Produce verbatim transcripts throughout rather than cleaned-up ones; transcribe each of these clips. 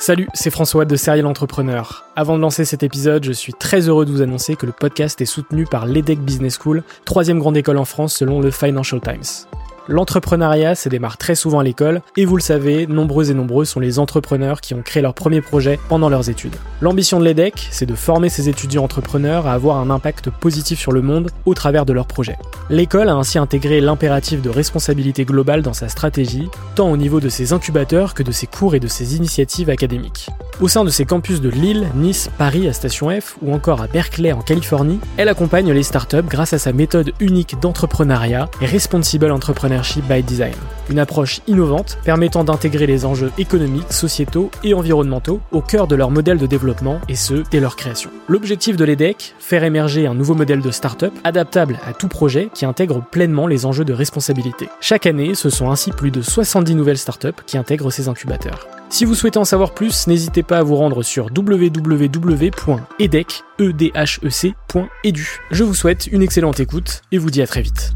Salut, c'est François de Serial Entrepreneur. Avant de lancer cet épisode, je suis très heureux de vous annoncer que le podcast est soutenu par l'EDEC Business School, troisième grande école en France selon le Financial Times. L'entrepreneuriat, ça démarre très souvent à l'école, et vous le savez, nombreux et nombreux sont les entrepreneurs qui ont créé leur premier projet pendant leurs études. L'ambition de l'EDEC, c'est de former ces étudiants entrepreneurs à avoir un impact positif sur le monde au travers de leurs projets. L'école a ainsi intégré l'impératif de responsabilité globale dans sa stratégie, tant au niveau de ses incubateurs que de ses cours et de ses initiatives académiques. Au sein de ses campus de Lille, Nice, Paris à Station F ou encore à Berkeley en Californie, elle accompagne les startups grâce à sa méthode unique d'entrepreneuriat et Responsible Entrepreneurship by Design. Une approche innovante permettant d'intégrer les enjeux économiques, sociétaux et environnementaux au cœur de leur modèle de développement et ce, dès leur création. L'objectif de l'EDEC, faire émerger un nouveau modèle de start-up adaptable à tout projet qui intègre pleinement les enjeux de responsabilité. Chaque année, ce sont ainsi plus de soixante-dix nouvelles startups qui intègrent ces incubateurs. Si vous souhaitez en savoir plus, n'hésitez pas à vous rendre sur w w w point edec point e d u. Je vous souhaite une excellente écoute et vous dis à très vite.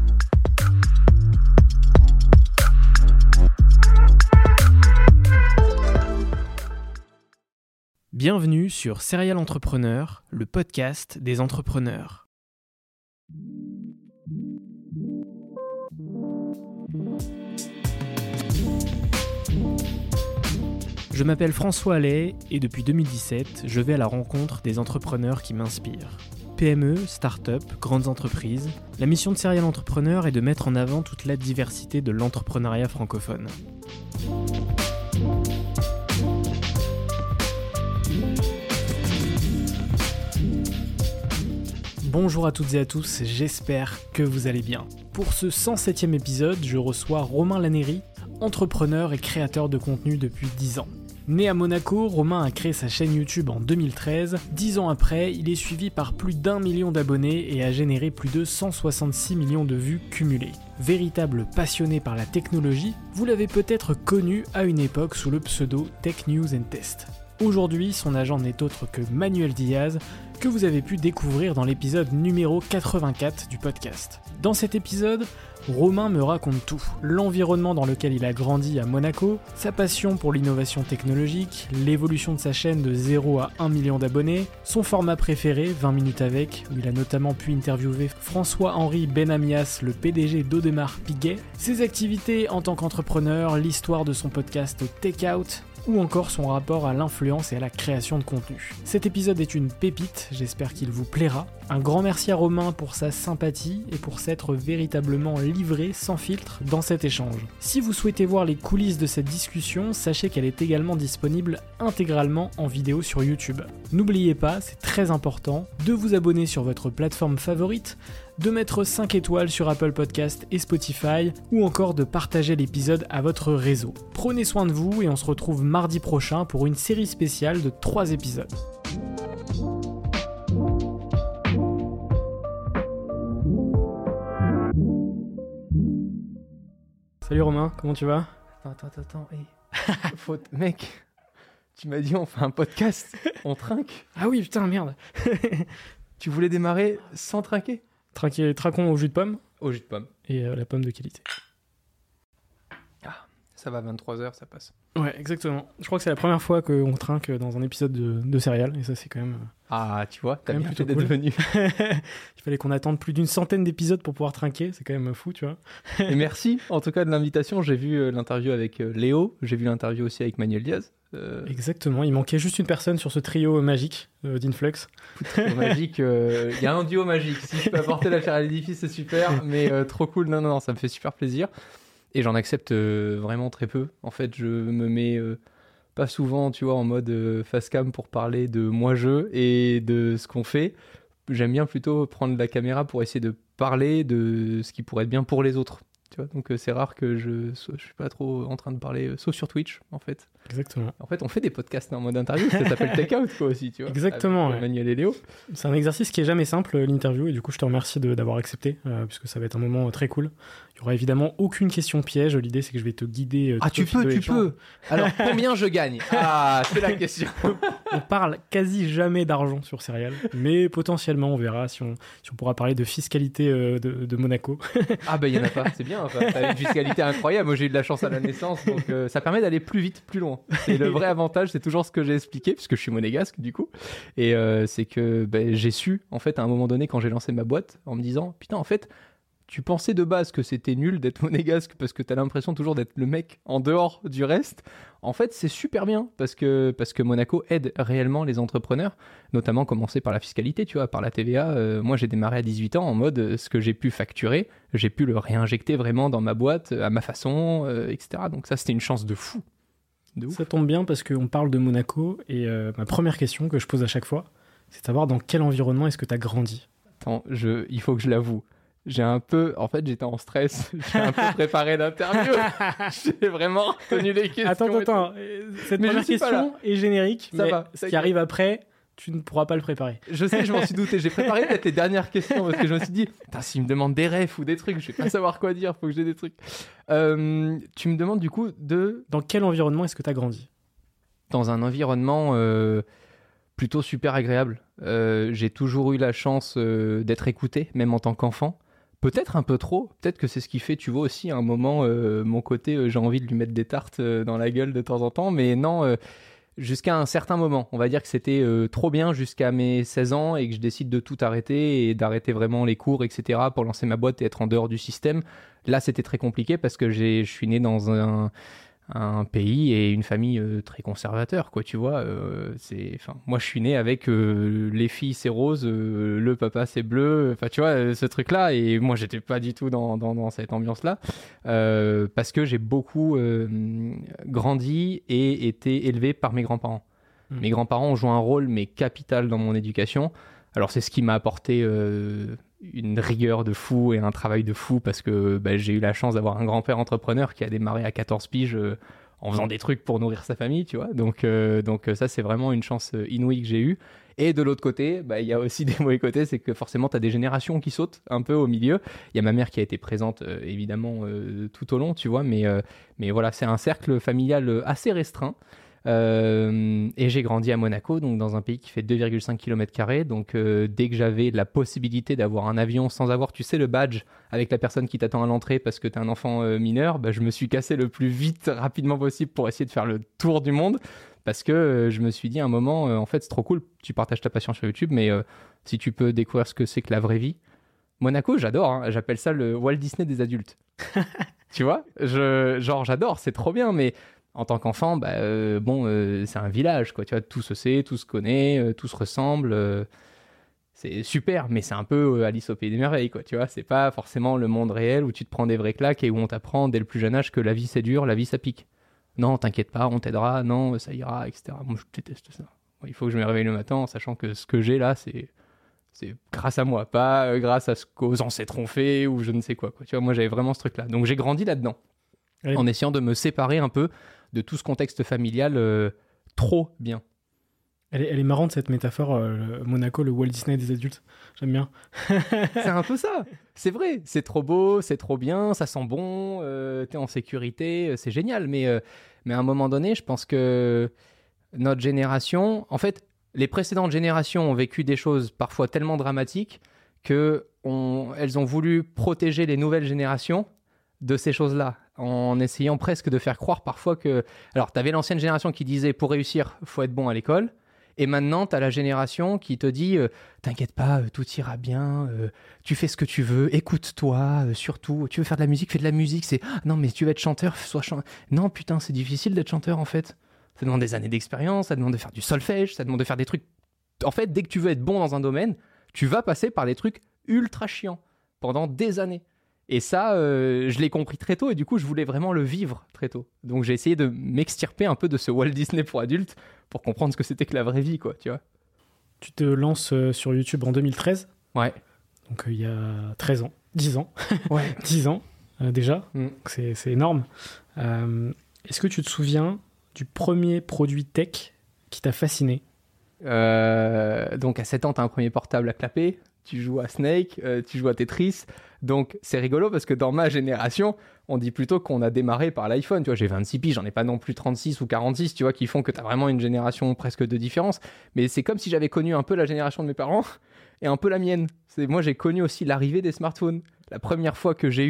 Bienvenue sur Serial Entrepreneur, le podcast des entrepreneurs. Je m'appelle François Allais et depuis deux mille dix-sept, je vais à la rencontre des entrepreneurs qui m'inspirent. P M E, start-up, grandes entreprises, la mission de Serial Entrepreneur est de mettre en avant toute la diversité de l'entrepreneuriat francophone. Bonjour à toutes et à tous, j'espère que vous allez bien. Pour ce cent septième épisode, je reçois Romain Lannéry, entrepreneur et créateur de contenu depuis dix ans. Né à Monaco, Romain a créé sa chaîne YouTube en deux mille treize. Dix ans après, il est suivi par plus d'un million d'abonnés et a généré plus de cent soixante-six millions de vues cumulées. Véritable passionné par la technologie, vous l'avez peut-être connu à une époque sous le pseudo Tech News and Test. Aujourd'hui, son agent n'est autre que Manuel Diaz, que vous avez pu découvrir dans l'épisode numéro quatre-vingt-quatre du podcast. Dans cet épisode, Romain me raconte tout. L'environnement dans lequel il a grandi à Monaco, sa passion pour l'innovation technologique, l'évolution de sa chaîne de zéro à un million d'abonnés, son format préféré, vingt minutes avec, où il a notamment pu interviewer François-Henri Benamias, le P D G d'Audemars Piguet, ses activités en tant qu'entrepreneur, l'histoire de son podcast Take Out, ou encore son rapport à l'influence et à la création de contenu. Cet épisode est une pépite, j'espère qu'il vous plaira. Un grand merci à Romain pour sa sympathie et pour s'être véritablement livré sans filtre dans cet échange. Si vous souhaitez voir les coulisses de cette discussion, sachez qu'elle est également disponible intégralement en vidéo sur YouTube. N'oubliez pas, c'est très important, de vous abonner sur votre plateforme favorite, de mettre cinq étoiles sur Apple Podcast et Spotify, ou encore de partager l'épisode à votre réseau. Prenez soin de vous et on se retrouve mardi prochain pour une série spéciale de trois épisodes. Salut Romain, comment tu vas ? Attends, attends, attends, hey. Faut... Mec, tu m'as dit on fait un podcast, on trinque. Ah oui, putain, merde. Tu voulais démarrer sans trinquer ? Trinquer, trinquons au jus de pomme. Au jus de pomme. Et euh, la pomme de qualité. Ah, ça va, vingt-trois heures, ça passe. Ouais, exactement. Je crois que c'est la première fois qu'on trinque dans un épisode de, de Serial, et ça c'est quand même... Ah, tu vois, t'as bien plutôt fait d'être venu. Il fallait qu'on attende plus d'une centaine d'épisodes pour pouvoir trinquer, c'est quand même fou, tu vois. Et merci, en tout cas, de l'invitation. J'ai vu euh, l'interview avec euh, Léo, j'ai vu l'interview aussi avec Manuel Diaz. Euh... Exactement, il manquait juste une personne sur ce trio magique euh, d'Influx. Trio magique, il euh, y a un duo magique. Si je peux apporter la pierre à l'édifice, c'est super, mais euh, trop cool. Non, non, non, ça me fait super plaisir. Et j'en accepte euh, vraiment très peu. En fait, je me mets euh, pas souvent, tu vois, en mode euh, face cam pour parler de moi-je et de ce qu'on fait. J'aime bien plutôt prendre la caméra pour essayer de parler de ce qui pourrait être bien pour les autres. Tu vois, donc euh, c'est rare que je je suis pas trop en train de parler, euh, sauf sur Twitch, en fait. Exactement. En fait, on fait des podcasts en mode interview, ça s'appelle Take Out, quoi, aussi, tu vois. Exactement. Avec, ouais. Manuel et Léo. C'est un exercice qui est jamais simple, l'interview, et du coup, je te remercie de, d'avoir accepté, euh, puisque ça va être un moment euh, très cool. Il y aura évidemment aucune question piège. L'idée, c'est que je vais te guider. Euh, ah, tu peux, tu peux. Alors, combien je gagne ? Ah, c'est la question. On parle quasi jamais d'argent sur Serial, mais potentiellement, on verra si on, si on pourra parler de fiscalité euh, de, de Monaco. Ah, bah, il y en a pas. C'est bien. bien. Enfin, t'as une fiscalité incroyable. Moi, j'ai eu de la chance à la naissance, donc euh, ça permet d'aller plus vite, plus loin. Et le vrai avantage, c'est toujours ce que j'ai expliqué, puisque je suis monégasque du coup. Et euh, c'est que ben, j'ai su, en fait, à un moment donné, quand j'ai lancé ma boîte, en me disant, putain, en fait, tu pensais de base que c'était nul d'être monégasque parce que t'as l'impression toujours d'être le mec en dehors du reste. En fait, c'est super bien parce que, parce que Monaco aide réellement les entrepreneurs, notamment commencer par la fiscalité, tu vois, par la T V A. Euh, moi, j'ai démarré à dix-huit ans en mode euh, ce que j'ai pu facturer, j'ai pu le réinjecter vraiment dans ma boîte, à ma façon, euh, et cetera. Donc ça, c'était une chance de fou. De ouf. Ça tombe bien parce qu'on parle de Monaco et euh, ma première question que je pose à chaque fois, c'est de savoir dans quel environnement est-ce que tu as grandi. Attends, je, il faut que je l'avoue. J'ai un peu, en fait, j'étais en stress. J'ai un peu préparé l'interview. J'ai vraiment tenu les questions. Attends, attends, cette Mais première question est générique, ça mais va, ce qui arrive après, tu ne pourras pas le préparer. Je sais, je m'en suis douté. J'ai préparé peut-être les dernières questions parce que je me suis dit, putain, s'il me demande des refs ou des trucs, je vais pas savoir quoi dire. Faut que j'ai des trucs. Euh, tu me demandes du coup de. Dans quel environnement est-ce que tu as grandi ? Dans un environnement euh, plutôt super agréable. Euh, j'ai toujours eu la chance euh, d'être écouté, même en tant qu'enfant. Peut-être un peu trop, peut-être que c'est ce qui fait, tu vois aussi, à un moment, euh, mon côté, euh, j'ai envie de lui mettre des tartes euh, dans la gueule de temps en temps, mais non, euh, jusqu'à un certain moment. On va dire que c'était euh, trop bien jusqu'à mes seize ans et que je décide de tout arrêter et d'arrêter vraiment les cours, et cetera pour lancer ma boîte et être en dehors du système. Là, c'était très compliqué parce que j'ai, je suis né dans un... un pays et une famille euh, très conservateur, quoi, tu vois. Euh, c'est, enfin, moi, je suis né avec euh, les filles, c'est rose, euh, le papa, c'est bleu, enfin, tu vois, euh, ce truc-là. Et moi, j'étais pas du tout dans, dans, dans cette ambiance-là euh, parce que j'ai beaucoup euh, grandi et été élevé par mes grands-parents. Mmh. Mes grands-parents ont joué un rôle, mais capital dans mon éducation. Alors, c'est ce qui m'a apporté euh, une rigueur de fou et un travail de fou parce que bah, j'ai eu la chance d'avoir un grand-père entrepreneur qui a démarré à quatorze piges euh, en faisant des trucs pour nourrir sa famille, tu vois. Donc, euh, donc ça, c'est vraiment une chance inouïe que j'ai eue. Et de l'autre côté, bah, il y a aussi des mauvais côtés, c'est que forcément, tu as des générations qui sautent un peu au milieu. Il y a ma mère qui a été présente, euh, évidemment, euh, tout au long, tu vois. Mais, euh, mais voilà, c'est un cercle familial assez restreint. Euh, et j'ai grandi à Monaco, donc dans un pays qui fait deux virgule cinq kilomètres carrés. Donc euh, dès que j'avais la possibilité d'avoir un avion sans avoir, tu sais, le badge avec la personne qui t'attend à l'entrée parce que t'es un enfant euh, mineur, bah, je me suis cassé le plus vite, rapidement possible pour essayer de faire le tour du monde. Parce que euh, je me suis dit à un moment, euh, en fait c'est trop cool, tu partages ta passion sur YouTube, mais euh, si tu peux découvrir ce que c'est que la vraie vie. Monaco, j'adore, hein, j'appelle ça le Walt Disney des adultes. Tu vois, je, genre j'adore, c'est trop bien, mais en tant qu'enfant, bah, euh, bon, euh, c'est un village, quoi. Tu vois, tout se sait, tout se connaît, euh, tout se ressemble. Euh, c'est super, mais c'est un peu euh, Alice au Pays des Merveilles, quoi. Tu vois, c'est pas forcément le monde réel où tu te prends des vraies claques et où on t'apprend dès le plus jeune âge que la vie c'est dur, la vie ça pique. Non, t'inquiète pas, on t'aidera, non, ça ira, et cetera. Moi, je déteste ça. Il faut que je me réveille le matin en sachant que ce que j'ai là, c'est, c'est grâce à moi, pas euh, grâce à ce qu'aux ancêtres ont fait ou je ne sais quoi, quoi. Tu vois, moi, j'avais vraiment ce truc-là. Donc, j'ai grandi là-dedans, oui. En essayant de me séparer un peu de tout ce contexte familial euh, trop bien. Elle est, elle est marrante cette métaphore, euh, le Monaco, le Walt Disney des adultes. J'aime bien. C'est un peu ça. C'est vrai. C'est trop beau, c'est trop bien, ça sent bon, euh, t'es en sécurité, c'est génial. Mais, euh, mais à un moment donné, je pense que notre génération, en fait, les précédentes générations ont vécu des choses parfois tellement dramatiques qu'elles ont voulu protéger les nouvelles générations de ces choses-là, en essayant presque de faire croire parfois que... Alors, tu avais l'ancienne génération qui disait, pour réussir, il faut être bon à l'école. Et maintenant, tu as la génération qui te dit, euh, t'inquiète pas, euh, tout ira bien, euh, tu fais ce que tu veux, écoute-toi, euh, surtout, tu veux faire de la musique, fais de la musique. C'est, ah, non, mais tu veux être chanteur, sois chanteur. Non, putain, c'est difficile d'être chanteur, en fait. Ça demande des années d'expérience, ça demande de faire du solfège, ça demande de faire des trucs... En fait, dès que tu veux être bon dans un domaine, tu vas passer par des trucs ultra chiants pendant des années. Et ça, euh, je l'ai compris très tôt et du coup, je voulais vraiment le vivre très tôt. Donc, j'ai essayé de m'extirper un peu de ce Walt Disney pour adultes pour comprendre ce que c'était que la vraie vie, quoi, tu vois. Tu te lances euh, sur YouTube en deux mille treize. Ouais. Donc, euh, il y a treize ans, dix ans. Ouais. dix ans, euh, déjà. Mm. C'est, c'est énorme. Euh, est-ce que tu te souviens du premier produit tech qui t'a fasciné ? euh, Donc, à sept ans, tu as un premier portable à clapper. Tu joues à Snake, euh, tu joues à Tetris. Donc, c'est rigolo parce que dans ma génération, on dit plutôt qu'on a démarré par l'iPhone. Tu vois, j'ai vingt-six piges, j'en ai pas non plus trente-six ou quarante-six, tu vois, qui font que tu as vraiment une génération presque de différence. Mais c'est comme si j'avais connu un peu la génération de mes parents et un peu la mienne. C'est, moi, j'ai connu aussi l'arrivée des smartphones. La première fois que j'ai eu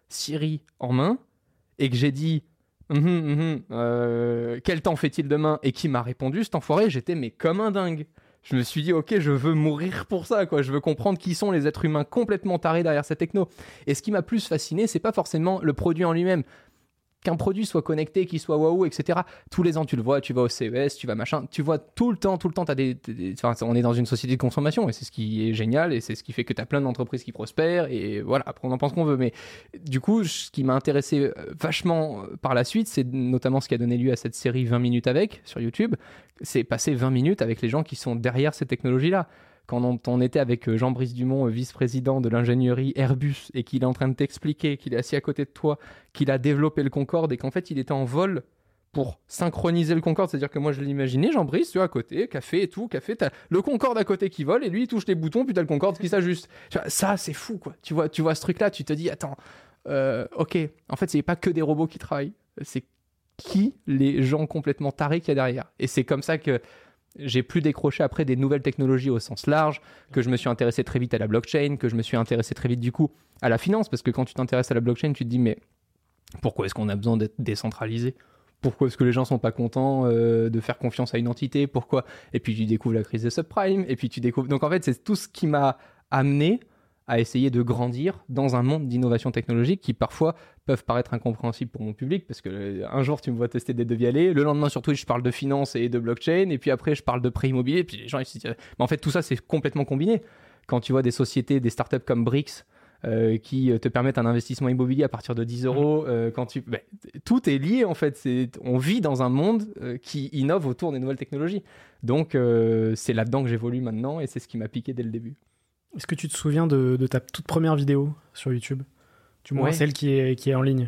Siri en main et que j'ai dit hum, hum, hum, euh, quel temps fait-il demain et qui m'a répondu, cet enfoiré, j'étais mais comme un dingue. Je me suis dit, ok, je veux mourir pour ça, quoi. Je veux comprendre qui sont les êtres humains complètement tarés derrière cette techno. Et ce qui m'a plus fasciné, c'est pas forcément le produit en lui-même. Qu'un produit soit connecté, qu'il soit waouh, et cetera. Tous les ans, tu le vois, tu vas au C E S, tu vas machin, tu vois tout le temps, tout le temps, t'as des, des, enfin, on est dans une société de consommation et c'est ce qui est génial et c'est ce qui fait que tu as plein d'entreprises qui prospèrent et voilà, après on en pense qu'on veut. Mais du coup, ce qui m'a intéressé vachement par la suite, c'est notamment ce qui a donné lieu à cette série vingt minutes avec sur YouTube, c'est passer vingt minutes avec les gens qui sont derrière ces technologies-là. Quand on, on était avec Jean-Brice Dumont, vice-président de l'ingénierie Airbus, et qu'il est en train de t'expliquer qu'il est assis à côté de toi, qu'il a développé le Concorde et qu'en fait il était en vol pour synchroniser le Concorde, c'est-à-dire que moi je l'imaginais, Jean-Brice, tu vois, à côté, café et tout, café, t'as le Concorde à côté qui vole et lui il touche les boutons, puis t'as le Concorde qui s'ajuste. Ça c'est fou quoi, tu vois, tu vois ce truc-là, tu te dis, attends, euh, ok, en fait c'est pas que des robots qui travaillent, c'est qui les gens complètement tarés qu'il y a derrière. Et c'est comme ça que j'ai plus décroché après des nouvelles technologies au sens large, que je me suis intéressé très vite à la blockchain, que je me suis intéressé très vite du coup à la finance, parce que quand tu t'intéresses à la blockchain, tu te dis mais pourquoi est-ce qu'on a besoin d'être décentralisé ? Pourquoi est-ce que les gens sont pas contents euh, de faire confiance à une entité ? Pourquoi ? Et puis tu découvres la crise des subprimes, et puis tu découvres... Donc en fait, c'est tout ce qui m'a amené à essayer de grandir dans un monde d'innovation technologique qui parfois peuvent paraître incompréhensibles pour mon public, parce que euh, un jour tu me vois tester des devis aller, le lendemain sur Twitch je parle de finance et de blockchain, et puis après je parle de prêt immobilier, et puis les gens ils se disent... Mais en fait tout ça c'est complètement combiné. Quand tu vois des sociétés, des startups comme Brix, euh, qui te permettent un investissement immobilier à partir de dix euros, euh, quand tu... Ben, tout est lié en fait, c'est... on vit dans un monde euh, qui innove autour des nouvelles technologies. Donc euh, c'est là-dedans que j'évolue maintenant, et c'est ce qui m'a piqué dès le début. Est-ce que tu te souviens de, de ta toute première vidéo sur YouTube ? Du moins ouais. celle qui est, qui est en ligne.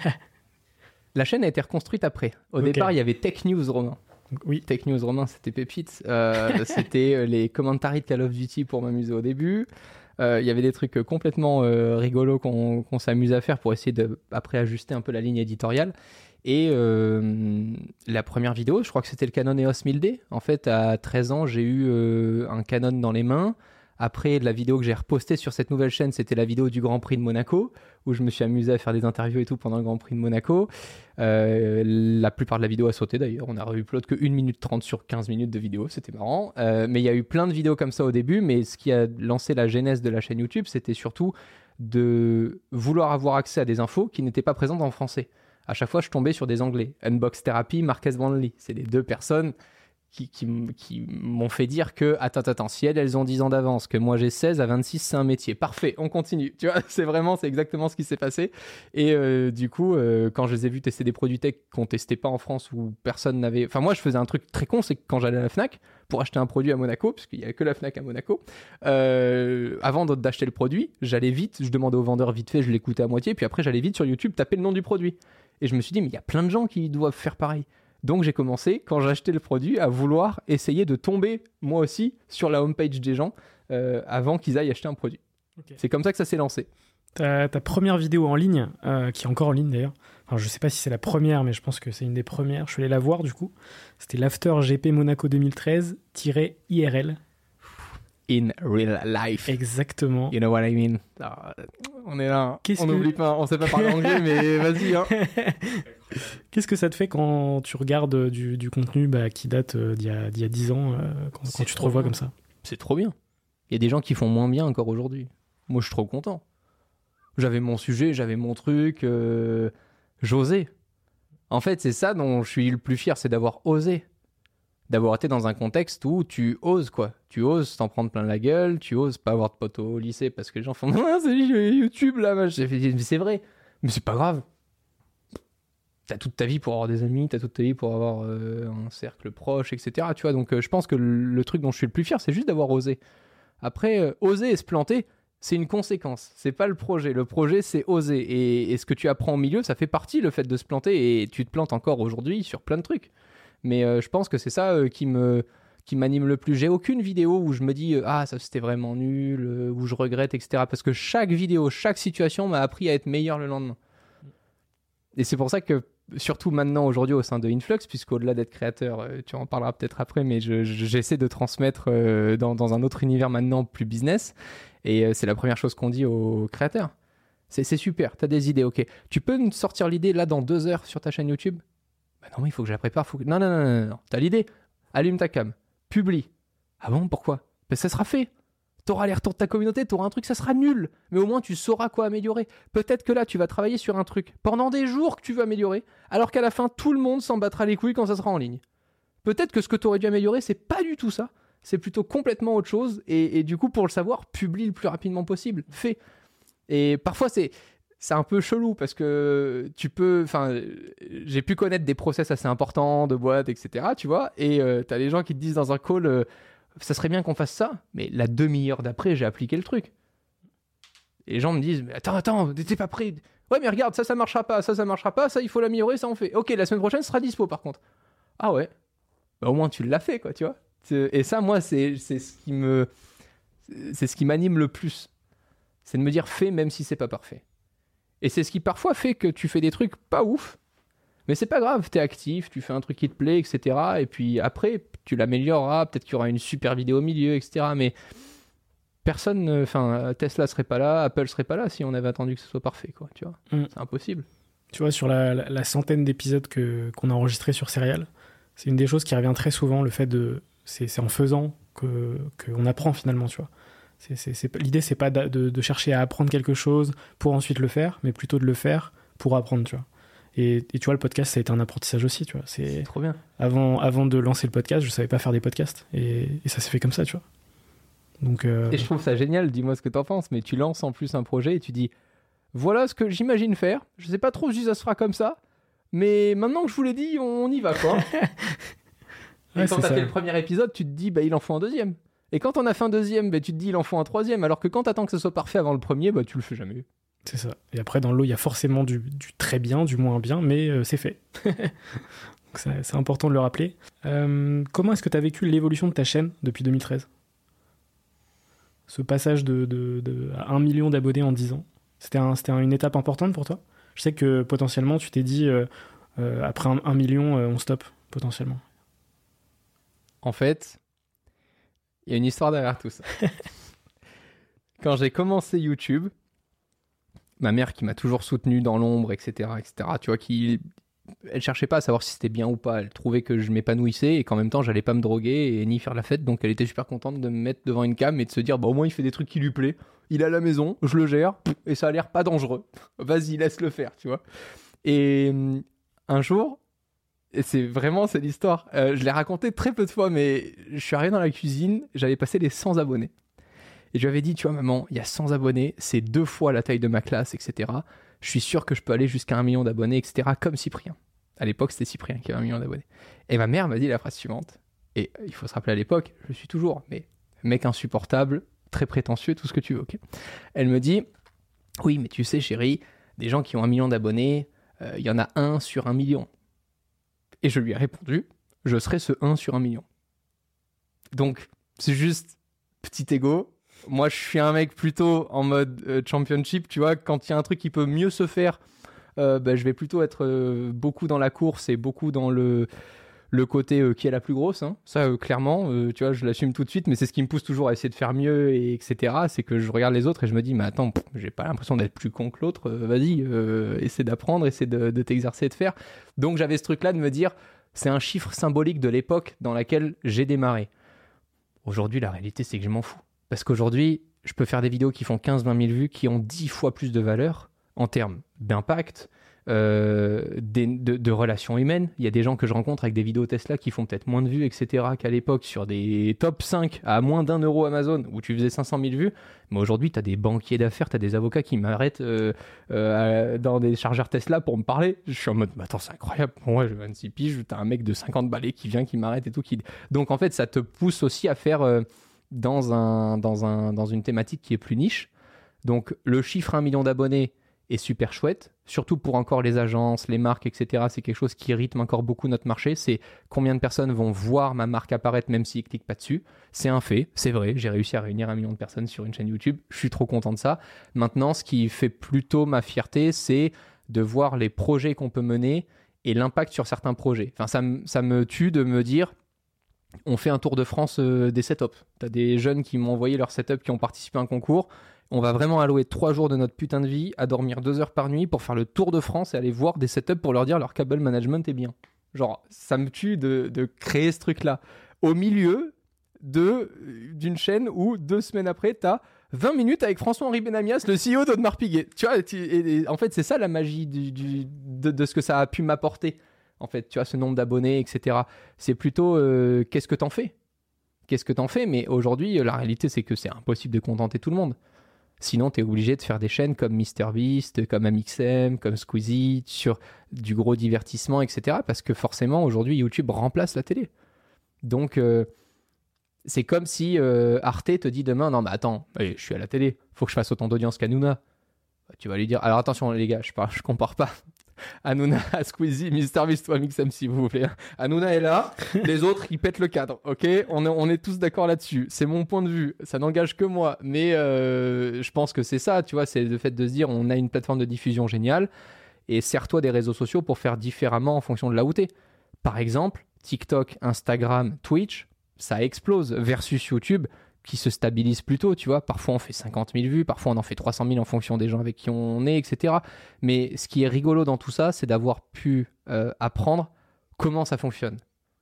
La chaîne a été reconstruite après. Au okay. départ, il y avait Tech News Romain. Oui. Tech News Romain, c'était pépite. Euh, c'était les commentaries de Call of Duty pour m'amuser au début. Euh, il y avait des trucs complètement euh, rigolos qu'on, qu'on s'amusait à faire pour essayer de, après, ajuster un peu la ligne éditoriale. Et euh, la première vidéo, je crois que c'était le Canon E O S mille D. En fait, à treize ans, j'ai eu euh, un Canon dans les mains. Après, la vidéo que j'ai repostée sur cette nouvelle chaîne, c'était la vidéo du Grand Prix de Monaco, où je me suis amusé à faire des interviews et tout pendant le Grand Prix de Monaco. Euh, la plupart de la vidéo a sauté d'ailleurs. On a re-upload que une minute trente sur quinze minutes de vidéo, c'était marrant. Euh, mais il y a eu plein de vidéos comme ça au début, mais ce qui a lancé la genèse de la chaîne YouTube, c'était surtout de vouloir avoir accès à des infos qui n'étaient pas présentes en français. À chaque fois, je tombais sur des anglais. Unbox Therapy, Marques Brownlee. C'est les deux personnes Qui, qui, qui m'ont fait dire que, attends, attends, si elles, elles ont dix ans d'avance, que moi j'ai seize, à vingt-six, c'est un métier. Parfait, on continue. Tu vois, c'est vraiment, c'est exactement ce qui s'est passé. Et euh, du coup, euh, quand je les ai vus tester des produits tech qu'on testait pas en France, où personne n'avait... Enfin, moi, je faisais un truc très con, c'est que quand j'allais à la Fnac, pour acheter un produit à Monaco, puisqu'il y a que la Fnac à Monaco, euh, avant d'acheter le produit, j'allais vite, je demandais au vendeur vite fait, je l'écoutais à moitié, puis après, j'allais vite sur YouTube taper le nom du produit. Et je me suis dit, mais il y a plein de gens qui doivent faire pareil. Donc j'ai commencé, quand j'achetais le produit, à vouloir essayer de tomber, moi aussi, sur la homepage des gens euh, avant qu'ils aillent acheter un produit. Okay. C'est comme ça que ça s'est lancé. Ta, ta première vidéo en ligne, euh, qui est encore en ligne d'ailleurs, enfin, je ne sais pas si c'est la première, mais je pense que c'est une des premières, je suis allé la voir du coup, c'était l'After G P Monaco deux mille treize I R L. In real life. Exactement. You know what I mean. Ah, on est là, Qu'est-ce on n'oublie que... pas, on sait pas parler anglais, mais vas-y. Hein. Qu'est-ce que ça te fait quand tu regardes du, du contenu bah, qui date euh, d'il y a, d'il y a dix ans, euh, quand, quand tu te revois bien. comme ça ? C'est trop bien. Il y a des gens qui font moins bien encore aujourd'hui. Moi, je suis trop content. J'avais mon sujet, j'avais mon truc, euh, j'osais. En fait, c'est ça dont je suis le plus fier, c'est d'avoir osé. D'avoir été dans un contexte où tu oses, quoi. Tu oses t'en prendre plein la gueule, tu oses pas avoir de potes au lycée parce que les gens font « Ah, c'est YouTube, là !» Mais c'est vrai, mais c'est pas grave. T'as toute ta vie pour avoir des amis, t'as toute ta vie pour avoir euh, un cercle proche, et cetera. Tu vois, donc euh, je pense que le, le truc dont je suis le plus fier, c'est juste d'avoir osé. Après, euh, oser et se planter, c'est une conséquence. C'est pas le projet. Le projet, c'est oser. Et, et ce que tu apprends au milieu, ça fait partie, le fait de se planter. Et tu te plantes encore aujourd'hui sur plein de trucs. Mais euh, je pense que c'est ça euh, qui me qui m'anime le plus. J'ai aucune vidéo où je me dis euh, ah ça c'était vraiment nul, euh, où je regrette, et cetera. Parce que chaque vidéo, chaque situation m'a appris à être meilleur le lendemain. Et c'est pour ça que surtout maintenant aujourd'hui au sein de Influx, puisqu'au-delà d'être créateur, euh, tu en parleras peut-être après, mais je, je, j'essaie de transmettre euh, dans, dans un autre univers maintenant plus business. Et euh, c'est la première chose qu'on dit aux créateurs. C'est, c'est super, t'as des idées, ok. Tu peux me sortir l'idée là dans deux heures sur ta chaîne YouTube ? Bah non, il faut que je la prépare. Faut que... Non, non, non, non, non. T'as l'idée ? Allume ta cam. Publie. Ah bon, pourquoi ? Ben ça sera fait. T'auras les retours de ta communauté, t'auras un truc, ça sera nul. Mais au moins, tu sauras quoi améliorer. Peut-être que là, tu vas travailler sur un truc pendant des jours que tu veux améliorer, alors qu'à la fin, tout le monde s'en battra les couilles quand ça sera en ligne. Peut-être que ce que t'aurais dû améliorer, c'est pas du tout ça. C'est plutôt complètement autre chose. Et, et du coup, pour le savoir, publie le plus rapidement possible. Fais. Et parfois, c'est... c'est un peu chelou parce que tu peux... Enfin, j'ai pu connaître des process assez importants de boîtes, et cetera, tu vois, et euh, t'as les gens qui te disent dans un call, euh, ça serait bien qu'on fasse ça, mais la demi-heure d'après, j'ai appliqué le truc. Et les gens me disent, mais attends, attends, t'es pas prêt. Ouais, mais regarde, ça, ça marchera pas, ça, ça marchera pas, ça, il faut l'améliorer, ça, on fait. Ok, la semaine prochaine, ce sera dispo, par contre. Ah ouais. Bah, au moins, tu l'as fait, quoi, tu vois. Et ça, moi, c'est, c'est ce qui me... C'est ce qui m'anime le plus. C'est de me dire, fais même si c'est pas parfait. Et c'est ce qui parfois fait que tu fais des trucs pas ouf, mais c'est pas grave, t'es actif, tu fais un truc qui te plaît, et cetera. Et puis après, tu l'amélioreras, peut-être qu'il y aura une super vidéo au milieu, et cetera. Mais personne, enfin, Tesla serait pas là, Apple serait pas là si on avait attendu que ce soit parfait, quoi, tu vois. Mm. C'est impossible. Tu vois, sur la, la, la centaine d'épisodes que, qu'on a enregistrés sur Serial, c'est une des choses qui revient très souvent, le fait de... C'est, c'est en faisant que, qu'on apprend finalement, tu vois. C'est, c'est, c'est, l'idée, c'est pas de, de, de chercher à apprendre quelque chose pour ensuite le faire, mais plutôt de le faire pour apprendre, tu vois. Et, et tu vois, le podcast, ça a été un apprentissage aussi, tu vois. C'est, c'est trop bien. Avant, avant de lancer le podcast, je savais pas faire des podcasts, et, et ça s'est fait comme ça, tu vois. Donc, euh... Et je trouve ça génial, dis-moi ce que t'en penses, mais tu lances en plus un projet et tu dis, voilà ce que j'imagine faire, je sais pas trop si ça se fera comme ça, mais maintenant que je vous l'ai dit, on y va, quoi. Et ouais, quand t'as ça. fait le premier épisode, tu te dis, bah, il en faut un deuxième. Et quand on a fait un deuxième, bah, tu te dis, il en faut un troisième. Alors que quand t'attends que ce soit parfait avant le premier, bah, tu le fais jamais. C'est ça. Et après, dans l'eau, il y a forcément du, du très bien, du moins bien, mais euh, c'est fait. Donc ça, c'est important de le rappeler. Euh, comment est-ce que tu as vécu l'évolution de ta chaîne depuis deux mille treize ? Ce passage de, de, de, à un million d'abonnés en dix ans, c'était, un, c'était une étape importante pour toi ? Je sais que potentiellement, tu t'es dit, euh, euh, après un, un million, euh, on stoppe, potentiellement. En fait, il y a une histoire derrière tout ça. Quand j'ai commencé YouTube, ma mère qui m'a toujours soutenu dans l'ombre, et cetera, et cetera, tu vois, qui, elle cherchait pas à savoir si c'était bien ou pas. Elle trouvait que je m'épanouissais et qu'en même temps, j'allais pas me droguer et ni faire la fête. Donc, elle était super contente de me mettre devant une cam et de se dire, bah, au moins, il fait des trucs qui lui plaît. Il est à la maison, je le gère et ça a l'air pas dangereux. Vas-y, laisse-le faire, tu vois. Et un jour, et c'est vraiment, c'est l'histoire. Euh, je l'ai raconté très peu de fois, mais je suis arrivé dans la cuisine, j'avais passé les cent abonnés. Et je lui avais dit, tu vois, maman, il y a cent abonnés, c'est deux fois la taille de ma classe, et cetera. Je suis sûr que je peux aller jusqu'à un million d'abonnés, et cetera, comme Cyprien. À l'époque, c'était Cyprien qui avait un million d'abonnés. Et ma mère m'a dit la phrase suivante, et il faut se rappeler à l'époque, je suis toujours, mais mec insupportable, très prétentieux, tout ce que tu veux, ok ? Elle me dit, oui, mais tu sais, chérie, des gens qui ont un million d'abonnés, il euh, y en a un sur un million. Et je lui ai répondu, je serai ce un sur un million. Donc, c'est juste petit ego. Moi, je suis un mec plutôt en mode euh, championship, tu vois. Quand il y a un truc qui peut mieux se faire, euh, bah, je vais plutôt être euh, beaucoup dans la course et beaucoup dans le, le côté euh, qui est la plus grosse. Hein. Ça, euh, clairement, euh, tu vois, je l'assume tout de suite, mais c'est ce qui me pousse toujours à essayer de faire mieux, et etc. C'est que je regarde les autres et je me dis, mais attends, pff, j'ai pas l'impression d'être plus con que l'autre. Euh, vas-y, euh, essaie d'apprendre, essaie de, de t'exercer et de faire. Donc, j'avais ce truc-là de me dire, c'est un chiffre symbolique de l'époque dans laquelle j'ai démarré. Aujourd'hui, la réalité, c'est que je m'en fous. Parce qu'aujourd'hui, je peux faire des vidéos qui font quinze à vingt mille vues, qui ont dix fois plus de valeur en termes d'impact, euh, des, de, de relations humaines. Il y a des gens que je rencontre avec des vidéos Tesla qui font peut-être moins de vues, et cetera, qu'à l'époque sur des top cinq à moins d'un euro Amazon où tu faisais cinq cent mille vues. Mais aujourd'hui, tu as des banquiers d'affaires, tu as des avocats qui m'arrêtent euh, euh, dans des chargeurs Tesla pour me parler. Je suis en mode, attends, c'est incroyable. Moi, j'ai vingt-six piges, tu as un mec de cinquante balais qui vient, qui m'arrête et tout. Qui... Donc, en fait, ça te pousse aussi à faire... Euh, Dans, un, dans, un, dans une thématique qui est plus niche. Donc, le chiffre un million d'abonnés est super chouette, surtout pour encore les agences, les marques, et cetera. C'est quelque chose qui rythme encore beaucoup notre marché. C'est combien de personnes vont voir ma marque apparaître même s'ils ne cliquent pas dessus. C'est un fait, c'est vrai. J'ai réussi à réunir un million de personnes sur une chaîne YouTube. Je suis trop content de ça. Maintenant, ce qui fait plutôt ma fierté, c'est de voir les projets qu'on peut mener et l'impact sur certains projets. Enfin, ça, m- ça me tue de me dire... On fait un tour de France euh, des setups. Tu as des jeunes qui m'ont envoyé leur setup, qui ont participé à un concours. on va vraiment allouer trois jours de notre putain de vie à dormir deux heures par nuit pour faire le tour de France et aller voir des setups pour leur dire leur cable management est bien. Genre, ça me tue de, de créer ce truc-là. Au milieu de, d'une chaîne où, deux semaines après, t'as vingt minutes avec François-Henri Benamias, le C E O d'Audemars Piguet. Tu vois, tu, et, et, en fait, c'est ça la magie du, du, de, de ce que ça a pu m'apporter. En fait, tu vois, ce nombre d'abonnés, et cetera. C'est plutôt, euh, qu'est-ce que t'en fais ? Qu'est-ce que t'en fais ? Mais aujourd'hui, la réalité, c'est que c'est impossible de contenter tout le monde. Sinon, t'es obligé de faire des chaînes comme MrBeast, comme Amixem, comme Squeezie, sur du gros divertissement, et cetera. Parce que forcément, aujourd'hui, YouTube remplace la télé. Donc, euh, c'est comme si euh, Arte te dit demain, non, mais attends, je suis à la télé, faut que je fasse autant d'audience qu'Hanouna. Tu vas lui dire, alors attention les gars, je, parle, je compare pas Hanouna à Squeezie, MrBeast ou Amixem si vous voulez. Hanouna est là, les autres ils pètent le cadre, ok, on est, on est tous d'accord là-dessus. C'est mon point de vue, ça n'engage que moi, mais euh, je pense que c'est ça, tu vois, c'est le fait de se dire on a une plateforme de diffusion géniale et sers-toi des réseaux sociaux pour faire différemment en fonction de là où t'es. Par exemple, TikTok, Instagram, Twitch, ça explose versus YouTube qui se stabilise plutôt, tu vois. Parfois, on fait cinquante mille vues, parfois, on en fait trois cent mille en fonction des gens avec qui on est, et cetera. Mais ce qui est rigolo dans tout ça, c'est d'avoir pu euh, apprendre comment ça fonctionne.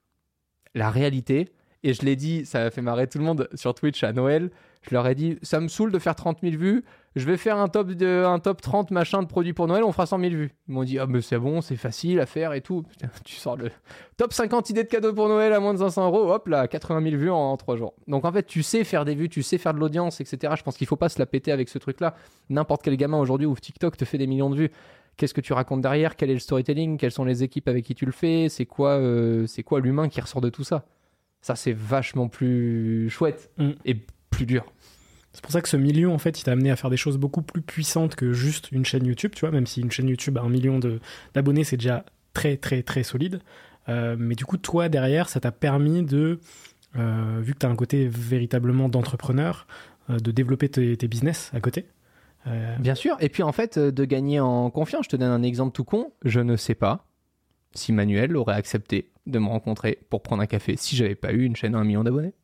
La réalité, et je l'ai dit, ça a fait marrer tout le monde sur Twitch à Noël, je leur ai dit, ça me saoule de faire trente mille vues, je vais faire un top, de, un top trente machin de produits pour Noël, on fera cent mille vues. Ils m'ont dit, ah, mais c'est bon, c'est facile à faire et tout. Putain, tu sors le top cinquante idées de cadeaux pour Noël à moins de cinq cents euros, hop là, quatre-vingt mille vues en trois jours. Donc en fait, tu sais faire des vues, tu sais faire de l'audience, et cetera. Je pense qu'il faut pas se la péter avec ce truc-là. N'importe quel gamin aujourd'hui ouvre TikTok, te fait des millions de vues. Qu'est-ce que tu racontes derrière ? Quel est le storytelling ? Quelles sont les équipes avec qui tu le fais ? C'est quoi, euh, c'est quoi l'humain qui ressort de tout ça ? Ça, c'est vachement plus chouette mm. et plus dur. C'est pour ça que ce milieu, en fait, il t'a amené à faire des choses beaucoup plus puissantes que juste une chaîne YouTube, tu vois, même si une chaîne YouTube à un million de, d'abonnés, c'est déjà très, très, très solide. Euh, mais du coup, toi, derrière, ça t'a permis de, euh, vu que t'as un côté véritablement d'entrepreneur, euh, de développer tes, tes business à côté. Euh... Bien sûr. Et puis, en fait, de gagner en confiance. Je te donne un exemple tout con. Je ne sais pas si Manuel aurait accepté de me rencontrer pour prendre un café si j'avais pas eu une chaîne à un million d'abonnés.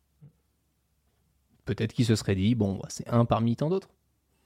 Peut-être qu'il se serait dit, bon, c'est un parmi tant d'autres.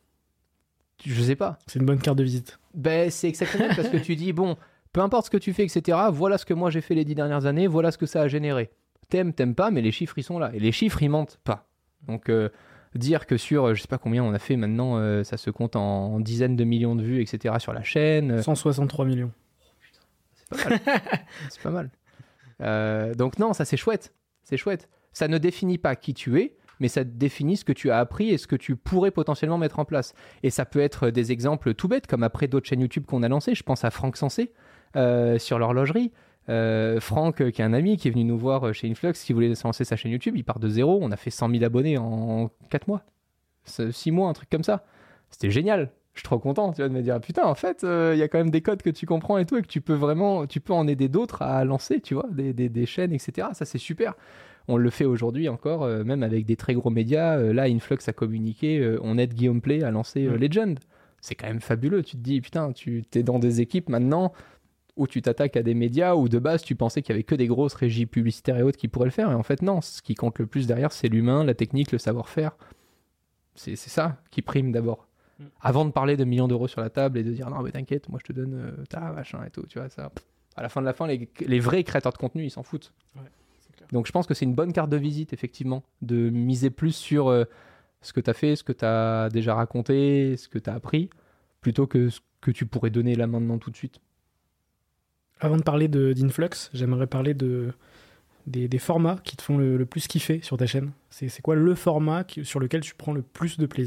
Je sais pas. C'est une bonne carte de visite. Ben, c'est exactement parce que tu dis, bon, peu importe ce que tu fais, et cetera, voilà ce que moi j'ai fait les dix dernières années, voilà ce que ça a généré. T'aimes, t'aimes pas, mais les chiffres, ils sont là. Et les chiffres, ils mentent pas. Donc, euh, dire que sur, je sais pas combien on a fait maintenant, euh, ça se compte en, en dizaines de millions de vues, et cetera, sur la chaîne. Euh... cent soixante-trois millions. Oh putain, c'est pas mal. c'est pas mal. Euh, donc, non, ça c'est chouette. C'est chouette. Ça ne définit pas qui tu es, mais ça définit ce que tu as appris et ce que tu pourrais potentiellement mettre en place. Et ça peut être des exemples tout bêtes, comme après d'autres chaînes YouTube qu'on a lancées. Je pense à Franck Sensé euh, sur l'horlogerie. Euh, Franck, euh, qui est un ami, qui est venu nous voir chez Influx, qui voulait lancer sa chaîne YouTube, il part de zéro. On a fait cent mille abonnés en quatre mois. six mois, un truc comme ça. C'était génial. Je suis trop content, tu vois, de me dire, putain, en fait, il euh, y a quand même des codes que tu comprends et tout, et que tu peux vraiment, tu peux en aider d'autres à lancer, tu vois, des, des, des chaînes, et cetera. Ça, c'est super. On le fait aujourd'hui encore, euh, même avec des très gros médias. Euh, là, Influx a communiqué, euh, on aide Guillaume Play à lancer euh, Legend. C'est quand même fabuleux. Tu te dis, putain, tu es dans des équipes maintenant où tu t'attaques à des médias où de base, tu pensais qu'il y avait que des grosses régies publicitaires et autres qui pourraient le faire. Et en fait, non. Ce qui compte le plus derrière, c'est l'humain, la technique, le savoir-faire. C'est, c'est ça qui prime d'abord. Mm. Avant de parler de millions d'euros sur la table et de dire, non, mais t'inquiète, moi, je te donne euh, ta machin et tout. Tu vois, ça. À la fin de la fin, les, les vrais créateurs de contenu, ils s'en foutent. Ouais. Donc je pense que c'est une bonne carte de visite, effectivement, de miser plus sur euh, ce que tu as fait, ce que tu as déjà raconté, ce que tu as appris, plutôt que ce que tu pourrais donner là maintenant tout de suite. Avant de parler de, d'Influx, j'aimerais parler de, des, des formats qui te font le, le plus kiffer sur ta chaîne. C'est, c'est quoi le format qui, sur lequel tu prends le plus de plaisir ?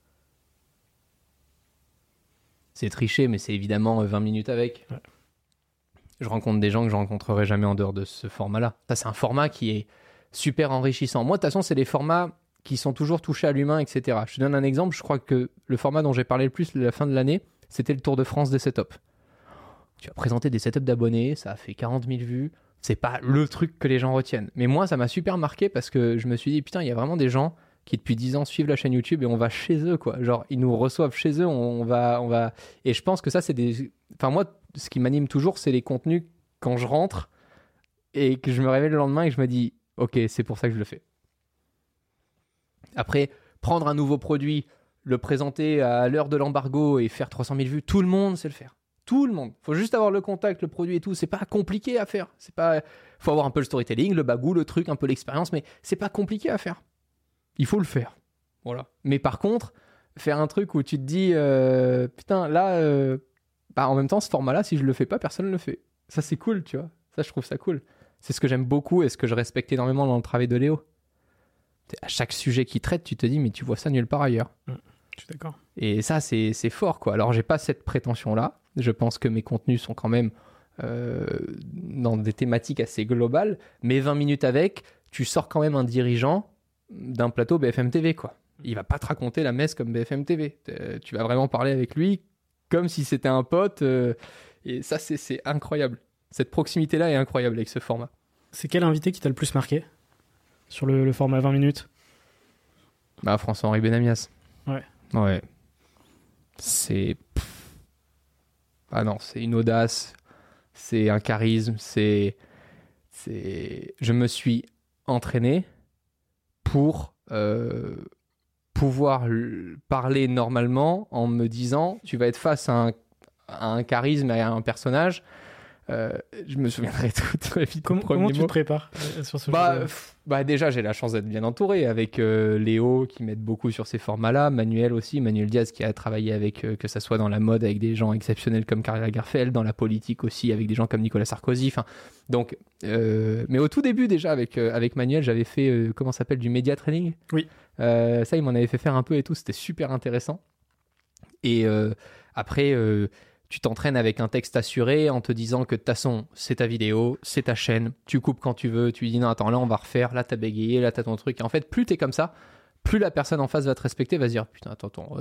C'est triché, mais c'est évidemment vingt minutes avec. Ouais. Je rencontre des gens que je rencontrerai jamais en dehors de ce format-là. Ça, c'est un format qui est super enrichissant. Moi, de toute façon, c'est des formats qui sont toujours touchés à l'humain, et cetera. Je te donne un exemple. Je crois que le format dont j'ai parlé le plus à la fin de l'année, c'était le Tour de France des setups. Tu as présenté des setups d'abonnés, ça a fait quarante mille vues. C'est pas le truc que les gens retiennent. Mais moi, ça m'a super marqué parce que je me suis dit, putain, il y a vraiment des gens qui depuis dix ans suivent la chaîne YouTube et on va chez eux, quoi. Genre, ils nous reçoivent chez eux, on va, on va... Et je pense que ça, c'est des... Enfin, moi, ce qui m'anime toujours, c'est les contenus quand je rentre et que je me réveille le lendemain et que je me dis, ok, c'est pour ça que je le fais. Après, prendre un nouveau produit, le présenter à l'heure de l'embargo et faire trois cent mille vues, tout le monde sait le faire. Tout le monde. Faut juste avoir le contact, le produit et tout. C'est pas compliqué à faire. C'est pas. Faut avoir un peu le storytelling, le bagou, le truc, un peu l'expérience, mais c'est pas compliqué à faire. Il faut le faire. Voilà. Mais par contre, faire un truc où tu te dis, euh, putain, là, euh, bah, en même temps, ce format-là, si je le fais pas, personne ne le fait. Ça, c'est cool, tu vois. Ça, je trouve ça cool. C'est ce que j'aime beaucoup et ce que je respecte énormément dans le travail de Léo. À chaque sujet qu'il traite, tu te dis, mais tu vois ça nulle part ailleurs. Mmh, je suis d'accord. Et ça, c'est, c'est fort, quoi. Alors, j'ai pas cette prétention-là. Je pense que mes contenus sont quand même euh, dans des thématiques assez globales. Mais vingt minutes avec, tu sors quand même un dirigeant d'un plateau B F M T V, quoi. Il va pas te raconter la messe comme B F M T V. Euh, tu vas vraiment parler avec lui comme si c'était un pote. Euh, et ça, c'est, c'est incroyable. Cette proximité-là est incroyable avec ce format. C'est quel invité qui t'a le plus marqué sur le, le format vingt minutes? Bah, François-Henri Benamias. Ouais. Ouais. C'est... Ah non, c'est une audace, c'est un charisme, c'est... c'est... Je me suis entraîné pour euh, pouvoir l- parler normalement en me disant, tu vas être face à un, à un charisme, à un personnage. Euh, je me souviendrai tout très vite. Comment, comment tu mot. te prépares euh, sur ce bah, genre de... pff, bah déjà, j'ai la chance d'être bien entouré avec euh, Léo qui m'aide beaucoup sur ces formats-là, Manuel aussi, Manuel Diaz qui a travaillé avec, euh, que ça soit dans la mode avec des gens exceptionnels comme Karl Lagerfeld, dans la politique aussi avec des gens comme Nicolas Sarkozy. Enfin, donc, euh, mais au tout début déjà avec euh, avec Manuel, j'avais fait euh, comment ça s'appelle du media training. Oui. Euh, ça, il m'en avait fait faire un peu et tout, c'était super intéressant. Et euh, après. Euh, Tu t'entraînes avec un texte assuré en te disant que de toute façon, c'est ta vidéo, c'est ta chaîne, tu coupes quand tu veux, tu dis non, attends, là on va refaire, là t'as bégayé, là t'as ton truc. Et en fait, plus t'es comme ça, plus la personne en face va te respecter, va se dire putain, attends, attends,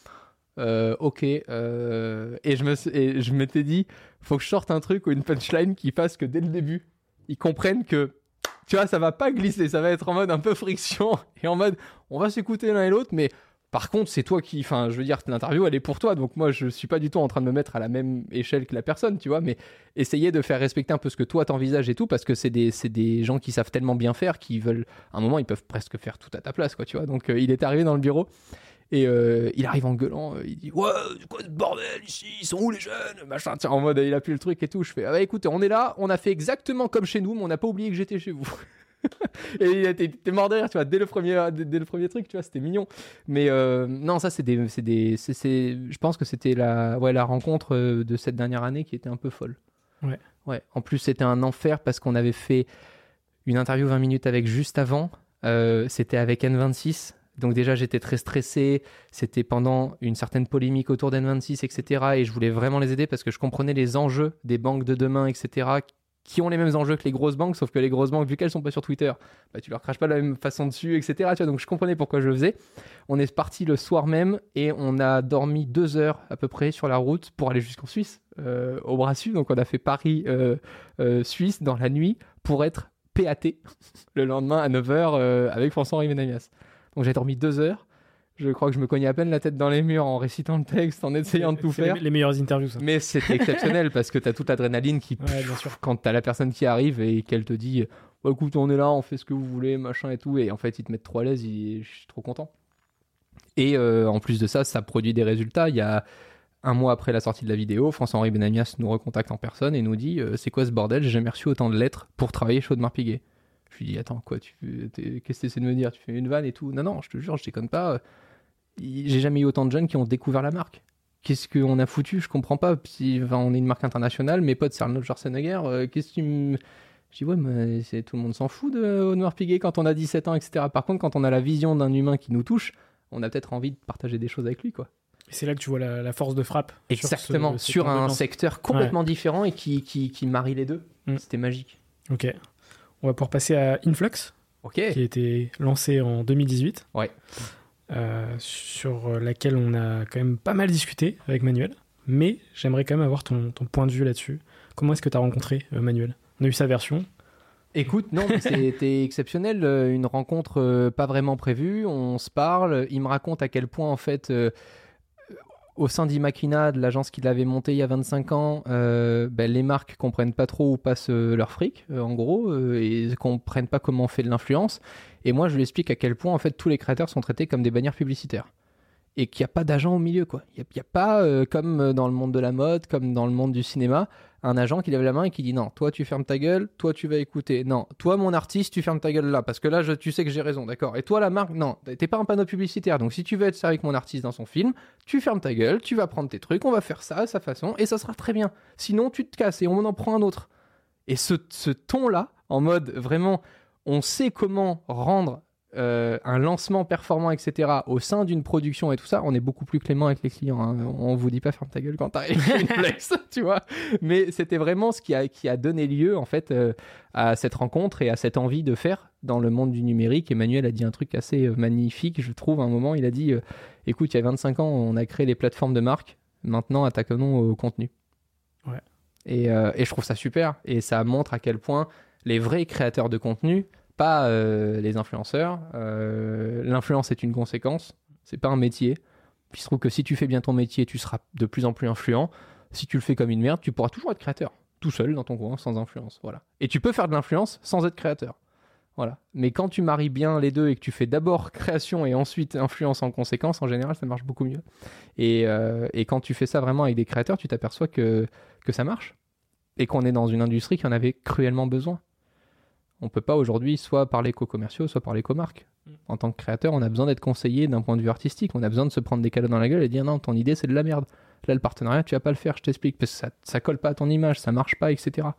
euh, ok. Euh, et, je me, et je m'étais dit, faut que je sorte un truc ou une punchline qui fasse que dès le début, ils comprennent que tu vois, ça va pas glisser, ça va être en mode un peu friction et en mode on va s'écouter l'un et l'autre, mais. Par contre, c'est toi qui... Enfin, je veux dire, l'interview, elle est pour toi. Donc moi, je suis pas du tout en train de me mettre à la même échelle que la personne, tu vois. Mais essayer de faire respecter un peu ce que toi t'envisages et tout, parce que c'est des, c'est des gens qui savent tellement bien faire, qui veulent... À un moment, ils peuvent presque faire tout à ta place, quoi, tu vois. Donc euh, il est arrivé dans le bureau et euh, il arrive en gueulant. Euh, il dit « Ouais, c'est quoi ce bordel ici? Ils sont où les jeunes ?» Machin, tiens, en mode, il a plus le truc et tout. Je fais « Ah bah écoute, on est là, on a fait exactement comme chez nous, mais on n'a pas oublié que j'étais chez vous. » Et il était, était mort de rire, tu vois, dès le premier, dès, dès le premier truc, tu vois, c'était mignon. Mais euh, non, ça, c'est des, c'est des, c'est, c'est, je pense que c'était la, ouais, la rencontre de cette dernière année qui était un peu folle. Ouais. Ouais. En plus, c'était un enfer parce qu'on avait fait une interview vingt minutes avec juste avant. Euh, c'était avec N vingt-six. Donc déjà, j'étais très stressé. C'était pendant une certaine polémique autour d'N vingt-six, et cetera. Et je voulais vraiment les aider parce que je comprenais les enjeux des banques de demain, et cetera qui ont les mêmes enjeux que les grosses banques, sauf que les grosses banques, vu qu'elles sont pas sur Twitter, bah, tu leur craches pas de la même façon dessus, et cetera. Tu vois, donc je comprenais pourquoi je le faisais. On est parti le soir même et on a dormi deux heures à peu près sur la route pour aller jusqu'en Suisse, euh, au bras sud. Donc on a fait Paris-Suisse euh, euh, dans la nuit pour être P A T le lendemain à neuf heures euh, avec François-Henri Benamias. Donc j'ai dormi deux heures. Je crois que je me cognais à peine la tête dans les murs en récitant le texte, en essayant de tout c'est faire. Les, les meilleures interviews, ça. Mais c'était exceptionnel parce que t'as toute l'adrénaline qui, ouais, bien sûr. Quand t'as la personne qui arrive et qu'elle te dit oh, écoute, on est là, on fait ce que vous voulez, machin et tout, et en fait ils te mettent trop à l'aise, et je suis trop content. Et euh, en plus de ça, ça produit des résultats. Il y a un mois après la sortie de la vidéo, François-Henri Benamias nous recontacte en personne et nous dit euh, c'est quoi ce bordel, j'ai jamais reçu autant de lettres pour travailler chez Audemars Piguet. Je lui dis attends, quoi, tu, qu'est-ce que tu essaies de me dire, tu fais une vanne et tout? Non, non, je te jure, je déconne pas. J'ai jamais eu autant de jeunes qui ont découvert la marque. Qu'est-ce qu'on a foutu? Je comprends pas. Si, enfin, on est une marque internationale, mes potes, c'est Arnold Schwarzenegger. Euh, qu'est-ce que tu me... Je dis, ouais, mais c'est, tout le monde s'en fout de Audemars Piguet quand on a dix-sept ans, et cetera. Par contre, quand on a la vision d'un humain qui nous touche, on a peut-être envie de partager des choses avec lui, quoi. Et c'est là que tu vois la, la force de frappe. Exactement, sur, ce, sur un secteur complètement ouais. différent et qui, qui, qui marie les deux. Mm. C'était magique. Ok. On va pouvoir passer à Influx, okay. qui a été lancé en deux mille dix-huit. Ouais. Euh, sur laquelle on a quand même pas mal discuté avec Manuel, mais j'aimerais quand même avoir ton, ton point de vue là-dessus. Comment est-ce que tu as rencontré euh, Manuel? On a eu sa version. Écoute, non, c'était exceptionnel, une rencontre euh, pas vraiment prévue, on se parle, il me raconte à quel point en fait, euh, au sein d'Imakina, de l'agence qu'il avait montée il y a vingt-cinq ans, euh, ben, les marques comprennent pas trop où passe euh, leur fric, euh, en gros, euh, et comprennent pas comment on fait de l'influence. Et moi, je lui explique à quel point, en fait, tous les créateurs sont traités comme des bannières publicitaires. et qu'il n'y a pas d'agent au milieu, quoi. Il n'y a, a pas, euh, comme dans le monde de la mode, comme dans le monde du cinéma, un agent qui lève la main et qui dit non, toi tu fermes ta gueule, toi tu vas écouter. Non, toi mon artiste, tu fermes ta gueule là, parce que là je, tu sais que j'ai raison, d'accord. Et toi la marque, non, t'es pas un panneau publicitaire, donc si tu veux être sérieux avec mon artiste dans son film, tu fermes ta gueule, tu vas prendre tes trucs, on va faire ça à sa façon, et ça sera très bien. Sinon tu te casses et on en prend un autre. Et ce, ce ton-là, en mode vraiment, on sait comment rendre Euh, un lancement performant, et cetera, au sein d'une production et tout ça, on est beaucoup plus clément avec les clients. Hein. On vous dit pas ferme ta gueule quand t'arrives chez Influx, tu vois. Mais c'était vraiment ce qui a, qui a donné lieu en fait euh, à cette rencontre et à cette envie de faire dans le monde du numérique. Emmanuel a dit un truc assez euh, magnifique, je trouve. À un moment, il a dit euh, écoute, il y a vingt-cinq ans, on a créé les plateformes de marque. Maintenant, attaquons au contenu. Ouais. Et, euh, et je trouve ça super. Et ça montre à quel point les vrais créateurs de contenu, pas euh, les influenceurs. Euh, l'influence est une conséquence, c'est pas un métier. Puis il se trouve que si tu fais bien ton métier, tu seras de plus en plus influent. Si tu le fais comme une merde, tu pourras toujours être créateur, tout seul dans ton coin, sans influence. Voilà. Et tu peux faire de l'influence sans être créateur. Voilà. Mais quand tu maries bien les deux et que tu fais d'abord création et ensuite influence en conséquence, en général, ça marche beaucoup mieux. Et, euh, et quand tu fais ça vraiment avec des créateurs, tu t'aperçois que, que ça marche et qu'on est dans une industrie qui en avait cruellement besoin. On ne peut pas aujourd'hui soit parler qu'aux commerciaux, soit parler qu'aux marques. En tant que créateur, on a besoin d'être conseillé d'un point de vue artistique. On a besoin de se prendre des cadeaux dans la gueule et dire non, ton idée c'est de la merde. Là, le partenariat, tu vas pas le faire, je t'explique, parce que ça, ça colle pas à ton image, ça marche pas, et cetera.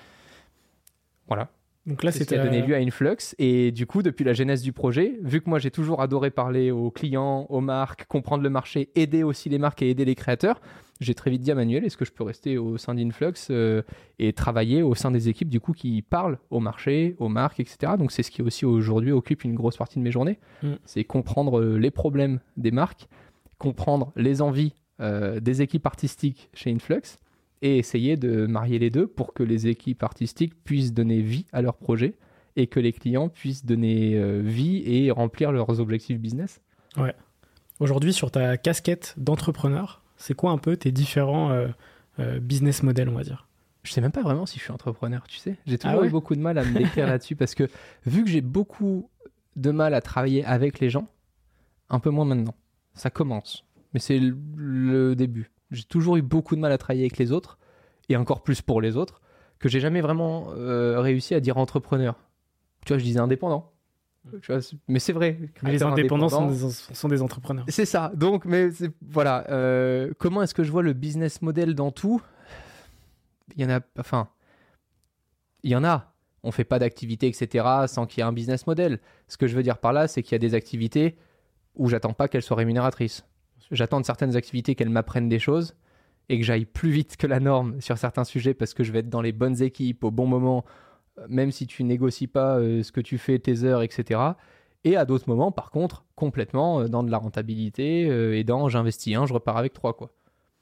Voilà. Donc là, c'est c'était ce qui a donné lieu à Influx. Et du coup, depuis la genèse du projet, vu que moi j'ai toujours adoré parler aux clients, aux marques, comprendre le marché, aider aussi les marques et aider les créateurs, j'ai très vite dit à Manuel, est-ce que je peux rester au sein d'Influx euh, et travailler au sein des équipes du coup qui parlent au marché, aux marques, et cetera. Donc c'est ce qui aussi aujourd'hui occupe une grosse partie de mes journées. Mm. C'est comprendre les problèmes des marques, comprendre les envies euh, des équipes artistiques chez Influx et essayer de marier les deux pour que les équipes artistiques puissent donner vie à leurs projets et que les clients puissent donner euh, vie et remplir leurs objectifs business. Ouais. Aujourd'hui, sur ta casquette d'entrepreneur, c'est quoi un peu tes différents euh, euh, business models, on va dire ? Je sais même pas vraiment si je suis entrepreneur, tu sais. J'ai toujours ah ouais eu beaucoup de mal à me décrire là-dessus parce que vu que j'ai beaucoup de mal à travailler avec les gens, un peu moins maintenant. Ça commence, mais c'est le, le début. J'ai toujours eu beaucoup de mal à travailler avec les autres et encore plus pour les autres que j'ai jamais vraiment euh, réussi à dire entrepreneur. Tu vois, je disais indépendant. Tu vois, mais c'est vrai. Mais les indépendants sont des, sont des entrepreneurs. C'est ça. Donc, mais c'est, voilà. Euh, comment est-ce que je vois le business model dans tout ? Il y en a. Enfin, il y en a. On fait pas d'activité, et cetera, sans qu'il y ait un business model. Ce que je veux dire par là, c'est qu'il y a des activités où j'attends pas qu'elles soient rémunératrices. J'attends de certaines activités qu'elles m'apprennent des choses et que j'aille plus vite que la norme sur certains sujets parce que je vais être dans les bonnes équipes au bon moment, même si tu négocies pas euh, ce que tu fais, tes heures, et cetera. Et à d'autres moments, par contre, complètement euh, dans de la rentabilité euh, et dans j'investis un, je repars avec trois, quoi.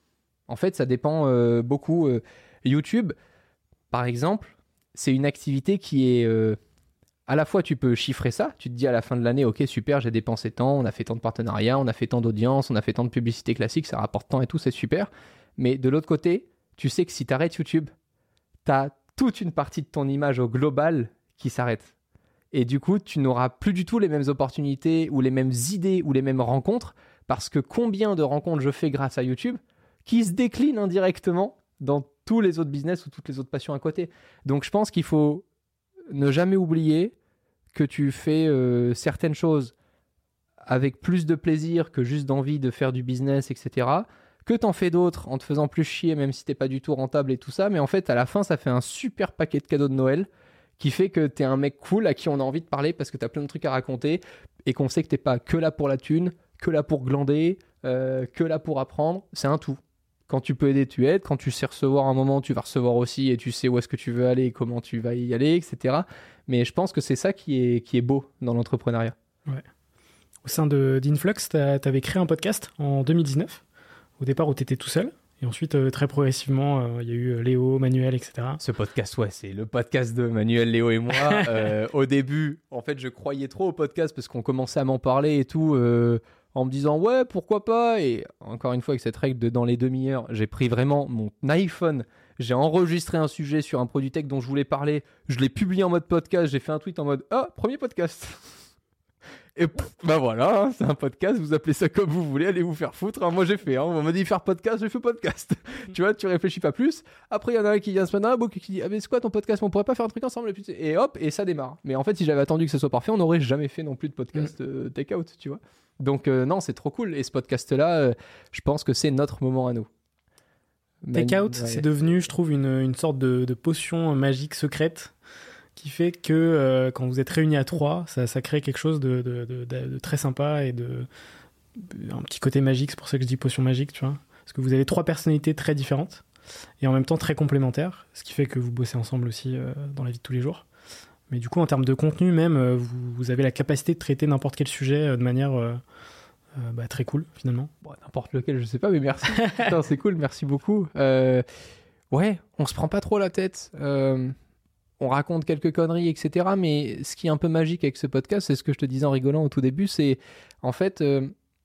En fait, ça dépend euh, beaucoup. Euh, YouTube, par exemple, c'est une activité qui est... Euh, à la fois, tu peux chiffrer ça. Tu te dis à la fin de l'année, ok, super, j'ai dépensé tant, on a fait tant de partenariats, on a fait tant d'audience, on a fait tant de publicité classique, ça rapporte tant et tout, c'est super. Mais de l'autre côté, tu sais que si tu arrêtes YouTube, tu as toute une partie de ton image au global qui s'arrête. Et du coup, tu n'auras plus du tout les mêmes opportunités ou les mêmes idées ou les mêmes rencontres parce que combien de rencontres je fais grâce à YouTube qui se déclinent indirectement dans tous les autres business ou toutes les autres passions à côté. Donc, je pense qu'il faut ne jamais oublier que tu fais euh, certaines choses avec plus de plaisir que juste d'envie de faire du business, et cetera. Que t'en fais d'autres en te faisant plus chier, même si t'es pas du tout rentable et tout ça. Mais en fait, à la fin, ça fait un super paquet de cadeaux de Noël qui fait que t'es un mec cool à qui on a envie de parler parce que t'as plein de trucs à raconter et qu'on sait que t'es pas que là pour la thune, que là pour glander, euh, que là pour apprendre. C'est un tout. Quand tu peux aider, tu aides. Quand tu sais recevoir un moment, tu vas recevoir aussi et tu sais où est-ce que tu veux aller et comment tu vas y aller, et cetera. Mais je pense que c'est ça qui est, qui est beau dans l'entrepreneuriat. Ouais. Au sein de, d'Influx, tu avais créé un podcast en deux mille dix-neuf, au départ où tu étais tout seul. Et ensuite, euh, très progressivement, il euh, y a eu Léo, Manuel, et cetera. Ce podcast, ouais, c'est le podcast de Manuel, Léo et moi. euh, au début, en fait, je croyais trop au podcast parce qu'on commençait à m'en parler et tout, euh, en me disant, ouais, pourquoi pas. Et encore une fois, avec cette règle de dans les demi-heures, j'ai pris vraiment mon iPhone, j'ai enregistré un sujet sur un produit tech dont je voulais parler, je l'ai publié en mode podcast, j'ai fait un tweet en mode, ah, premier podcast. Et pff, bah voilà, hein, c'est un podcast, vous appelez ça comme vous voulez, allez vous faire foutre. Hein. Moi j'ai fait, hein. On m'a dit faire podcast, j'ai fait podcast. Tu vois, tu réfléchis pas plus. Après, il y en a un qui vient ce matin, un qui dit, ah mais c'est quoi ton podcast, on pourrait pas faire un truc ensemble, et, puis, et hop, et ça démarre. Mais en fait, si j'avais attendu que ça soit parfait, on n'aurait jamais fait non plus de podcast mm. euh, take out, tu vois. Donc euh, non, c'est trop cool. Et ce podcast-là, euh, je pense que c'est notre moment à nous. Take out, ouais. C'est devenu, je trouve, une, une sorte de, de potion magique secrète qui fait que euh, quand vous êtes réunis à trois, ça, ça crée quelque chose de, de, de, de, de très sympa et de un petit côté magique. C'est pour ça que je dis potion magique, tu vois. Parce que vous avez trois personnalités très différentes et en même temps très complémentaires, ce qui fait que vous bossez ensemble aussi euh, dans la vie de tous les jours. Mais du coup, en termes de contenu même, euh, vous, vous avez la capacité de traiter n'importe quel sujet euh, de manière euh, euh, bah, très cool, finalement. Bon, n'importe lequel, je sais pas, mais merci. Putain, c'est cool, merci beaucoup. Euh, ouais, on se prend pas trop la tête. Euh, on raconte quelques conneries, et cetera. Mais ce qui est un peu magique avec ce podcast, c'est ce que je te disais en rigolant au tout début, c'est en fait, euh,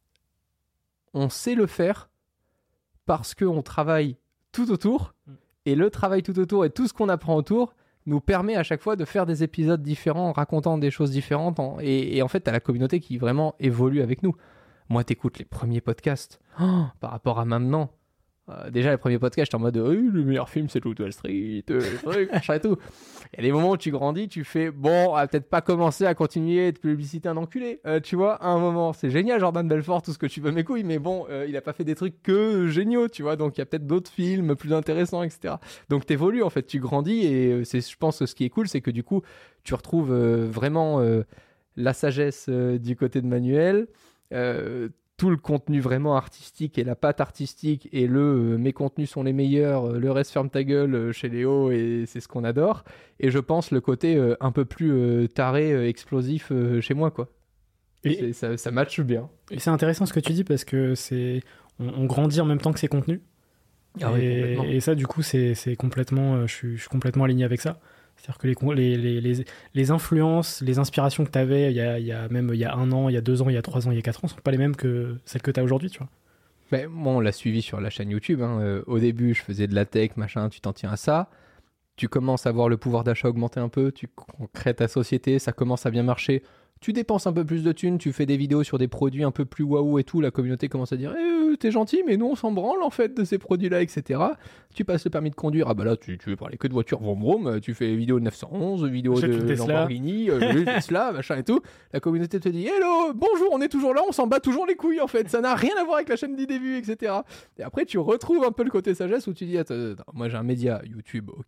on sait le faire parce qu'on travaille tout autour. Mm. Et le travail tout autour et tout ce qu'on apprend autour nous permet à chaque fois de faire des épisodes différents, en racontant des choses différentes. En... Et, et en fait, t'as la communauté qui vraiment évolue avec nous. Moi, t'écoutes les premiers podcasts oh, par rapport à maintenant. Euh, déjà, les premiers podcasts, j'étais en mode oh, le meilleur film, c'est Loup Wall Street, euh, truc, machin et tout. Il y a des moments où tu grandis, tu fais bon, on va peut-être pas commencer à continuer de publiciter un enculé. Euh, tu vois, à un moment, c'est génial, Jordan Belfort, tout ce que tu veux, mes couilles, mais bon, euh, il a pas fait des trucs que géniaux, tu vois. Donc, il y a peut-être d'autres films plus intéressants, et cetera. Donc, t'évolues, en fait, tu grandis et c'est, je pense, ce qui est cool, c'est que du coup, tu retrouves euh, vraiment euh, la sagesse euh, du côté de Manuel. Euh, tout le contenu vraiment artistique et la patte artistique et le euh, mes contenus sont les meilleurs, euh, le reste ferme ta gueule euh, chez Léo et c'est ce qu'on adore. Et je pense le côté euh, un peu plus euh, taré, euh, explosif euh, chez moi, quoi. Et ça, ça matche bien. Et c'est intéressant ce que tu dis parce que c'est on, on grandit en même temps que ses contenus. Ah et, oui, et ça, du coup, c'est, c'est complètement, euh, je, suis, je suis complètement aligné avec ça. C'est-à-dire que les, les, les, les influences, les inspirations que tu avais il y a, il y a même il y a un an, il y a deux ans, il y a trois ans, il y a quatre ans, sont pas les mêmes que celles que tu as aujourd'hui, tu vois. Ben, moi, on l'a suivi sur la chaîne YouTube. Hein. Euh, au début, je faisais de la tech, machin, tu t'en tiens à ça. Tu commences à voir le pouvoir d'achat augmenter un peu, tu crées ta société, ça commence à bien marcher. Tu dépenses un peu plus de thunes, tu fais des vidéos sur des produits un peu plus waouh et tout, la communauté commence à dire eh, « t'es gentil, mais nous on s'en branle en fait de ces produits-là, et cetera » Tu passes le permis de conduire, ah bah là tu, tu veux parler que de voitures, vroom vroom, tu fais vidéo de neuf cent onze, vidéo de Lamborghini, euh, Tesla, machin et tout. La communauté te dit « Hello, bonjour, on est toujours là, on s'en bat toujours les couilles en fait, ça n'a rien à voir avec la chaîne d'idées vues, et cetera » Et après tu retrouves un peu le côté sagesse où tu dis « Attends, attends, moi j'ai un média YouTube, ok ?»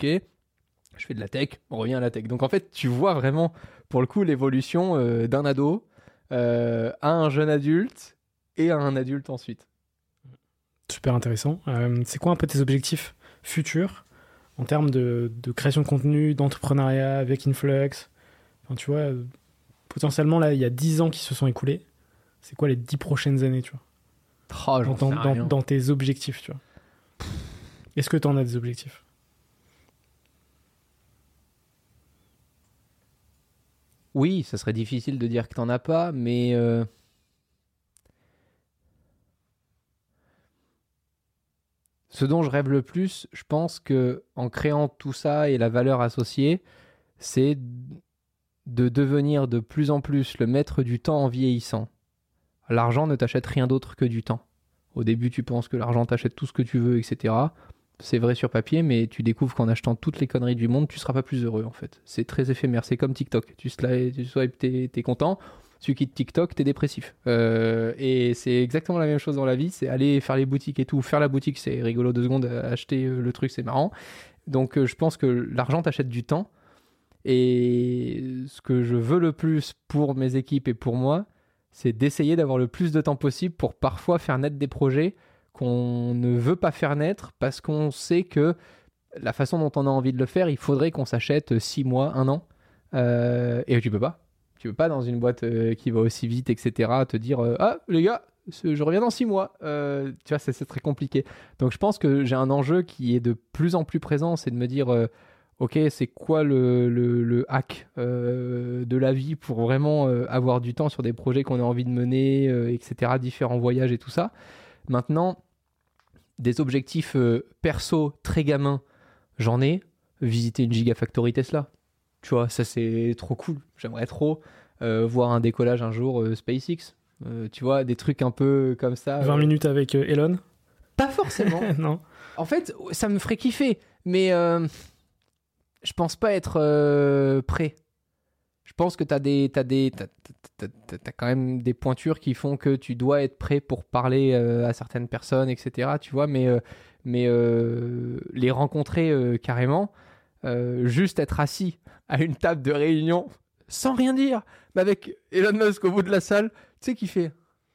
Je fais de la tech, on revient à la tech. Donc en fait, tu vois vraiment, pour le coup, l'évolution euh, d'un ado euh, à un jeune adulte et à un adulte ensuite. Super intéressant. Euh, c'est quoi un peu tes objectifs futurs en termes de, de création de contenu, d'entrepreneuriat avec Influx? Enfin, tu vois, potentiellement, là, il y a dix ans qui se sont écoulés. C'est quoi les dix prochaines années, tu vois? Oh, dans, dans, dans, dans tes objectifs, tu vois. Est-ce que tu en as des objectifs? Oui, ça serait difficile de dire que t'en as pas, mais euh... ce dont je rêve le plus, je pense que en créant tout ça et la valeur associée, c'est de devenir de plus en plus le maître du temps en vieillissant. L'argent ne t'achète rien d'autre que du temps. Au début, tu penses que l'argent t'achète tout ce que tu veux, et cetera. C'est vrai sur papier, mais tu découvres qu'en achetant toutes les conneries du monde, tu seras pas plus heureux en fait. C'est très éphémère, c'est comme TikTok. Tu swipes, tu swipes, t'es, t'es content. Tu quittes TikTok, t'es dépressif. Euh, et c'est exactement la même chose dans la vie. C'est aller faire les boutiques et tout. Faire la boutique, c'est rigolo deux secondes. Acheter le truc, c'est marrant. Donc je pense que l'argent t'achète du temps. Et ce que je veux le plus pour mes équipes et pour moi, c'est d'essayer d'avoir le plus de temps possible pour parfois faire naître des projets qu'on ne veut pas faire naître parce qu'on sait que la façon dont on a envie de le faire, il faudrait qu'on s'achète six mois, un an. Euh, et tu peux pas. Tu peux pas dans une boîte euh, qui va aussi vite, et cetera, te dire euh, « Ah, les gars, je reviens dans six mois. Euh, » Tu vois, c'est, c'est très compliqué. Donc, je pense que j'ai un enjeu qui est de plus en plus présent, c'est de me dire euh, « Ok, c'est quoi le, le, le hack euh, de la vie pour vraiment euh, avoir du temps sur des projets qu'on a envie de mener, euh, et cetera, différents voyages et tout ça. » Maintenant, des objectifs euh, perso très gamins, j'en ai. Visiter une Gigafactory Tesla. Tu vois, ça c'est trop cool. J'aimerais trop. euh, voir un décollage un jour euh, SpaceX. Euh, tu vois, des trucs un peu comme ça. vingt euh... minutes avec euh, Elon. Pas forcément. Non. En fait, ça me ferait kiffer, mais euh, je pense pas être euh, prêt. Je pense que t'as des, t'as des, t'as, t'as, t'as, t'as quand même des pointures qui font que tu dois être prêt pour parler euh, à certaines personnes, et cetera. Tu vois, mais, euh, mais euh, les rencontrer euh, carrément, euh, juste être assis à une table de réunion sans rien dire, mais avec Elon Musk au bout de la salle, tu sais qui fait.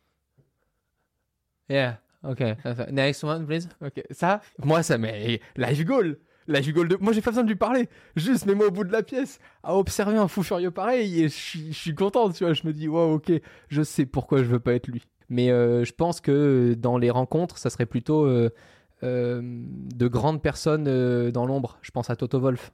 Yeah. Ok, next one, please. Ok, ça, moi, ça m'est life goal. Life goal de. Moi, j'ai pas besoin de lui parler. Juste, mets-moi au bout de la pièce à observer un fou furieux pareil et je suis, je suis content, tu vois. Je me dis, wow, ok, je sais pourquoi je veux pas être lui. Mais euh, je pense que dans les rencontres, ça serait plutôt euh, euh, de grandes personnes euh, dans l'ombre. Je pense à Toto Wolff.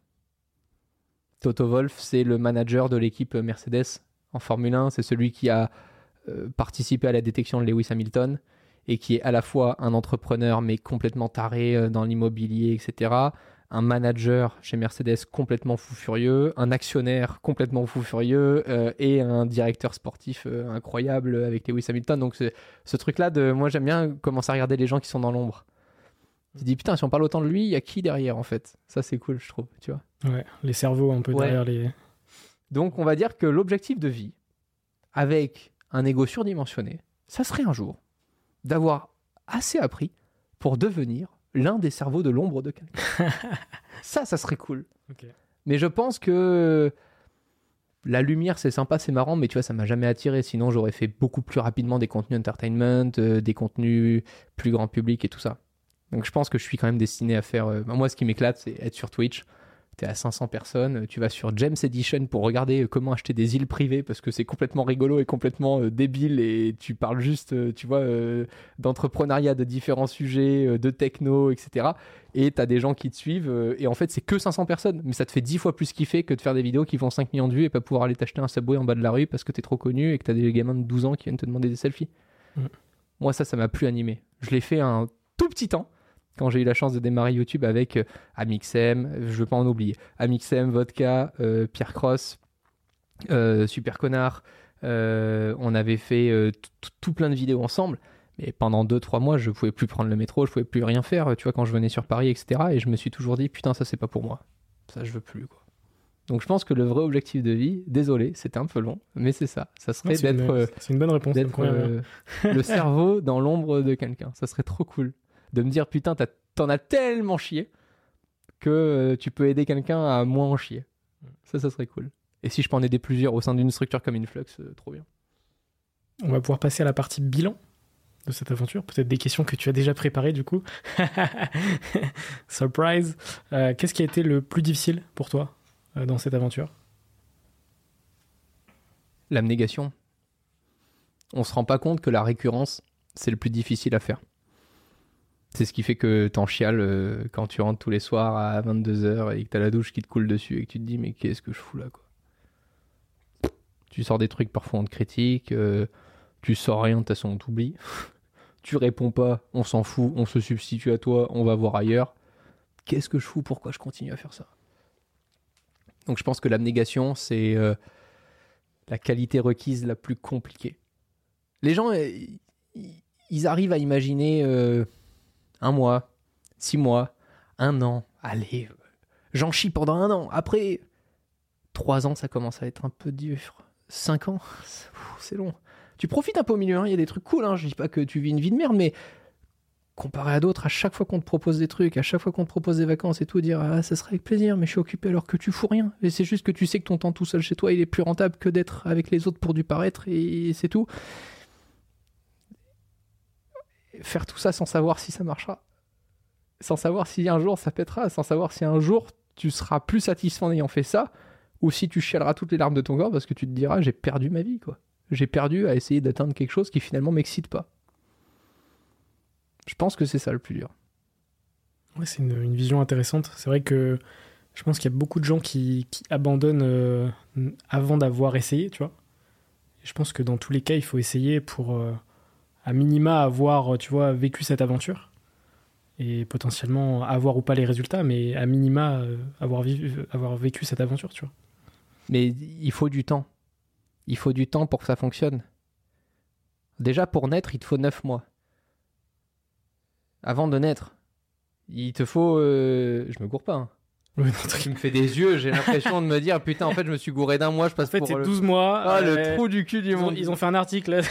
Toto Wolff, c'est le manager de l'équipe Mercedes en Formule un. C'est celui qui a euh, participé à la détection de Lewis Hamilton. Et qui est à la fois un entrepreneur mais complètement taré dans l'immobilier, et cetera. Un manager chez Mercedes complètement fou furieux, un actionnaire complètement fou furieux euh, et un directeur sportif euh, incroyable avec Lewis Hamilton. Donc c'est, ce truc-là, de, moi j'aime bien commencer à regarder les gens qui sont dans l'ombre. Tu te dis putain, si on parle autant de lui, il y a qui derrière en fait? Ça c'est cool, je trouve, tu vois. Ouais, les cerveaux un peu ouais. derrière les... Donc on va dire que l'objectif de vie, avec un ego surdimensionné, ça serait un jour d'avoir assez appris pour devenir l'un des cerveaux de l'ombre de quelqu'un. ça, ça serait cool. Okay. Mais je pense que la lumière, c'est sympa, c'est marrant, mais tu vois, ça m'a jamais attiré. Sinon, j'aurais fait beaucoup plus rapidement des contenus entertainment, euh, des contenus plus grand public et tout ça. Donc je pense que je suis quand même destiné à faire... Euh... Moi, ce qui m'éclate, c'est être sur Twitch. T'es à cinq cents personnes, tu vas sur James Edition pour regarder comment acheter des îles privées parce que c'est complètement rigolo et complètement euh, débile et tu parles juste, euh, tu vois, euh, d'entrepreneuriat, de différents sujets, euh, de techno, et cetera. Et t'as des gens qui te suivent euh, et en fait c'est que cinq cents personnes, mais ça te fait dix fois plus kiffer que de faire des vidéos qui font cinq millions de vues et pas pouvoir aller t'acheter un Subway en bas de la rue parce que t'es trop connu et que t'as des gamins de douze ans qui viennent te demander des selfies. Mmh. Moi ça, ça m'a plus animé. Je l'ai fait un tout petit temps. Quand j'ai eu la chance de démarrer YouTube avec euh, Amixem, je ne veux pas en oublier, Amixem, Vodka, euh, Pierre Cross, euh, Super Connard, euh, on avait fait euh, tout plein de vidéos ensemble, mais pendant deux trois mois, je ne pouvais plus prendre le métro, je ne pouvais plus rien faire, tu vois, quand je venais sur Paris, et cetera. Et je me suis toujours dit, putain, ça, c'est pas pour moi. Ça, je veux plus, quoi. Donc je pense que le vrai objectif de vie, désolé, c'était un peu long, mais c'est ça. Ça serait non, c'est d'être, une, euh, c'est une bonne réponse, d'être euh, le cerveau dans l'ombre de quelqu'un. Ça serait trop cool. De me dire, putain, t'as, t'en as tellement chié que euh, tu peux aider quelqu'un à moins en chier. Ça, ça serait cool. Et si je peux en aider plusieurs au sein d'une structure comme Influx, euh, trop bien. On va pouvoir passer à la partie bilan de cette aventure. Peut-être des questions que tu as déjà préparées, du coup. Surprise. Euh, qu'est-ce qui a été le plus difficile pour toi euh, dans cette aventure? L'abnégation. On se rend pas compte que la récurrence, c'est le plus difficile à faire. C'est ce qui fait que t'en chiales euh, quand tu rentres tous les soirs à vingt-deux heures et que t'as la douche qui te coule dessus et que tu te dis mais qu'est-ce que je fous là, quoi. Tu sors des trucs, parfois on te critique, euh, tu sors rien, de toute façon on t'oublie. Tu réponds pas, on s'en fout, on se substitue à toi, on va voir ailleurs. Qu'est-ce que je fous, pourquoi je continue à faire ça? Donc je pense que l'abnégation, c'est euh, la qualité requise la plus compliquée. Les gens, euh, ils arrivent à imaginer... Euh, Un mois, six mois, un an, allez, j'en chie pendant un an. Après, trois ans, ça commence à être un peu dur. Cinq ans, c'est long. Tu profites un peu au milieu, hein. Il y a des trucs cool, hein. Je dis pas que tu vis une vie de merde, mais comparé à d'autres, à chaque fois qu'on te propose des trucs, à chaque fois qu'on te propose des vacances et tout, dire ah, ça serait avec plaisir, mais je suis occupé alors que tu fous rien. Et c'est juste que tu sais que ton temps tout seul chez toi, il est plus rentable que d'être avec les autres pour du paraître et c'est tout. Faire tout ça sans savoir si ça marchera, sans savoir si un jour ça pètera, sans savoir si un jour tu seras plus satisfait en ayant fait ça, ou si tu chialeras toutes les larmes de ton corps parce que tu te diras j'ai perdu ma vie, quoi. J'ai perdu à essayer d'atteindre quelque chose qui finalement m'excite pas. Je pense que c'est ça le plus dur. Ouais, c'est une, une vision intéressante. C'est vrai que je pense qu'il y a beaucoup de gens qui, qui abandonnent euh, avant d'avoir essayé, tu vois. Et je pense que dans tous les cas, il faut essayer pour... Euh, à minima avoir, tu vois, vécu cette aventure et potentiellement avoir ou pas les résultats, mais à minima euh, avoir, vi- avoir vécu cette aventure, tu vois. Mais il faut du temps. il faut du temps pour que ça fonctionne. Déjà, pour naître, il te faut neuf mois. Avant de naître, il te faut... Euh... Je me gourre pas, hein. Oui, Tu me fais des yeux, j'ai l'impression de me dire putain, en fait, je me suis gouré d'un mois, je passe en fait, pour c'est le... douze mois. Ah, euh, le trou du cul du ils, ont, monde. ils ont fait un article.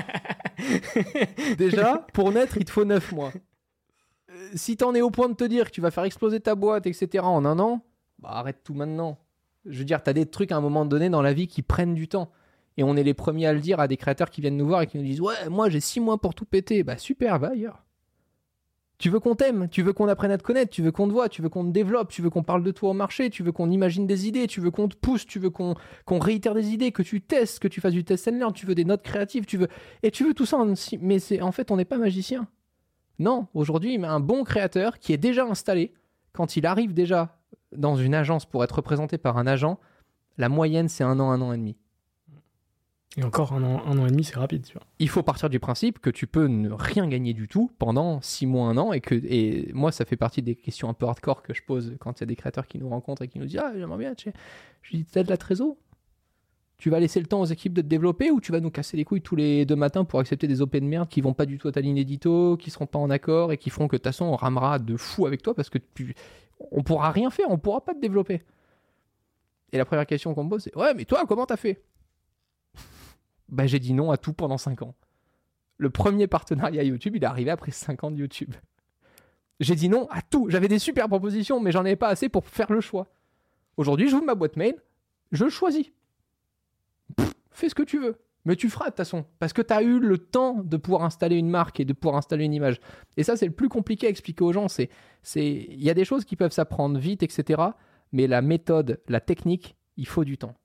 Déjà, pour naître, il te faut neuf mois. Euh, si t'en es au point de te dire que tu vas faire exploser ta boîte, et cetera en un an, bah arrête tout maintenant. Je veux dire, t'as des trucs à un moment donné dans la vie qui prennent du temps. Et on est les premiers à le dire à des créateurs qui viennent nous voir et qui nous disent « Ouais, moi j'ai six mois pour tout péter. » Bah super, va ailleurs. Tu veux qu'on t'aime, tu veux qu'on apprenne à te connaître, tu veux qu'on te voit, tu veux qu'on te développe, tu veux qu'on parle de toi au marché, tu veux qu'on imagine des idées, tu veux qu'on te pousse, tu veux qu'on, qu'on réitère des idées, que tu testes, que tu fasses du test and learn, tu veux des notes créatives, tu veux... Et tu veux tout ça, en... mais c'est... en fait, on n'est pas magicien. Non, aujourd'hui, un bon créateur qui est déjà installé, quand il arrive déjà dans une agence pour être représenté par un agent, la moyenne, c'est un an, un an et demi. Et encore un an, un an et demi, c'est rapide, tu vois. Il faut partir du principe que tu peux ne rien gagner du tout pendant six mois, un an, et que et moi, ça fait partie des questions un peu hardcore que je pose quand il y a des créateurs qui nous rencontrent et qui nous disent « Ah, j'aimerais bien, tu sais. » Je dis « T'as de la trésor ? Tu vas laisser le temps aux équipes de te développer ou tu vas nous casser les couilles tous les deux matins pour accepter des O P de merde qui vont pas du tout à ta ligne édito, qui seront pas en accord et qui feront que de toute façon, on ramera de fou avec toi parce que tu... on pourra rien faire, on pourra pas te développer. » Et la première question qu'on me pose, c'est « Ouais, mais toi, comment t'as fait ?» Bah, j'ai dit non à tout pendant cinq ans. Le premier partenariat YouTube, il est arrivé après cinq ans de YouTube. J'ai dit non à tout. J'avais des super propositions, mais j'en avais pas assez pour faire le choix. Aujourd'hui, j'ouvre ma boîte mail, je choisis. Pff, fais ce que tu veux. Mais tu feras de toute façon. Parce que tu as eu le temps de pouvoir installer une marque et de pouvoir installer une image. Et ça, c'est le plus compliqué à expliquer aux gens. C'est, c'est... Il y a des choses qui peuvent s'apprendre vite, et cetera. Mais la méthode, la technique, il faut du temps.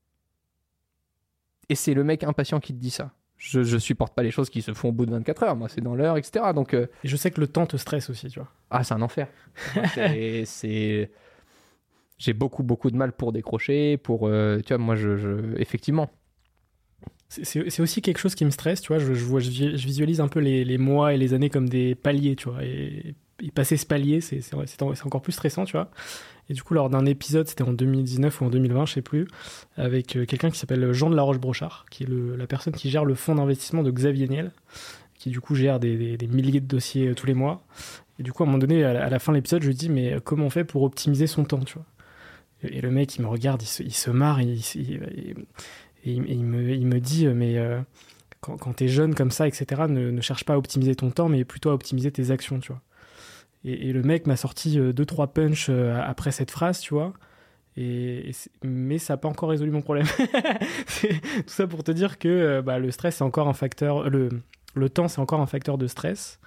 Et c'est le mec impatient qui te dit ça. Je, je supporte pas les choses qui se font au bout de vingt-quatre heures. Moi, c'est dans l'heure, et cetera. Donc, euh... Et je sais que le temps te stresse aussi, tu vois. Ah, c'est un enfer. c'est, c'est... J'ai beaucoup, beaucoup de mal pour décrocher, pour... Euh... Tu vois, moi, je... je... Effectivement. C'est, c'est, c'est aussi quelque chose qui me stresse, tu vois. Je, je, vois, je, je visualise un peu les, les mois et les années comme des paliers, tu vois. Et, et passer ce palier, c'est, c'est, c'est, c'est encore plus stressant, tu vois. Et du coup, lors d'un épisode, c'était en deux mille dix-neuf ou en deux mille vingt, je sais plus, avec quelqu'un qui s'appelle Jean de la Roche-Brochard, qui est le, la personne qui gère le fonds d'investissement de Xavier Niel, qui du coup gère des, des, des milliers de dossiers tous les mois. Et du coup, à un moment donné, à la, à la fin de l'épisode, je lui dis, mais comment on fait pour optimiser son temps, tu vois ? Et, et le mec, il me regarde, il se, il se marre, il, il, et, et, il, et il, me, il me dit, mais euh, quand, quand t'es jeune comme ça, et cetera, ne, ne cherche pas à optimiser ton temps, mais plutôt à optimiser tes actions, tu vois. Et, et le mec m'a sorti euh, deux, trois punchs euh, après cette phrase, tu vois. Et, et mais ça n'a pas encore résolu mon problème. C'est, tout ça pour te dire que euh, bah, le stress, c'est encore un facteur... Le, le temps, c'est encore un facteur de stress.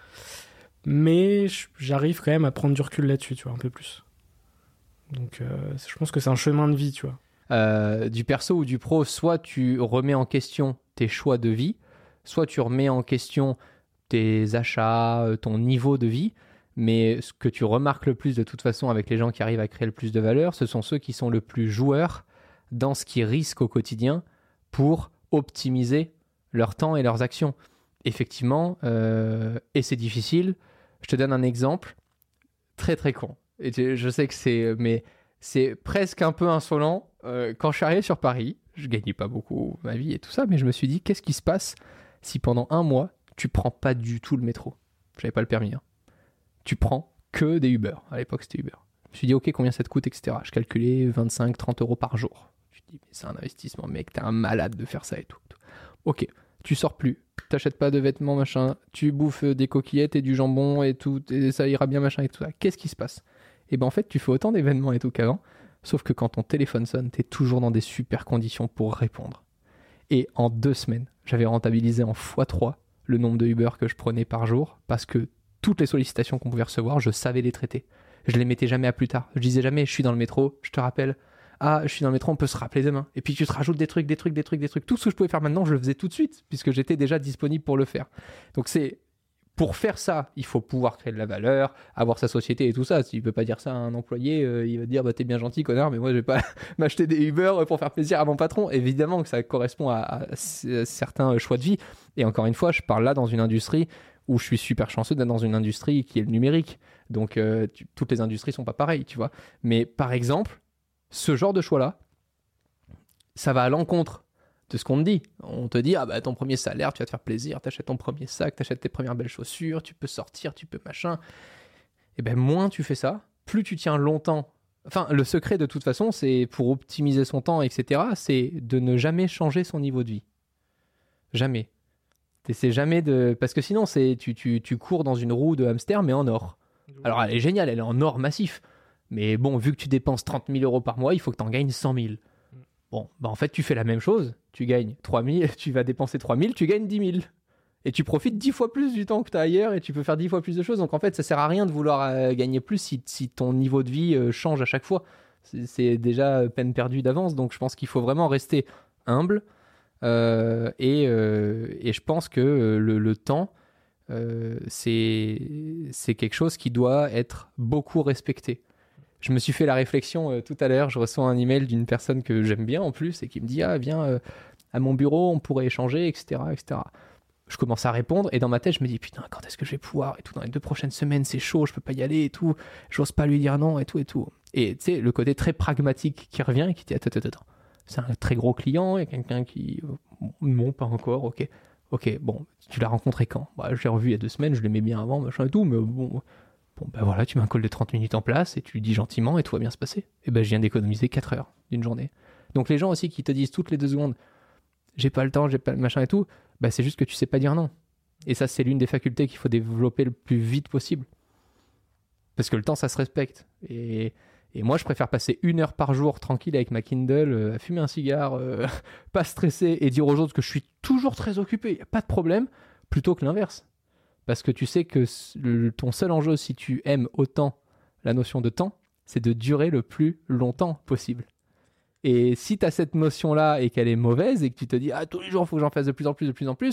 Mais j'arrive quand même à prendre du recul là-dessus, tu vois, un peu plus. Donc, euh, je pense que c'est un chemin de vie, tu vois. Euh, du perso ou du pro, soit tu remets en question tes choix de vie, soit tu remets en question tes achats, ton niveau de vie. Mais ce que tu remarques le plus de toute façon avec les gens qui arrivent à créer le plus de valeur, ce sont ceux qui sont le plus joueurs dans ce qu'ils risquent au quotidien pour optimiser leur temps et leurs actions. Effectivement, euh, et c'est difficile. Je te donne un exemple très très con. Et je sais que c'est, mais c'est presque un peu insolent. Euh, quand je suis arrivé sur Paris, je gagnais pas beaucoup ma vie et tout ça, mais je me suis dit, qu'est-ce qui se passe si pendant un mois, tu prends pas du tout le métro ? J'avais pas le permis, hein. Tu prends que des Uber. À l'époque, c'était Uber. Je me suis dit, ok, combien ça te coûte, et cetera. Je calculais vingt-cinq à trente euros par jour. Je me suis dit, mais c'est un investissement, mec, t'es un malade de faire ça et tout. Ok, tu sors plus, t'achètes pas de vêtements, machin, tu bouffes des coquillettes et du jambon et tout, et ça ira bien, machin et tout ça. Qu'est-ce qui se passe ? Et ben en fait, tu fais autant d'événements et tout qu'avant, sauf que quand ton téléphone sonne, t'es toujours dans des super conditions pour répondre. Et en deux semaines, j'avais rentabilisé en fois trois le nombre de Uber que je prenais par jour, parce que toutes les sollicitations qu'on pouvait recevoir, je savais les traiter. Je les mettais jamais à plus tard. Je disais jamais, je suis dans le métro, je te rappelle. Ah, je suis dans le métro, on peut se rappeler demain. Et puis tu te rajoutes des trucs, des trucs, des trucs, des trucs. Tout ce que je pouvais faire maintenant, je le faisais tout de suite, puisque j'étais déjà disponible pour le faire. Donc c'est... Pour faire ça, il faut pouvoir créer de la valeur, avoir sa société et tout ça. Tu ne peux pas dire ça à un employé, euh, il va te dire bah, « t'es bien gentil, connard, mais moi je vais pas m'acheter des Uber pour faire plaisir à mon patron ». Évidemment que ça correspond à, à, à certains choix de vie. Et encore une fois, je parle là dans une industrie où je suis super chanceux d'être dans une industrie qui est le numérique. Donc, euh, tu, toutes les industries ne sont pas pareilles, tu vois. Mais par exemple, ce genre de choix-là, ça va à l'encontre de ce qu'on te dit. On te dit, ah bah ton premier salaire, tu vas te faire plaisir, t'achètes ton premier sac, t'achètes tes premières belles chaussures, tu peux sortir, tu peux machin. Et ben moins tu fais ça, plus tu tiens longtemps. Enfin, le secret de toute façon, c'est pour optimiser son temps, et cetera, c'est de ne jamais changer son niveau de vie. Jamais. T'essaies jamais de... Parce que sinon, c'est tu, tu, tu cours dans une roue de hamster, mais en or. Alors, elle est géniale, elle est en or massif. Mais bon, vu que tu dépenses trente mille euros par mois, il faut que tu en gagnes cent mille. Bon, bah en fait, tu fais la même chose. Tu gagnes trois mille, tu vas dépenser trois mille, tu gagnes dix mille. Et tu profites dix fois plus du temps que tu as ailleurs et tu peux faire dix fois plus de choses. Donc en fait, ça sert à rien de vouloir euh, gagner plus si, si ton niveau de vie euh, change à chaque fois. C'est, c'est déjà peine perdue d'avance. Donc je pense qu'il faut vraiment rester humble. Euh, et, euh, et je pense que euh, le, le temps, euh, c'est, c'est quelque chose qui doit être beaucoup respecté. Je me suis fait la réflexion euh, tout à l'heure. Je reçois un email d'une personne que j'aime bien en plus et qui me dit « Ah, viens euh, à mon bureau, on pourrait échanger, et cetera et cetera » Je commence à répondre et dans ma tête je me dis putain quand est-ce que je vais pouvoir et tout, dans les deux prochaines semaines c'est chaud, je peux pas y aller et tout, j'ose pas lui dire non et tout et tout. Et tu sais le côté très pragmatique qui revient et qui dit attends attends attends, c'est un très gros client, il y a quelqu'un qui non pas encore, ok ok bon tu l'as rencontré quand? Bah, je l'ai revu il y a deux semaines, je l'aimais bien avant machin et tout, mais bon bon ben voilà tu mets un call de trente minutes en place et tu lui dis gentiment et tout va bien se passer. Et ben je viens d'économiser quatre heures d'une journée. Donc les gens aussi qui te disent toutes les deux secondes j'ai pas le temps, j'ai pas le machin et tout, bah c'est juste que tu sais pas dire non. Et ça, c'est l'une des facultés qu'il faut développer le plus vite possible. Parce que le temps, ça se respecte. Et, et moi, je préfère passer une heure par jour tranquille avec ma Kindle, euh, à fumer un cigare, euh, pas stressé, et dire aux autres que je suis toujours très occupé, y a pas de problème, plutôt que l'inverse. Parce que tu sais que le, ton seul enjeu, si tu aimes autant la notion de temps, c'est de durer le plus longtemps possible. Et si tu as cette notion-là et qu'elle est mauvaise et que tu te dis « Ah, tous les jours, il faut que j'en fasse de plus en plus, de plus en plus »,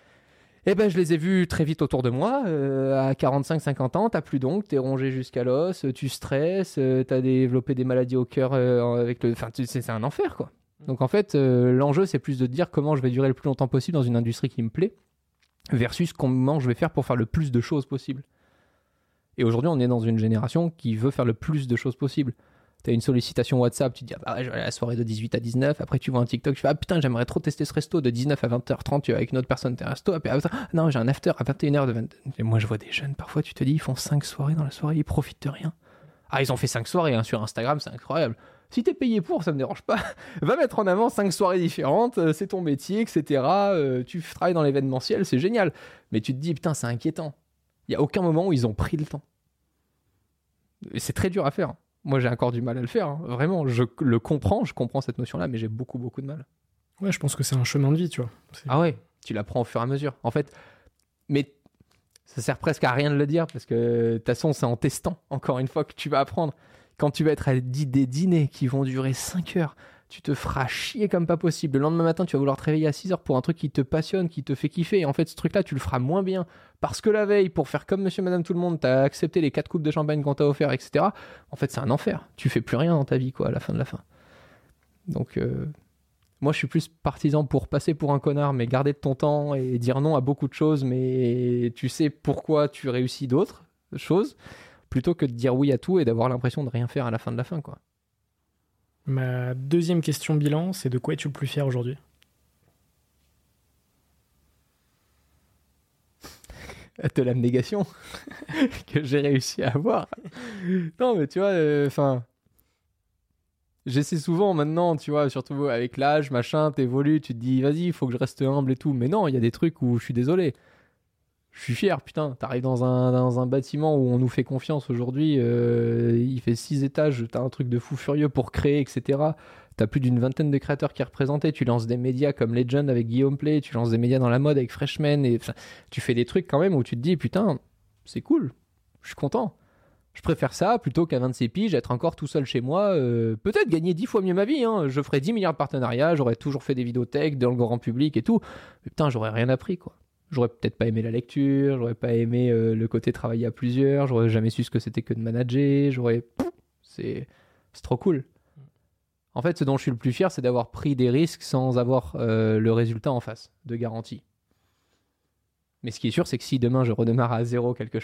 eh ben, je les ai vus très vite autour de moi. Euh, à quarante-cinq cinquante ans, tu n'as plus d'ongles, tu es rongé jusqu'à l'os, tu stresses, euh, tu as développé des maladies au cœur. Euh, avec le... Enfin, c'est, c'est un enfer, quoi. Donc, en fait, euh, l'enjeu, c'est plus de dire comment je vais durer le plus longtemps possible dans une industrie qui me plaît versus comment je vais faire pour faire le plus de choses possible. Et aujourd'hui, on est dans une génération qui veut faire le plus de choses possible. T'as une sollicitation WhatsApp, tu te dis, ah bah ouais, je vais aller à la soirée de dix-huit à dix-neuf, après tu vois un TikTok, tu fais, ah putain, j'aimerais trop tester ce resto de dix-neuf à vingt heures trente, tu vas avec une autre personne, t'es à un resto, après, ah, non, j'ai un after à vingt et une heures de vingt. Et moi, je vois des jeunes, parfois, tu te dis, ils font cinq soirées dans la soirée, ils profitent de rien. Ah, ils ont fait cinq soirées hein, sur Instagram, c'est incroyable. Si t'es payé pour, ça me dérange pas. Va mettre en avant cinq soirées différentes, c'est ton métier, et cetera. Euh, tu travailles dans l'événementiel, c'est génial. Mais tu te dis, putain, c'est inquiétant. Il y a aucun moment où ils ont pris le temps. Et c'est très dur à faire. Moi, j'ai encore du mal à le faire. Hein. Vraiment, je le comprends, je comprends cette notion-là, mais j'ai beaucoup, beaucoup de mal. Ouais, je pense que c'est un chemin de vie, tu vois. C'est... Ah ouais, tu l'apprends au fur et à mesure. En fait, mais ça sert presque à rien de le dire, parce que de toute façon, c'est en testant, encore une fois, que tu vas apprendre. Quand tu vas être à des dîners qui vont durer cinq heures, tu te feras chier comme pas possible. Le lendemain matin, tu vas vouloir te réveiller à six heures pour un truc qui te passionne, qui te fait kiffer. Et en fait, ce truc-là, tu le feras moins bien. Parce que la veille, pour faire comme monsieur, madame, tout le monde, t'as accepté les quatre coupes de champagne qu'on t'a offert, et cetera. En fait, c'est un enfer. Tu fais plus rien dans ta vie, quoi, à la fin de la fin. Donc, euh, moi, je suis plus partisan pour passer pour un connard, mais garder de ton temps et dire non à beaucoup de choses, mais tu sais pourquoi tu réussis d'autres choses, plutôt que de dire oui à tout et d'avoir l'impression de rien faire à la fin de la fin, quoi. Ma deuxième question bilan, c'est de quoi es-tu le plus fier aujourd'hui? De l'abnégation que j'ai réussi à avoir. Non, mais tu vois, enfin... Euh, j'essaie souvent maintenant, tu vois, surtout avec l'âge, machin, t'évolues, tu te dis, vas-y, il faut que je reste humble et tout. Mais non, il y a des trucs où je suis désolé. Je suis fier, putain. T'arrives dans un, dans un bâtiment où on nous fait confiance aujourd'hui. Euh, il fait six étages. T'as un truc de fou furieux pour créer, et cetera. T'as plus d'une vingtaine de créateurs qui est représenté. Tu lances des médias comme Legend avec Guillaume Play. Tu lances des médias dans la mode avec Freshman. Et, tu fais des trucs quand même où tu te dis, putain, c'est cool. Je suis content. Je préfère ça plutôt qu'à vingt-six piges, être encore tout seul chez moi. Euh, peut-être gagner dix fois mieux ma vie. Hein. Je ferais dix milliards de partenariats. J'aurais toujours fait des vidéothèques dans le grand public et tout. Mais putain, j'aurais rien appris, quoi. J'aurais peut-être pas aimé la lecture, j'aurais pas aimé euh, le côté travailler à plusieurs, j'aurais jamais su ce que c'était que de manager, j'aurais... C'est, c'est trop cool. En fait, ce dont je suis le plus fier, c'est d'avoir pris des risques sans avoir euh, le résultat en face, de garantie. Mais ce qui est sûr, c'est que si demain je redémarre à zéro quelque chose,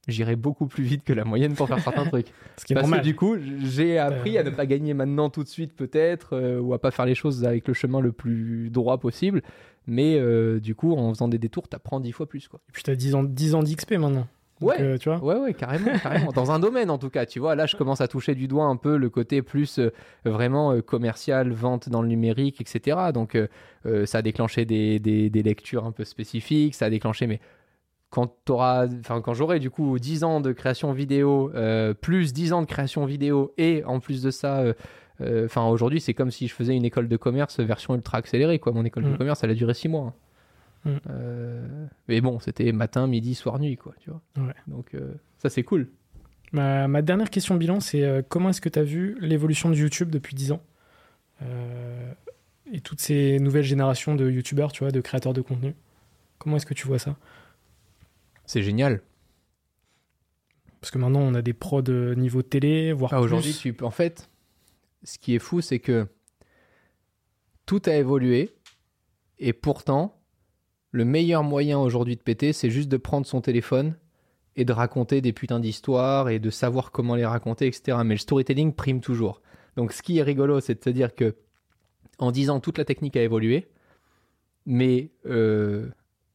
j'irai beaucoup plus vite que la moyenne pour faire certains trucs. Ce qui est Parce normal. que du coup, j'ai appris Euh... à ne pas gagner maintenant tout de suite peut-être, euh, ou à pas faire les choses avec le chemin le plus droit possible. Mais euh, du coup, en faisant des détours, t'apprends dix fois plus, quoi. Et puis t'as dix ans, dix ans d'X P maintenant. Donc, Ouais, euh, tu vois. ouais, ouais, carrément, carrément. Dans un domaine, en tout cas, tu vois, là, je commence à toucher du doigt un peu le côté plus euh, vraiment euh, commercial, vente dans le numérique, et cetera. Donc, euh, euh, ça a déclenché des, des, des lectures un peu spécifiques, ça a déclenché, mais quand t'auras, enfin, quand j'aurai du coup dix ans de création vidéo, euh, plus dix ans de création vidéo, et en plus de ça, euh, euh, enfin, aujourd'hui, c'est comme si je faisais une école de commerce version ultra accélérée, quoi. Mon école Mm. de commerce, elle a duré six mois. hein. Mm. Euh, mais bon, c'était matin, midi, soir, nuit, quoi, tu vois. Ouais. Donc euh, ça, c'est cool. Ma, ma dernière question bilan, c'est euh, comment est-ce que tu as vu l'évolution de YouTube depuis dix ans euh, et toutes ces nouvelles générations de YouTubeurs, tu vois, de créateurs de contenu. Comment est-ce que tu vois ça? C'est génial. Parce que maintenant, on a des prods de niveau télé, voire Ah, plus. aujourd'hui, tu peux... en fait, ce qui est fou, c'est que tout a évolué et pourtant, le meilleur moyen aujourd'hui de péter, c'est juste de prendre son téléphone et de raconter des putains d'histoires et de savoir comment les raconter, et cetera. Mais le storytelling prime toujours. Donc, ce qui est rigolo, c'est de se dire que en dix ans, toute la technique a évolué, mais euh,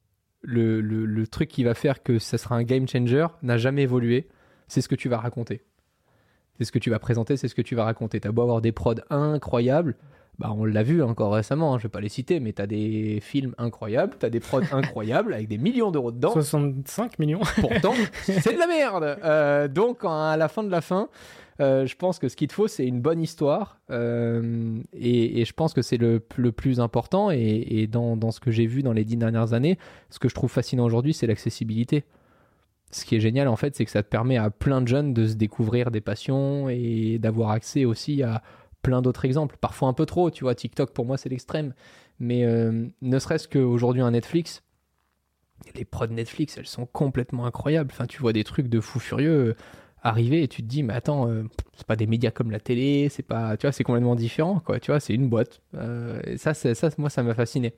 le, le, le truc qui va faire que ça sera un game changer n'a jamais évolué. C'est ce que tu vas raconter. C'est ce que tu vas présenter, c'est ce que tu vas raconter. T'as beau avoir des prods incroyables, bah on l'a vu encore récemment, hein, je vais pas les citer, mais t'as des films incroyables, t'as des prods incroyables avec des millions d'euros dedans. soixante-cinq millions. Pourtant, c'est de la merde. Euh, donc, à la fin de la fin, euh, je pense que ce qu'il te faut, c'est une bonne histoire. Euh, et, et je pense que c'est le, le plus important. Et, et dans, dans ce que j'ai vu dans les dix dernières années, ce que je trouve fascinant aujourd'hui, c'est l'accessibilité. Ce qui est génial, en fait, c'est que ça te permet à plein de jeunes de se découvrir des passions et d'avoir accès aussi à plein d'autres exemples. Parfois un peu trop, tu vois. TikTok, pour moi, c'est l'extrême. Mais euh, ne serait-ce qu'aujourd'hui, un Netflix, les prods Netflix, elles sont complètement incroyables. Enfin, tu vois des trucs de fou furieux arriver et tu te dis, mais attends, euh, c'est pas des médias comme la télé, c'est pas, tu vois, c'est complètement différent, quoi. Tu vois, c'est une boîte. Euh, et ça, c'est, ça, moi, ça m'a fasciné.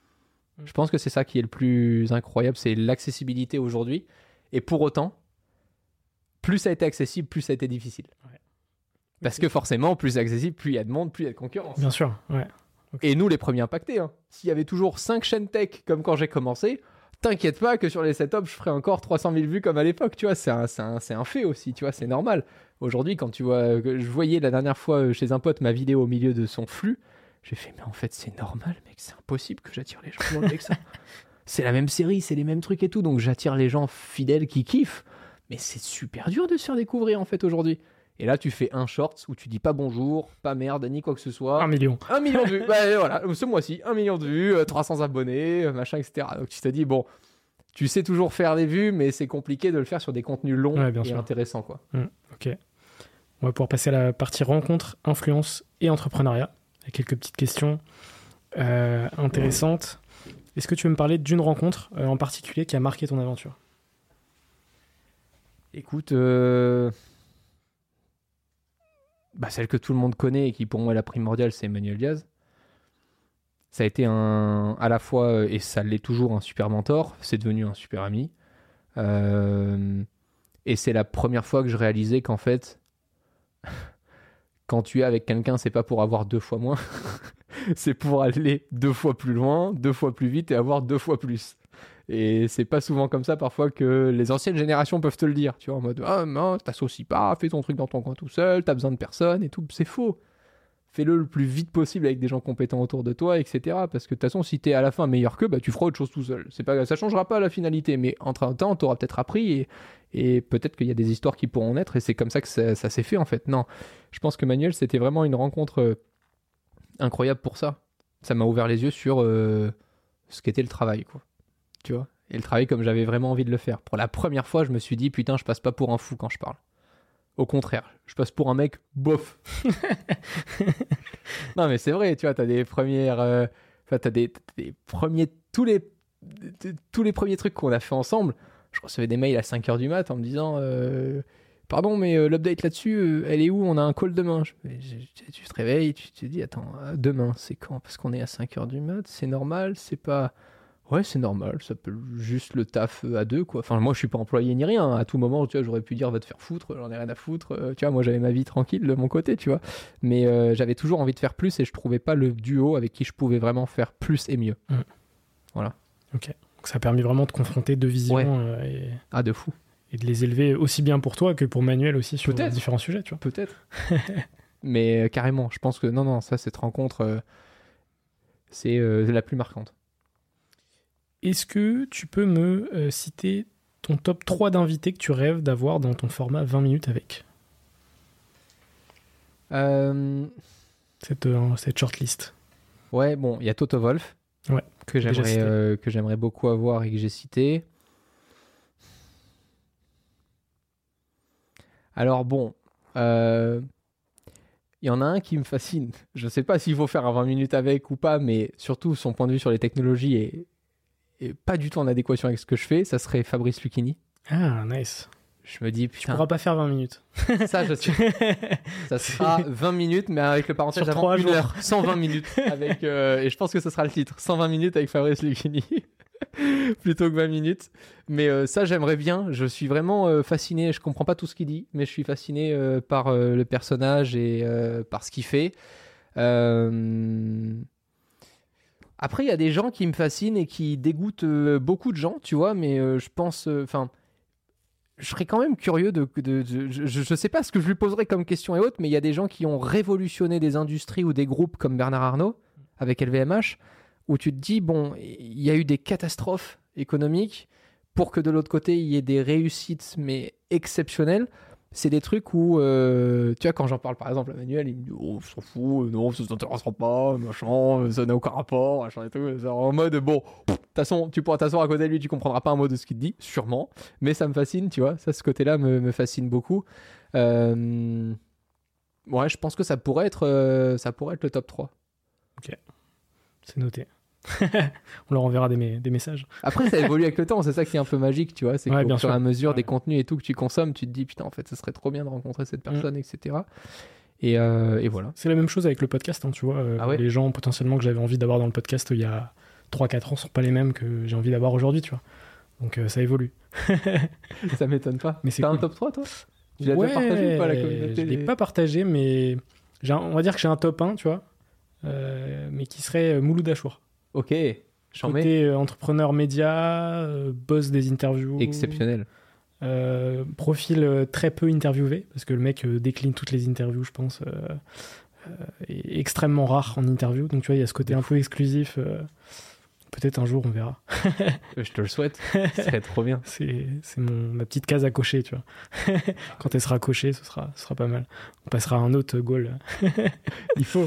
Je pense que c'est ça qui est le plus incroyable, c'est l'accessibilité aujourd'hui. Et pour autant, plus ça a été accessible, plus ça a été difficile. Ouais. Parce c'est que sûr. forcément, plus c'est accessible, plus il y a de monde, plus il y a de concurrence. Bien sûr, ouais. Et nous, les premiers impactés. Hein. S'il y avait toujours cinq chaînes tech comme quand j'ai commencé, t'inquiète pas que sur les setups, je ferais encore trois cent mille vues comme à l'époque. Tu vois, c'est un, c'est un, c'est un fait aussi. Tu vois, c'est normal. Aujourd'hui, quand tu vois, je voyais la dernière fois chez un pote ma vidéo au milieu de son flux, j'ai fait, mais en fait, c'est normal, mec. C'est impossible que j'attire les gens plus loin avec ça. C'est la même série, c'est les mêmes trucs et tout. Donc, j'attire les gens fidèles qui kiffent. Mais c'est super dur de se faire découvrir, en fait, aujourd'hui. Et là, tu fais un short où tu dis pas bonjour, pas merde, ni quoi que ce soit. Un million. Un million de vues. Bah, voilà, ce mois-ci, un million de vues, euh, trois cents abonnés, euh, machin, et cetera. Donc tu te dis, bon, tu sais toujours faire des vues, mais c'est compliqué de le faire sur des contenus longs Ouais, bien et sûr. intéressants, quoi. Mmh, ok. On va pouvoir passer à la partie rencontre, influence et entrepreneuriat. Avec quelques petites questions euh, intéressantes. Est-ce que tu veux me parler d'une rencontre euh, en particulier qui a marqué ton aventure? Écoute, euh... bah, celle que tout le monde connaît et qui pour moi est la primordiale, c'est Emmanuel Diaz. Ça a été un, à la fois, et ça l'est toujours, un super mentor. C'est devenu un super ami. Euh... Et c'est la première fois que je réalisais qu'en fait, quand tu es avec quelqu'un, c'est pas pour avoir deux fois moins. C'est pour aller deux fois plus loin, deux fois plus vite et avoir deux fois plus. Et c'est pas souvent comme ça parfois que les anciennes générations peuvent te le dire. Tu vois, en mode, ah non, t'associes pas, fais ton truc dans ton coin tout seul, t'as besoin de personne et tout. C'est faux. Fais-le le plus vite possible avec des gens compétents autour de toi, et cetera. Parce que de toute façon, si t'es à la fin meilleur qu'eux, bah, tu feras autre chose tout seul. C'est pas, ça changera pas la finalité, mais entre-temps, t'auras peut-être appris et, et peut-être qu'il y a des histoires qui pourront naître et c'est comme ça que ça, ça s'est fait en fait. Non, je pense que Manuel, c'était vraiment une rencontre euh, incroyable pour ça. Ça m'a ouvert les yeux sur euh, ce qu'était le travail, quoi. Tu vois, et le travail comme j'avais vraiment envie de le faire. Pour la première fois, je me suis dit, putain, je passe pas pour un fou quand je parle. Au contraire, je passe pour un mec bof. Non, mais c'est vrai, tu vois, t'as des premières... Euh, enfin, t'as des, t'as des premiers... Tous les, tous les premiers trucs qu'on a fait ensemble, je recevais des mails à cinq heures du mat en me disant euh, pardon, mais euh, l'update là-dessus, euh, elle est où? On a un call demain. Je, je, je, tu te réveilles, tu te dis, attends, demain, c'est quand? Parce qu'on est à cinq heures du mat, c'est normal, c'est pas... Ouais, c'est normal, ça peut juste le taf à deux, quoi. Enfin, moi, je suis pas employé ni rien. À tout moment, tu vois, j'aurais pu dire va te faire foutre, j'en ai rien à foutre. Euh, tu vois, moi, j'avais ma vie tranquille de mon côté, tu vois. Mais euh, j'avais toujours envie de faire plus et je trouvais pas le duo avec qui je pouvais vraiment faire plus et mieux. Mm. Voilà. Ok. Donc ça a permis vraiment de confronter deux visions Ouais. euh, et, Ah, de fou. et de les élever aussi bien pour toi que pour Manuel aussi sur Peut-être. différents sujets, tu vois. Peut-être. Mais euh, carrément, je pense que non, non, ça, cette rencontre, euh, c'est euh, la plus marquante. Est-ce que tu peux me euh, citer ton top trois d'invités que tu rêves d'avoir dans ton format vingt minutes avec Euh, cette, euh, cette shortlist? ouais, bon, il y a Toto Wolff. Ouais, que déjà j'aimerais cité. euh, que j'aimerais beaucoup avoir et que j'ai cité. Alors bon, euh, il y en a un qui me fascine. Je ne sais pas s'il faut faire un vingt minutes avec ou pas, mais surtout son point de vue sur les technologies est, est pas du tout en adéquation avec ce que je fais. Ça serait Fabrice Lucchini. Ah, nice. Je me dis, Tu putain, pourras pas faire vingt minutes. ça je sais. Ça sera vingt minutes, mais avec le parenthèse Sur avant trois une jours. heure. cent vingt minutes. Avec, euh, et je pense que ce sera le titre. cent vingt minutes avec Fabrice Lucchini. Plutôt que vingt minutes. Mais euh, ça, j'aimerais bien. Je suis vraiment euh, fasciné. Je comprends pas tout ce qu'il dit, mais je suis fasciné euh, par euh, le personnage et euh, par ce qu'il fait. Euh... Après, il y a des gens qui me fascinent et qui dégoûtent euh, beaucoup de gens, tu vois, mais euh, je pense... Enfin... je serais quand même curieux de... de, de je, je sais pas ce que je lui poserais comme question et autres, mais il y a des gens qui ont révolutionné des industries ou des groupes comme Bernard Arnault, avec L V M H, où tu te dis, bon, il y a eu des catastrophes économiques pour que de l'autre côté, il y ait des réussites, mais exceptionnelles. C'est des trucs où, euh, tu vois, quand j'en parle par exemple à Manuel, il me dit, oh, on s'en fout, non, ça ne t'intéressera pas, machin, ça n'a aucun rapport, machin et tout. Genre en mode, bon, de toute façon, tu pourras t'asseoir à côté de lui, tu comprendras pas un mot de ce qu'il te dit, sûrement, mais ça me fascine, tu vois, ça, ce côté-là me, me fascine beaucoup. Euh... Ouais, je pense que ça pourrait être, euh, ça pourrait être le top trois. Ok, c'est noté. On leur enverra des, me- des messages. Après, ça évolue avec le temps, c'est ça qui est un peu magique, tu vois. C'est Ouais, qu'au bien fur et sûr. à mesure Ouais. des contenus et tout que tu consommes, tu te dis, putain, en fait, ce serait trop bien de rencontrer cette Mm. personne, et cetera. Et, euh, et voilà. C'est la même chose avec le podcast, hein, tu vois. euh, Ah ouais les gens potentiellement que j'avais envie d'avoir dans le podcast il y a trois quatre ans sont pas les mêmes que j'ai envie d'avoir aujourd'hui, tu vois. Donc euh, ça évolue. Ça m'étonne pas. Mais c'est T'as cool. un top trois, toi? Tu l'as déjà partagé ou pas, la communauté Je l'ai des- pas partagé, mais j'ai un- on va dire que j'ai un top un, tu vois. euh, mais qui serait euh, Mouloud Achour. Ok, j'en mets. Côté euh, entrepreneur média, euh, boss des interviews. Exceptionnel. Euh, profil euh, très peu interviewé, parce que le mec euh, décline toutes les interviews, je pense. Euh, euh, est extrêmement rare en interview. Donc tu vois, il y a ce côté un peu exclusif. euh, Peut-être un jour, on verra. Euh, Je te le souhaite. Ce serait trop bien. C'est c'est mon ma petite case à cocher, tu vois. Quand elle sera cochée, ce sera, ce sera pas mal. On passera à un autre goal. Il faut.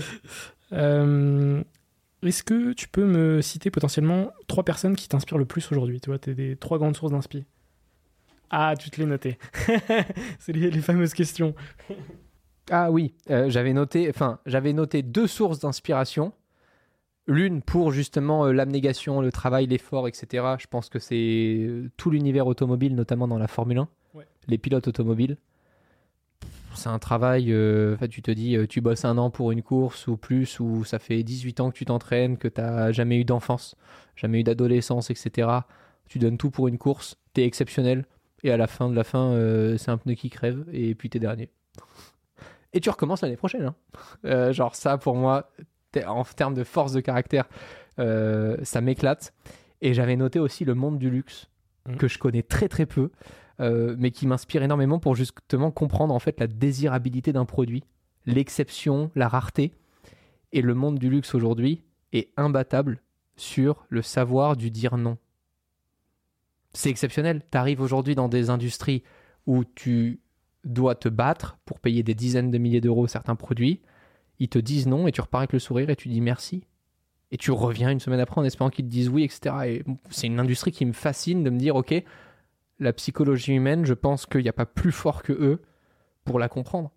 Euh, Est-ce que tu peux me citer potentiellement trois personnes qui t'inspirent le plus aujourd'hui? Tu vois, t'es des trois grandes sources d'inspi. Ah, tu te l'es noté. C'est les, les fameuses questions. Ah oui, euh, j'avais noté, enfin, j'avais noté deux sources d'inspiration. L'une pour justement euh, l'abnégation, le travail, l'effort, et cetera. Je pense que c'est euh, tout l'univers automobile, notamment dans la Formule un, Ouais. les pilotes automobiles. C'est un travail, euh, enfin, tu te dis, euh, tu bosses un an pour une course ou plus, ou ça fait dix-huit ans que tu t'entraînes, que tu n'as jamais eu d'enfance, jamais eu d'adolescence, et cetera. Tu donnes tout pour une course, tu es exceptionnel, et à la fin de la fin, euh, c'est un pneu qui crève, et puis tu es dernier. Et tu recommences l'année prochaine. Hein. Euh, genre ça, pour moi, en termes de force de caractère, euh, ça m'éclate. Et j'avais noté aussi le monde du luxe, Mmh. que je connais très très peu, euh, mais qui m'inspire énormément pour justement comprendre en fait la désirabilité d'un produit, l'exception, la rareté. Et le monde du luxe aujourd'hui est imbattable sur le savoir du dire non. C'est exceptionnel. Tu arrives aujourd'hui dans des industries où tu dois te battre pour payer des dizaines de milliers d'euros certains produits. Ils te disent non et tu repars avec le sourire et tu dis merci. Et tu reviens une semaine après en espérant qu'ils te disent oui, et cetera. Et c'est une industrie qui me fascine de me dire, ok, la psychologie humaine, je pense qu'il n'y a pas plus fort que eux pour la comprendre.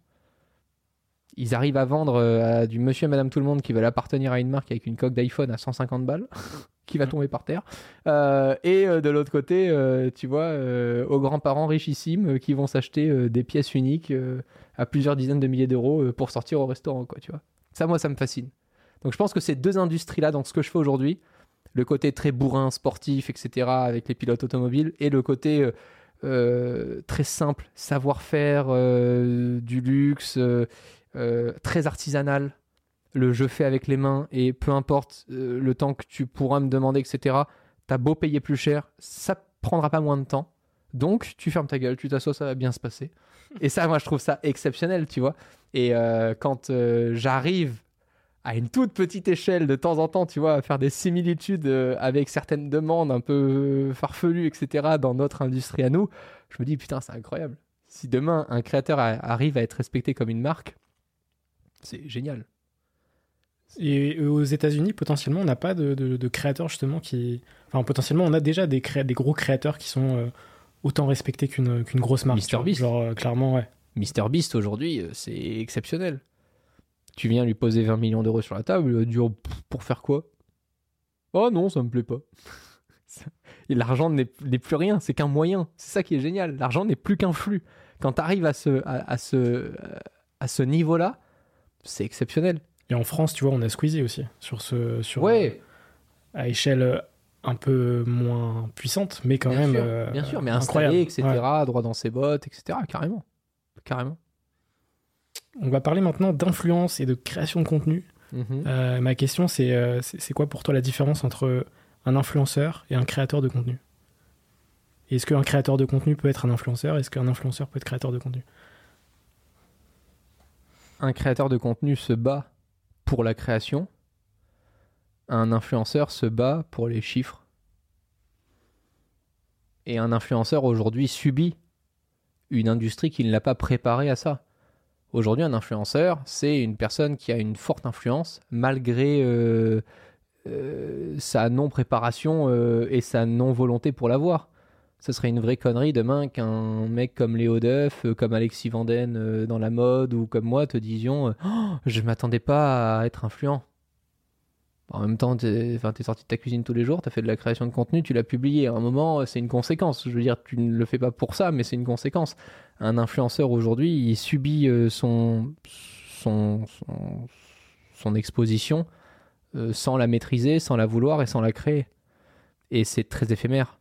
Ils arrivent à vendre euh, à du monsieur et madame tout le monde qui veulent appartenir à une marque avec une coque d'iPhone à cent cinquante balles qui va tomber par terre. Euh, et euh, de l'autre côté, euh, tu vois, euh, aux grands-parents richissimes euh, qui vont s'acheter euh, des pièces uniques euh, à plusieurs dizaines de milliers d'euros euh, pour sortir au restaurant, quoi, tu vois. Ça, moi, ça me fascine. Donc je pense que ces deux industries-là, dans ce que je fais aujourd'hui, le côté très bourrin, sportif, et cetera, avec les pilotes automobiles, et le côté euh, euh, très simple, savoir-faire, euh, du luxe, euh, euh, très artisanal, le je fais avec les mains, et peu importe euh, le temps que tu pourras me demander, et cetera, t'as beau payer plus cher, ça prendra pas moins de temps. Donc, tu fermes ta gueule, tu t'assois, ça va bien se passer. Et ça, moi, je trouve ça exceptionnel, tu vois. Et euh, quand euh, j'arrive à une toute petite échelle de temps en temps, tu vois, à faire des similitudes euh, avec certaines demandes un peu farfelues, et cetera, dans notre industrie à nous, je me dis, putain, c'est incroyable. Si demain, un créateur a- arrive à être respecté comme une marque, c'est génial. Et aux États-Unis, potentiellement, on n'a pas de, de, de créateurs justement qui. Enfin, potentiellement, on a déjà des, cré... des gros créateurs qui sont euh, autant respectés qu'une, qu'une grosse marque. tu vois. MrBeast. Genre, euh, clairement, ouais. MrBeast, aujourd'hui, euh, c'est exceptionnel. Tu viens lui poser vingt millions d'euros sur la table, il va dire, Pff, pour faire quoi? Oh non, ça me plaît pas. Et l'argent n'est, n'est plus rien, c'est qu'un moyen. C'est ça qui est génial. L'argent n'est plus qu'un flux. Quand tu arrives à ce, à, à ce, à ce niveau-là, c'est exceptionnel. Et en France, tu vois, on a Squeezie aussi, sur ce, sur, Ouais, euh, à échelle un peu moins puissante, mais quand bien même sûr, euh, bien sûr, mais incroyable. installé, et cetera, Ouais. droit dans ses bottes, et cetera. Carrément. Carrément. On va parler maintenant d'influence et de création de contenu. Mhm. Euh, ma question, c'est, euh, c'est c'est quoi pour toi la différence entre un influenceur et un créateur de contenu? Et est-ce qu'un créateur de contenu peut être un influenceur? Est-ce qu'un influenceur peut être créateur de contenu? Un créateur de contenu se bat pour la création. Un influenceur se bat pour les chiffres. Et un influenceur aujourd'hui subit une industrie qui ne l'a pas préparé à ça. Aujourd'hui, un influenceur, c'est une personne qui a une forte influence malgré euh, euh, sa non-préparation euh, et sa non-volonté pour l'avoir. Ce serait une vraie connerie demain qu'un mec comme Léo Duff, euh, comme Alexis Vanden euh, dans la mode ou comme moi te disions euh, oh, je m'attendais pas à être influent. En même temps, t'es, enfin, t'es sorti de ta cuisine tous les jours, t'as fait de la création de contenu, tu l'as publié. À un moment, c'est une conséquence. Je veux dire, tu ne le fais pas pour ça, mais c'est une conséquence. Un influenceur aujourd'hui, il subit euh, son, son, son, son exposition euh, sans la maîtriser, sans la vouloir et sans la créer. Et c'est très éphémère.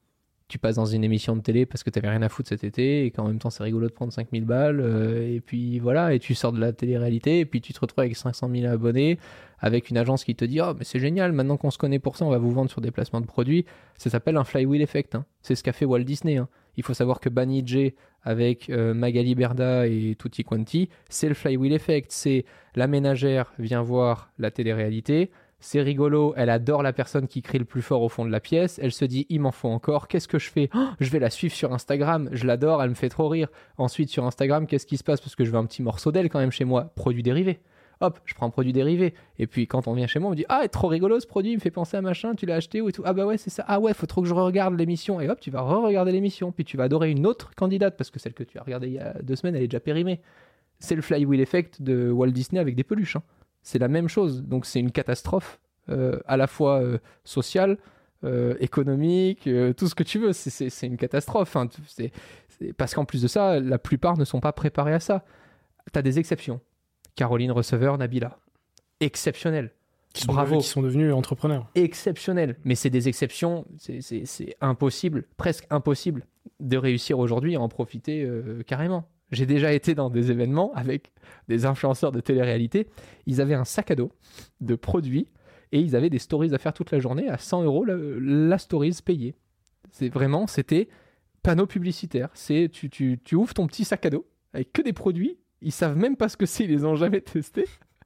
Tu passes dans une émission de télé parce que t'avais rien à foutre cet été et qu'en même temps c'est rigolo de prendre cinq mille balles euh, et puis voilà, et tu sors de la télé-réalité et puis tu te retrouves avec cinq cent mille abonnés avec une agence qui te dit oh mais c'est génial, maintenant qu'on se connaît pour ça on va vous vendre sur des placements de produits. Ça s'appelle un flywheel effect, hein. C'est ce qu'a fait Walt Disney, hein. Il faut savoir que Banijay avec euh, Magali Berda et Tutti Quanti, c'est le flywheel effect. C'est la ménagère vient voir la télé-réalité, c'est rigolo, elle adore la personne qui crie le plus fort au fond de la pièce, elle se dit il m'en faut encore, qu'est-ce que je fais? Oh, je vais la suivre sur Instagram, je l'adore, elle me fait trop rire. Ensuite sur Instagram, qu'est-ce qui se passe? Parce que je veux un petit morceau d'elle quand même chez moi, produit dérivé. Hop, je prends un produit dérivé. Et puis quand on vient chez moi, on me dit ah trop rigolo ce produit, il me fait penser à machin, tu l'as acheté ou et tout. Ah bah ouais c'est ça, ah ouais faut trop que je re-regarde l'émission. Et hop tu vas re-regarder l'émission, puis tu vas adorer une autre candidate parce que celle que tu as regardée il y a deux semaines elle est déjà périmée. C'est le flywheel effect de Walt Disney avec des peluches, hein. C'est la même chose, donc c'est une catastrophe. Euh, à la fois euh, sociale, euh, économique, euh, tout ce que tu veux, c'est, c'est, c'est une catastrophe. Hein. C'est, c'est... Parce qu'en plus de ça, la plupart ne sont pas préparés à ça. Tu as des exceptions. Caroline Receveur, Nabila. Exceptionnel. Qui sont, Bravo. devenus, qui sont devenus entrepreneurs. Exceptionnel. Mais c'est des exceptions, c'est, c'est, c'est impossible, presque impossible de réussir aujourd'hui à en profiter euh, carrément. J'ai déjà été dans des événements avec des influenceurs de télé-réalité. Ils avaient un sac à dos de produits et ils avaient des stories à faire toute la journée à cent euros la, la stories payée. C'est vraiment, c'était panneau publicitaire. C'est, tu, tu, tu ouvres ton petit sac à dos avec que des produits. Ils savent même pas ce que c'est, ils les ont jamais testés.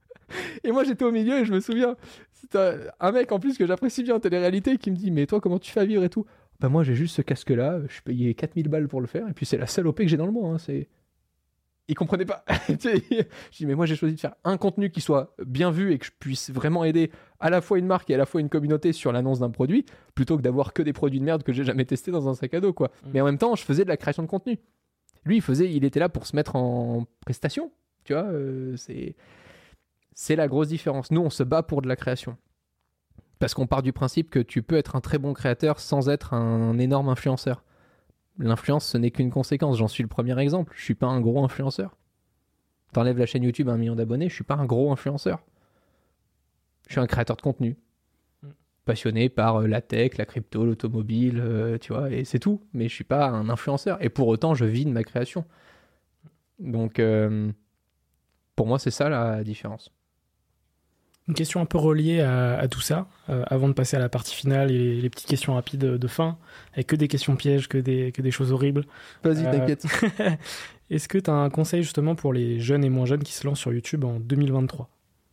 Et moi, j'étais au milieu et je me souviens, c'était un mec en plus que j'apprécie bien en télé-réalité qui me dit « Mais toi, comment tu fais à vivre et tout ?» Bah moi, j'ai juste ce casque-là, je suis payé quatre mille balles pour le faire et puis c'est la seule O P que j'ai dans le mois. Hein, c'est... Ils comprenaient pas. Je dis mais moi j'ai choisi de faire un contenu qui soit bien vu et que je puisse vraiment aider à la fois une marque et à la fois une communauté sur l'annonce d'un produit, plutôt que d'avoir que des produits de merde que j'ai jamais testés dans un sac à dos, quoi. Mmh. Mais en même temps, je faisais de la création de contenu. Lui, il faisait, il était là pour se mettre en prestation. Tu vois, euh, c'est c'est la grosse différence. Nous, on se bat pour de la création. Parce qu'on part du principe que tu peux être un très bon créateur sans être un énorme influenceur. L'influence, ce n'est qu'une conséquence. J'en suis le premier exemple. Je suis pas un gros influenceur. T'enlèves la chaîne YouTube à un million d'abonnés, je suis pas un gros influenceur. Je suis un créateur de contenu. passionné par euh, la tech, la crypto, l'automobile, euh, tu vois, et c'est tout. Mais je suis pas un influenceur. Et pour autant, je vis de ma création. Donc, euh, pour moi, c'est ça la différence. Une question un peu reliée à, à tout ça, euh, avant de passer à la partie finale et les, les petites questions rapides de fin, avec que des questions pièges, que des, que des choses horribles. Vas-y, euh... t'inquiète. Est-ce que tu as un conseil justement pour les jeunes et moins jeunes qui se lancent sur YouTube en deux mille vingt-trois ?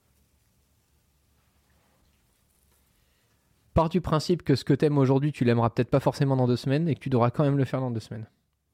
Pars du principe que ce que t'aimes aujourd'hui, tu l'aimeras peut-être pas forcément dans deux semaines et que tu devras quand même le faire dans deux semaines.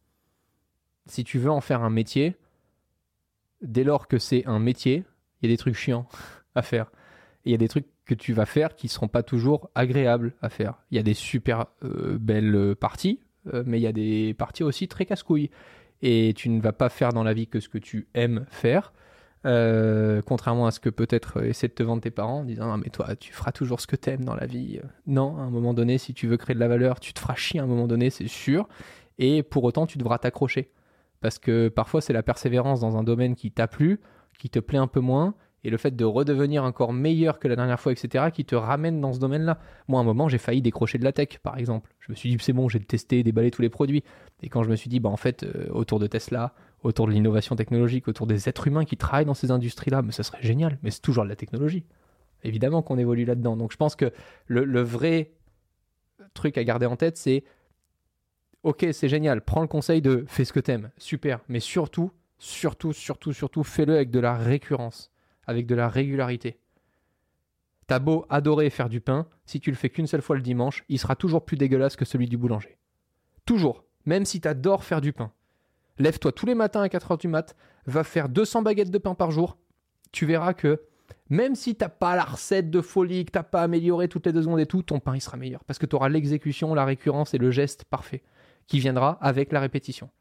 Si tu veux en faire un métier, dès lors que c'est un métier, il y a des trucs chiants à faire. Et il y a des trucs que tu vas faire qui ne seront pas toujours agréables à faire. Il y a des super euh, belles parties, euh, mais il y a des parties aussi très casse-couilles. Et tu ne vas pas faire dans la vie que ce que tu aimes faire, euh, contrairement à ce que peut-être essaient de te vendre tes parents en disant « Non, mais toi, tu feras toujours ce que tu aimes dans la vie. » Non, à un moment donné, si tu veux créer de la valeur, tu te feras chier à un moment donné, c'est sûr. Et pour autant, tu devras t'accrocher. Parce que parfois, c'est la persévérance dans un domaine qui t'a plu, qui te plaît un peu moins, et le fait de redevenir encore meilleur que la dernière fois, et cetera, qui te ramène dans ce domaine-là. Moi, à un moment, j'ai failli décrocher de la tech, par exemple. Je me suis dit, c'est bon, j'ai testé, déballé tous les produits. Et quand je me suis dit, bah, en fait, euh, autour de Tesla, autour de l'innovation technologique, autour des êtres humains qui travaillent dans ces industries-là, mais ça serait génial. Mais c'est toujours de la technologie. Évidemment qu'on évolue là-dedans. Donc, je pense que le, le vrai truc à garder en tête, c'est, ok, c'est génial, prends le conseil de fais ce que t'aimes, super. Mais surtout, surtout, surtout, surtout, fais-le avec de la récurrence. Avec de la régularité. T'as beau adorer faire du pain, si tu le fais qu'une seule fois le dimanche, il sera toujours plus dégueulasse que celui du boulanger. Toujours. Même si t'adores faire du pain. Lève-toi tous les matins à quatre heures du mat, va faire deux cents baguettes de pain par jour. Tu verras que même si t'as pas la recette de folie, que t'as pas amélioré toutes les deux secondes et tout, ton pain il sera meilleur. Parce que tu auras l'exécution, la récurrence et le geste parfait qui viendra avec la répétition.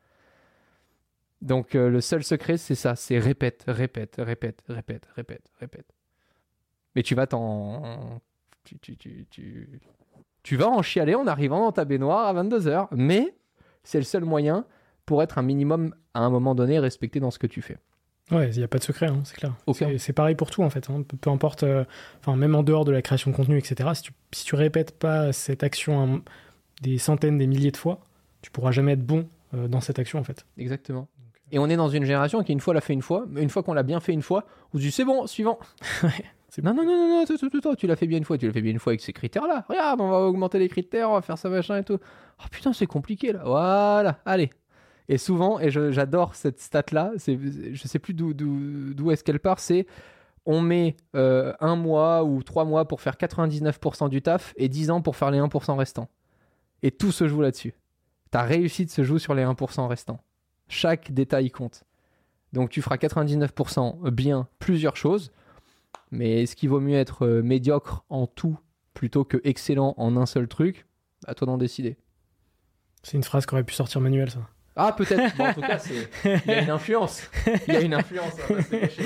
Donc euh, le seul secret, c'est ça, c'est répète, répète, répète, répète, répète, répète. Mais tu vas t'en... Tu, tu, tu, tu... tu vas en chialer en arrivant dans ta baignoire à vingt-deux heures, mais c'est le seul moyen pour être un minimum, à un moment donné, respecté dans ce que tu fais. Ouais, il n'y a pas de secret, hein, c'est clair. Okay. C'est, c'est pareil pour tout, en fait. Hein. Peu, peu importe, euh, même en dehors de la création de contenu, et cetera, si tu, si tu répètes pas cette action un, des centaines, des milliers de fois, tu pourras jamais être bon euh, dans cette action, en fait. Exactement. Et on est dans une génération qui, une fois, l'a fait une fois, mais une fois qu'on l'a bien fait une fois, on se dit c'est bon, suivant. c'est non, non, non, non, non, tout, tout, tout, tout, tu l'as fait bien une fois, tu l'as fait bien une fois avec ces critères-là. Regarde, on va augmenter les critères, on va faire ça, machin et tout. Oh putain, c'est compliqué là. Voilà, allez. Et souvent, et je, j'adore cette stat-là, c'est, je sais plus d'où, d'où, d'où est-ce qu'elle part, c'est on met euh, un mois ou trois mois pour faire quatre-vingt-dix-neuf pour cent du taf et dix ans pour faire les un pour cent restants. Et tout se joue là-dessus. Ta réussite se joue sur les un pour cent restants. Chaque détail compte. Donc tu feras quatre-vingt-dix-neuf pour cent bien plusieurs choses, mais est-ce qu'il vaut mieux être médiocre en tout plutôt que excellent en un seul truc ? À toi d'en décider. C'est une phrase qu'aurait pu sortir Manuel, ça. Ah, peut-être. Bon, en tout cas, c'est... il y a une influence. Il y a une influence, on va se cacher.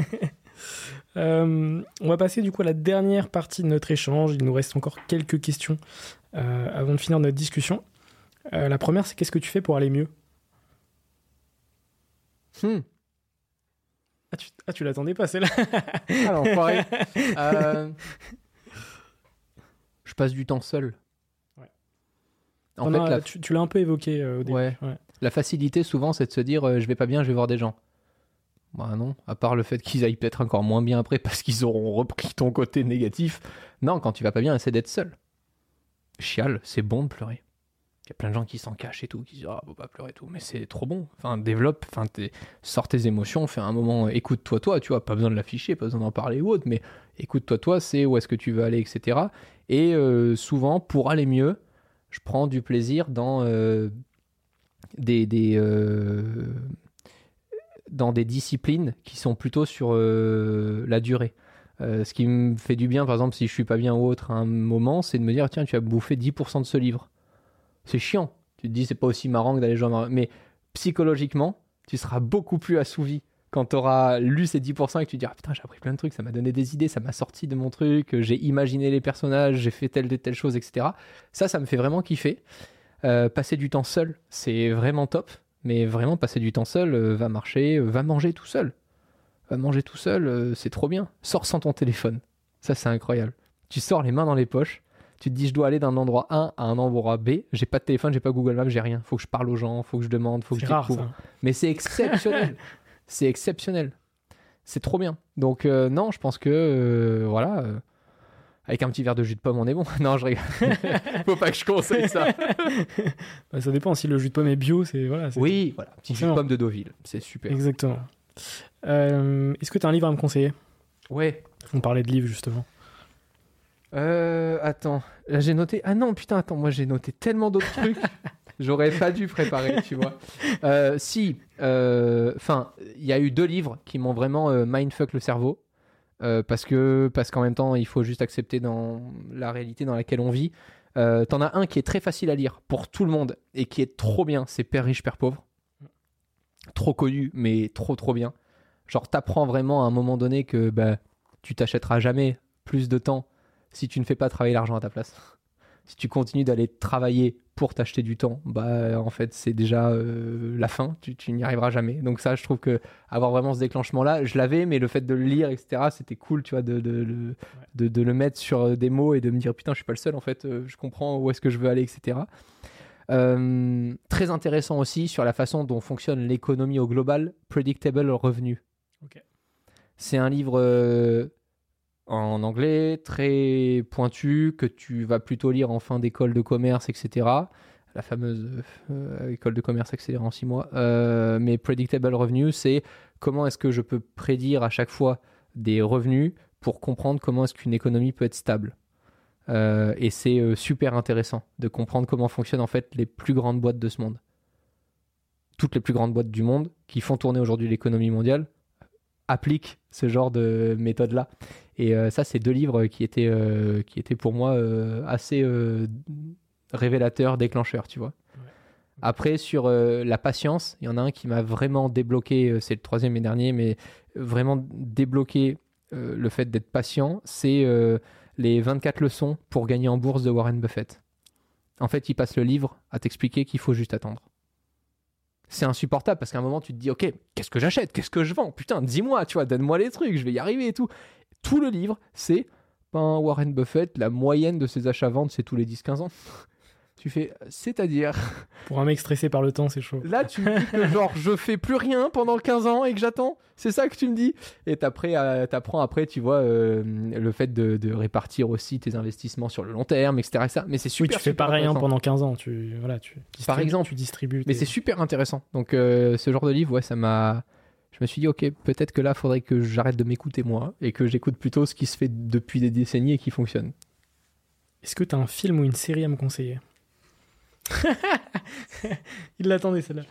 Euh, on va passer du coup à la dernière partie de notre échange. Il nous reste encore quelques questions euh, avant de finir notre discussion. Euh, la première, c'est qu'est-ce que tu fais pour aller mieux ? Hmm. Ah, tu, ah, tu l'attendais pas, celle-là. Ah, l'enfoiré. euh... Je passe du temps seul. Ouais. En Pendant, fait, la... tu, tu l'as un peu évoqué euh, au début. Ouais. Ouais. La facilité, souvent, c'est de se dire euh, je vais pas bien, je vais voir des gens. Bah non, à part le fait qu'ils aillent peut-être encore moins bien après parce qu'ils auront repris ton côté négatif. Non, quand tu vas pas bien, essaie d'être seul. Chiale, c'est bon de pleurer. Il y a plein de gens qui s'en cachent et tout, qui disent ah, faut pas pleurer et tout, mais c'est trop bon. Enfin, développe, enfin, sors tes émotions, fais un moment, écoute-toi, toi, tu vois, pas besoin de l'afficher, pas besoin d'en parler ou autre, mais écoute-toi, toi, c'est où est-ce que tu veux aller, et cetera. Et euh, souvent, pour aller mieux, je prends du plaisir dans euh, des, des, euh, dans des disciplines qui sont plutôt sur euh, la durée. Euh, ce qui me fait du bien, par exemple, si je suis pas bien ou autre à un moment, c'est de me dire tiens, tu as bouffé dix pour cent de ce livre. C'est chiant. Tu te dis, c'est pas aussi marrant que d'aller jouer à Mario. Mais psychologiquement, tu seras beaucoup plus assouvi quand tu auras lu ces dix pour cent et que tu te diras, putain, j'ai appris plein de trucs, ça m'a donné des idées, ça m'a sorti de mon truc, j'ai imaginé les personnages, j'ai fait telle et telle chose, et cetera. Ça, ça me fait vraiment kiffer. Euh, passer du temps seul, c'est vraiment top. Mais vraiment, passer du temps seul, euh, va marcher, euh, va manger tout seul. Va manger tout seul, euh, c'est trop bien. Sors sans ton téléphone. Ça, c'est incroyable. Tu sors les mains dans les poches. Tu te dis, je dois aller d'un endroit A à un endroit B. J'ai pas de téléphone, j'ai pas Google Maps, j'ai rien. Faut que je parle aux gens, faut que je demande, faut que C'est je rare, découvre. ça. Mais c'est exceptionnel. C'est exceptionnel. C'est trop bien. Donc, euh, non, je pense que, euh, voilà, euh, avec un petit verre de jus de pomme, on est bon. Non, je rigole. Faut pas que je conseille ça. Bah, ça dépend. Si le jus de pomme est bio, c'est... Voilà, c'est Oui, voilà, petit jus de Non. pomme de Deauville. C'est super. Exactement. Euh, est-ce que tu as un livre à me conseiller ? Ouais. On parlait de livres, justement. Euh, attends, là j'ai noté. Ah non, putain, attends, moi j'ai noté tellement d'autres trucs. J'aurais pas dû préparer, tu vois. Euh, si, enfin, euh, il y a eu deux livres qui m'ont vraiment euh, mindfuck le cerveau. Euh, parce que parce qu'en même temps, il faut juste accepter dans la réalité dans laquelle on vit. Euh, T'en as un qui est très facile à lire pour tout le monde et qui est trop bien, c'est Père riche, Père pauvre. Trop connu, mais trop trop bien. Genre, t'apprends vraiment à un moment donné que bah, tu t'achèteras jamais plus de temps si tu ne fais pas travailler l'argent à ta place. Si tu continues d'aller travailler pour t'acheter du temps, bah en fait c'est déjà euh, la fin, tu, tu n'y arriveras jamais. Donc ça, je trouve que avoir vraiment ce déclenchement-là, je l'avais, mais le fait de le lire, et cetera, c'était cool, tu vois, de, de, de, ouais. de, de le mettre sur des mots et de me dire putain, je suis pas le seul en fait, euh, je comprends où est-ce que je veux aller, et cetera. Euh, très intéressant aussi sur la façon dont fonctionne l'économie au global, Predictable Revenue. Okay. C'est un livre euh, en anglais, très pointu, que tu vas plutôt lire en fin d'école de commerce, et cetera. La fameuse euh, école de commerce accélérée en six mois. Euh, mais Predictable Revenue, c'est comment est-ce que je peux prédire à chaque fois des revenus pour comprendre comment est-ce qu'une économie peut être stable. Euh, et c'est euh, super intéressant de comprendre comment fonctionnent en fait les plus grandes boîtes de ce monde. Toutes les plus grandes boîtes du monde qui font tourner aujourd'hui l'économie mondiale appliquent ce genre de méthode-là. Et euh, ça, c'est deux livres qui étaient, euh, qui étaient pour moi euh, assez euh, révélateurs, déclencheurs, tu vois. Ouais. Après, sur euh, la patience, il y en a un qui m'a vraiment débloqué, euh, c'est le troisième et dernier, mais vraiment débloqué euh, le fait d'être patient, c'est euh, les vingt-quatre leçons pour gagner en bourse de Warren Buffett. En fait, il passe le livre à t'expliquer qu'il faut juste attendre. C'est insupportable parce qu'à un moment, tu te dis, ok, qu'est-ce que j'achète ? Qu'est-ce que je vends ? Putain, dis-moi, tu vois, donne-moi les trucs, je vais y arriver et tout. Tout le livre, c'est ben, Warren Buffett, la moyenne de ses achats-ventes, c'est tous les dix à quinze ans. Tu fais, c'est-à-dire... Pour un mec stressé par le temps, c'est chaud. Là, tu me dis que genre, je fais plus rien pendant quinze ans et que j'attends. C'est ça que tu me dis. Et t'apprends après, tu vois, euh, le fait de, de répartir aussi tes investissements sur le long terme, et cetera et cetera. Mais c'est super, oui, tu fais pas rien pendant quinze ans. Tu, voilà, tu Par exemple, tu distribues. Mais tes... c'est super intéressant. Donc, euh, ce genre de livre, ouais, ça m'a... Je me suis dit, ok, peut-être que là, il faudrait que j'arrête de m'écouter moi et que j'écoute plutôt ce qui se fait depuis des décennies et qui fonctionne. Est-ce que tu as un film ou une série à me conseiller ? Il l'attendait, celle-là.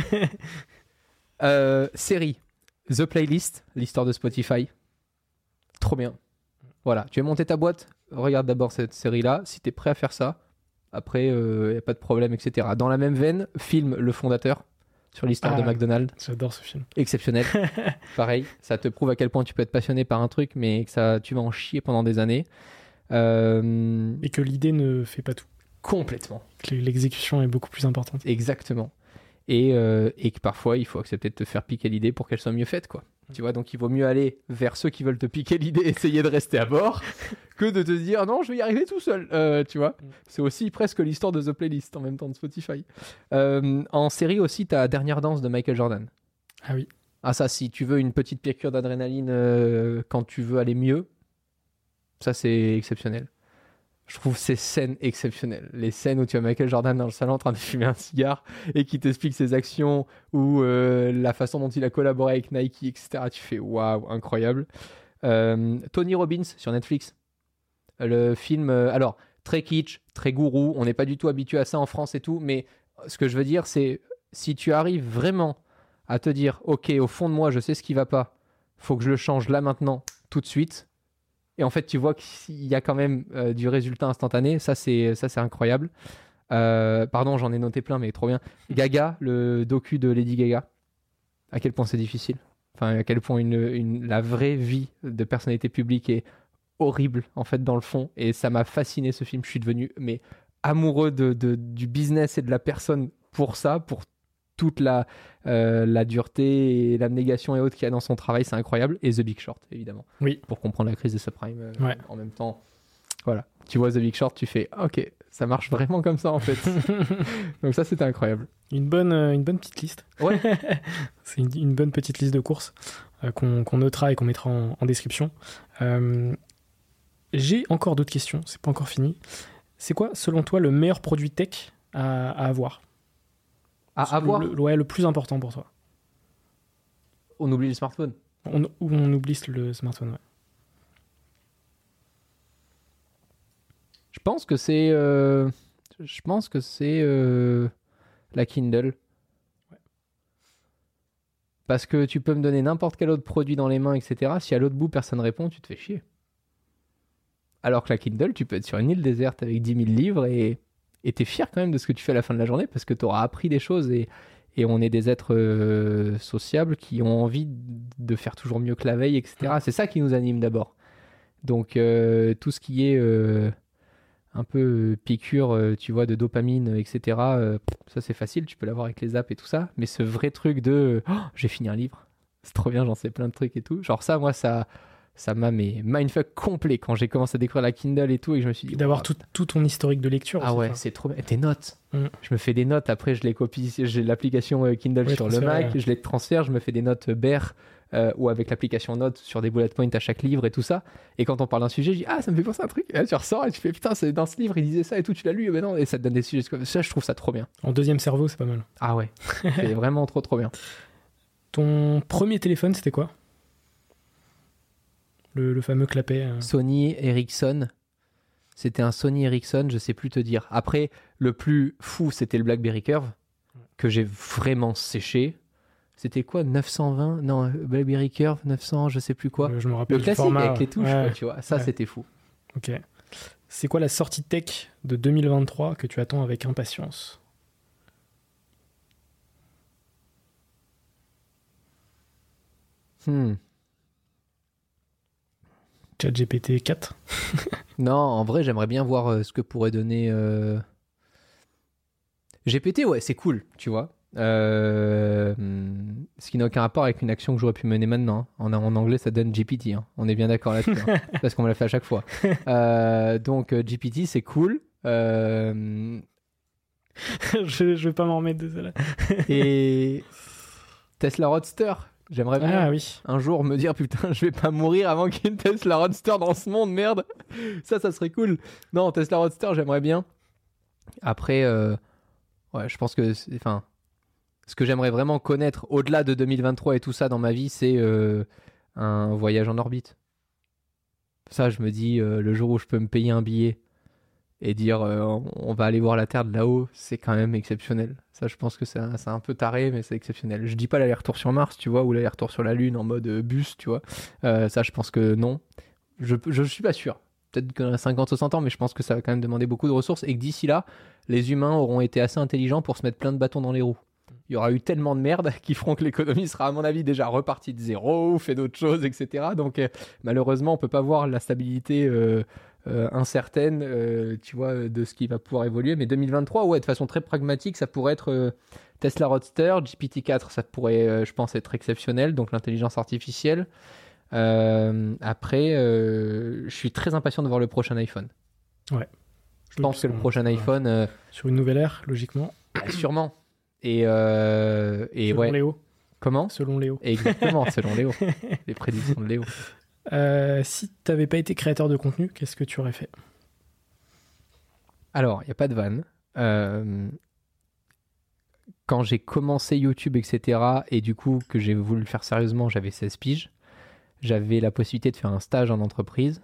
euh, série. The Playlist, l'histoire de Spotify. Trop bien. Voilà, tu veux monter ta boîte ? Regarde d'abord cette série-là. Si tu es prêt à faire ça, après, il euh, n'y a pas de problème, et cetera. Dans la même veine, film Le Fondateur. Sur l'histoire ah, de McDonald's. J'adore ce film. Exceptionnel. Pareil, ça te prouve à quel point tu peux être passionné par un truc, mais que ça, tu vas en chier pendant des années. Euh... Et que l'idée ne fait pas tout. Complètement. Que l'exécution est beaucoup plus importante. Exactement. Et, euh, et que parfois, il faut accepter de te faire piquer l'idée pour qu'elle soit mieux faite, quoi. Mmh. Tu vois, donc il vaut mieux aller vers ceux qui veulent te piquer l'idée, essayer de rester à bord, que de te dire non, je vais y arriver tout seul. Euh, tu vois, mmh. C'est aussi presque l'histoire de The Playlist en même temps de Spotify. Euh, en série aussi, t'as Dernière danse de Michael Jordan. Ah oui. Ah ça, si tu veux une petite piqûre d'adrénaline euh, quand tu veux aller mieux, ça c'est exceptionnel. Je trouve ces scènes exceptionnelles. Les scènes où tu as Michael Jordan dans le salon en train de fumer un cigare et qui t'explique ses actions ou euh, la façon dont il a collaboré avec Nike, et cetera. Tu fais waouh, incroyable. Euh, Tony Robbins sur Netflix. Le film, euh, alors, très kitsch, très gourou. On n'est pas du tout habitué à ça en France et tout. Mais ce que je veux dire, c'est si tu arrives vraiment à te dire ok, au fond de moi, je sais ce qui va pas. Faut que je le change là maintenant, tout de suite. Et en fait, tu vois qu'il y a quand même euh, du résultat instantané. Ça, c'est, ça, c'est incroyable. Euh, pardon, j'en ai noté plein, mais trop bien. Gaga, le docu de Lady Gaga. À quel point c'est difficile. Enfin, à quel point une, une, la vraie vie de personnalité publique est horrible, en fait, dans le fond. Et ça m'a fasciné, ce film. Je suis devenu mais, amoureux de, de, du business et de la personne pour ça, pour toute la, euh, la dureté et l'abnégation et autres qu'il y a dans son travail, c'est incroyable. Et The Big Short, évidemment. Oui. Pour comprendre la crise des subprimes euh, ouais. en même temps. Voilà. Tu vois The Big Short, tu fais ok, ça marche vraiment comme ça en fait. Donc ça, c'était incroyable. Une bonne, euh, une bonne petite liste. Ouais. C'est une, une bonne petite liste de courses euh, qu'on, qu'on notera et qu'on mettra en, en description. Euh, j'ai encore d'autres questions, c'est pas encore fini. C'est quoi, selon toi, le meilleur produit tech à, à avoir À avoir le, ouais, le plus important pour toi. On oublie le smartphone. On, ou on oublie le smartphone, ouais. Je pense que c'est... Euh... Je pense que c'est... Euh... La Kindle. Ouais. Parce que tu peux me donner n'importe quel autre produit dans les mains, et cetera. Si à l'autre bout, personne ne répond, tu te fais chier. Alors que la Kindle, tu peux être sur une île déserte avec dix mille livres et et t'es fier quand même de ce que tu fais à la fin de la journée parce que tu auras appris des choses et, et on est des êtres euh, sociables qui ont envie de faire toujours mieux que la veille, et cetera. C'est ça qui nous anime d'abord. Donc euh, tout ce qui est... Euh, un peu euh, piqûre, euh, tu vois, de dopamine, et cetera. Euh, ça, c'est facile, tu peux l'avoir avec les apps et tout ça. Mais ce vrai truc de oh, j'ai fini un livre, c'est trop bien, j'en sais plein de trucs et tout. Genre ça, moi, ça, ça m'a mais mindfuck complet quand j'ai commencé à découvrir la Kindle et tout et que je me suis dit... D'avoir wow. tout, tout ton historique de lecture. Ah aussi, ouais, enfin. c'est trop bien. Tes notes. Mm. Je me fais des notes, après je les copie, j'ai l'application euh, Kindle Ouais, sur le Mac, ouais. je les transfère, je me fais des notes euh, B E R euh, ou avec l'application Notes sur des bullet points à chaque livre et tout ça. Et quand on parle d'un sujet, je dis ah, ça me fait penser à un truc. Et là, tu ressors et tu fais putain, c'est dans ce livre, il disait ça et tout, tu l'as lu, et ben non, et ça te donne des sujets. Ça, je trouve ça trop bien. En deuxième cerveau, c'est pas mal. Ah ouais, c'est vraiment trop trop bien. Ton premier téléphone, c'était quoi ? le, le fameux clapet. Euh... Sony Ericsson. C'était un Sony Ericsson, je sais plus te dire. Après, le plus fou, c'était le BlackBerry Curve, que j'ai vraiment séché. C'était quoi, neuf cent vingt ? Non, BlackBerry Curve, neuf cents, je sais plus quoi. Euh, je me rappelle Le du classique format, avec les touches, ouais. quoi, tu vois. Ça, Ouais. c'était fou. Ok. C'est quoi la sortie tech de deux mille vingt-trois que tu attends avec impatience ? Hmm. ChatGPT quatre. Non, en vrai, j'aimerais bien voir euh, ce que pourrait donner... Euh... G P T, ouais, c'est cool, tu vois. Euh, ce qui n'a aucun rapport avec une action que j'aurais pu mener maintenant. En, en anglais, ça donne G P T. Hein. On est bien d'accord là-dessus. Hein, parce qu'on me l'a fait à chaque fois. Euh, donc, euh, G P T, c'est cool. Euh, je, je vais pas m'en remettre de celle-là. et Tesla Roadster. J'aimerais bien Ah oui. un jour me dire putain, je vais pas mourir avant qu'il y ait une Tesla Roadster dans ce monde, merde. Ça, ça serait cool. Non, Tesla Roadster, j'aimerais bien. Après, euh, ouais, je pense que... Enfin... Ce que j'aimerais vraiment connaître au-delà de deux mille vingt-trois et tout ça dans ma vie, c'est euh, un voyage en orbite. Ça, je me dis, euh, le jour où je peux me payer un billet et dire euh, on va aller voir la Terre de là-haut, c'est quand même exceptionnel. Ça, je pense que c'est un, c'est un peu taré, mais c'est exceptionnel. Je dis pas l'aller-retour sur Mars, tu vois, ou l'aller-retour sur la Lune en mode euh, bus, tu vois. Euh, ça, je pense que non. Je, je suis pas sûr. Peut-être qu'on a cinquante ou cent ans, mais je pense que ça va quand même demander beaucoup de ressources et que d'ici là, les humains auront été assez intelligents pour se mettre plein de bâtons dans les roues. Il y aura eu tellement de merde qui feront que l'économie sera, à mon avis, déjà repartie de zéro, fait d'autres choses, et cetera. Donc, euh, malheureusement, on peut pas voir la stabilité euh, euh, incertaine, euh, tu vois, de ce qui va pouvoir évoluer. Mais deux mille vingt-trois, ouais, de façon très pragmatique, ça pourrait être euh, Tesla Roadster, G P T quatre, ça pourrait, euh, je pense, être exceptionnel. Donc, l'intelligence artificielle. Euh, après, euh, je suis très impatient de voir le prochain iPhone. Ouais. Je oui, pense que le prochain iPhone... Euh, sur une nouvelle ère, logiquement. Bah, sûrement. Et, euh, et selon ouais. Léo. Comment ? Selon Léo. Exactement, selon Léo. Les prédictions de Léo. Euh, si tu n'avais pas été créateur de contenu, qu'est-ce que tu aurais fait ? Alors, il n'y a pas de vanne. Euh, quand j'ai commencé YouTube, et cetera, et du coup que j'ai voulu le faire sérieusement, j'avais seize piges. J'avais la possibilité de faire un stage en entreprise.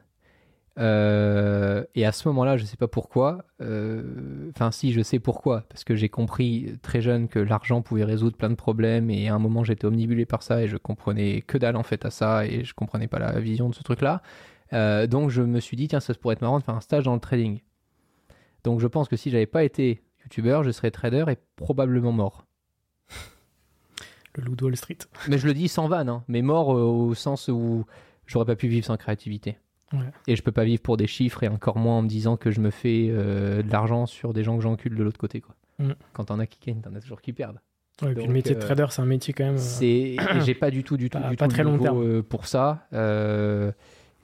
Euh, et à ce moment-là, je ne sais pas pourquoi. Euh, enfin, si, je sais pourquoi. Parce que j'ai compris très jeune que l'argent pouvait résoudre plein de problèmes. Et à un moment, j'étais omnibulé par ça et je comprenais que dalle en fait à ça. Et je ne comprenais pas la vision de ce truc-là. Euh, donc, je me suis dit, tiens, ça pourrait être marrant de faire un stage dans le trading. Donc, je pense que si je n'avais pas été youtubeur, je serais trader et probablement mort. Le loup de Wall Street. Mais je le dis sans vanne, hein, mais mort euh, au sens où j'aurais pas pu vivre sans créativité. Ouais. Et je peux pas vivre pour des chiffres et encore moins en me disant que je me fais euh, de l'argent sur des gens que j'encule de l'autre côté, quoi. Mm. Quand t'en as qui gagnent, t'en as toujours qui perdent. Ouais, et puis le métier de trader, euh, c'est un métier quand même. C'est... Euh... j'ai pas du tout, du tout, pas, du pas tout très long terme euh, pour ça. Euh...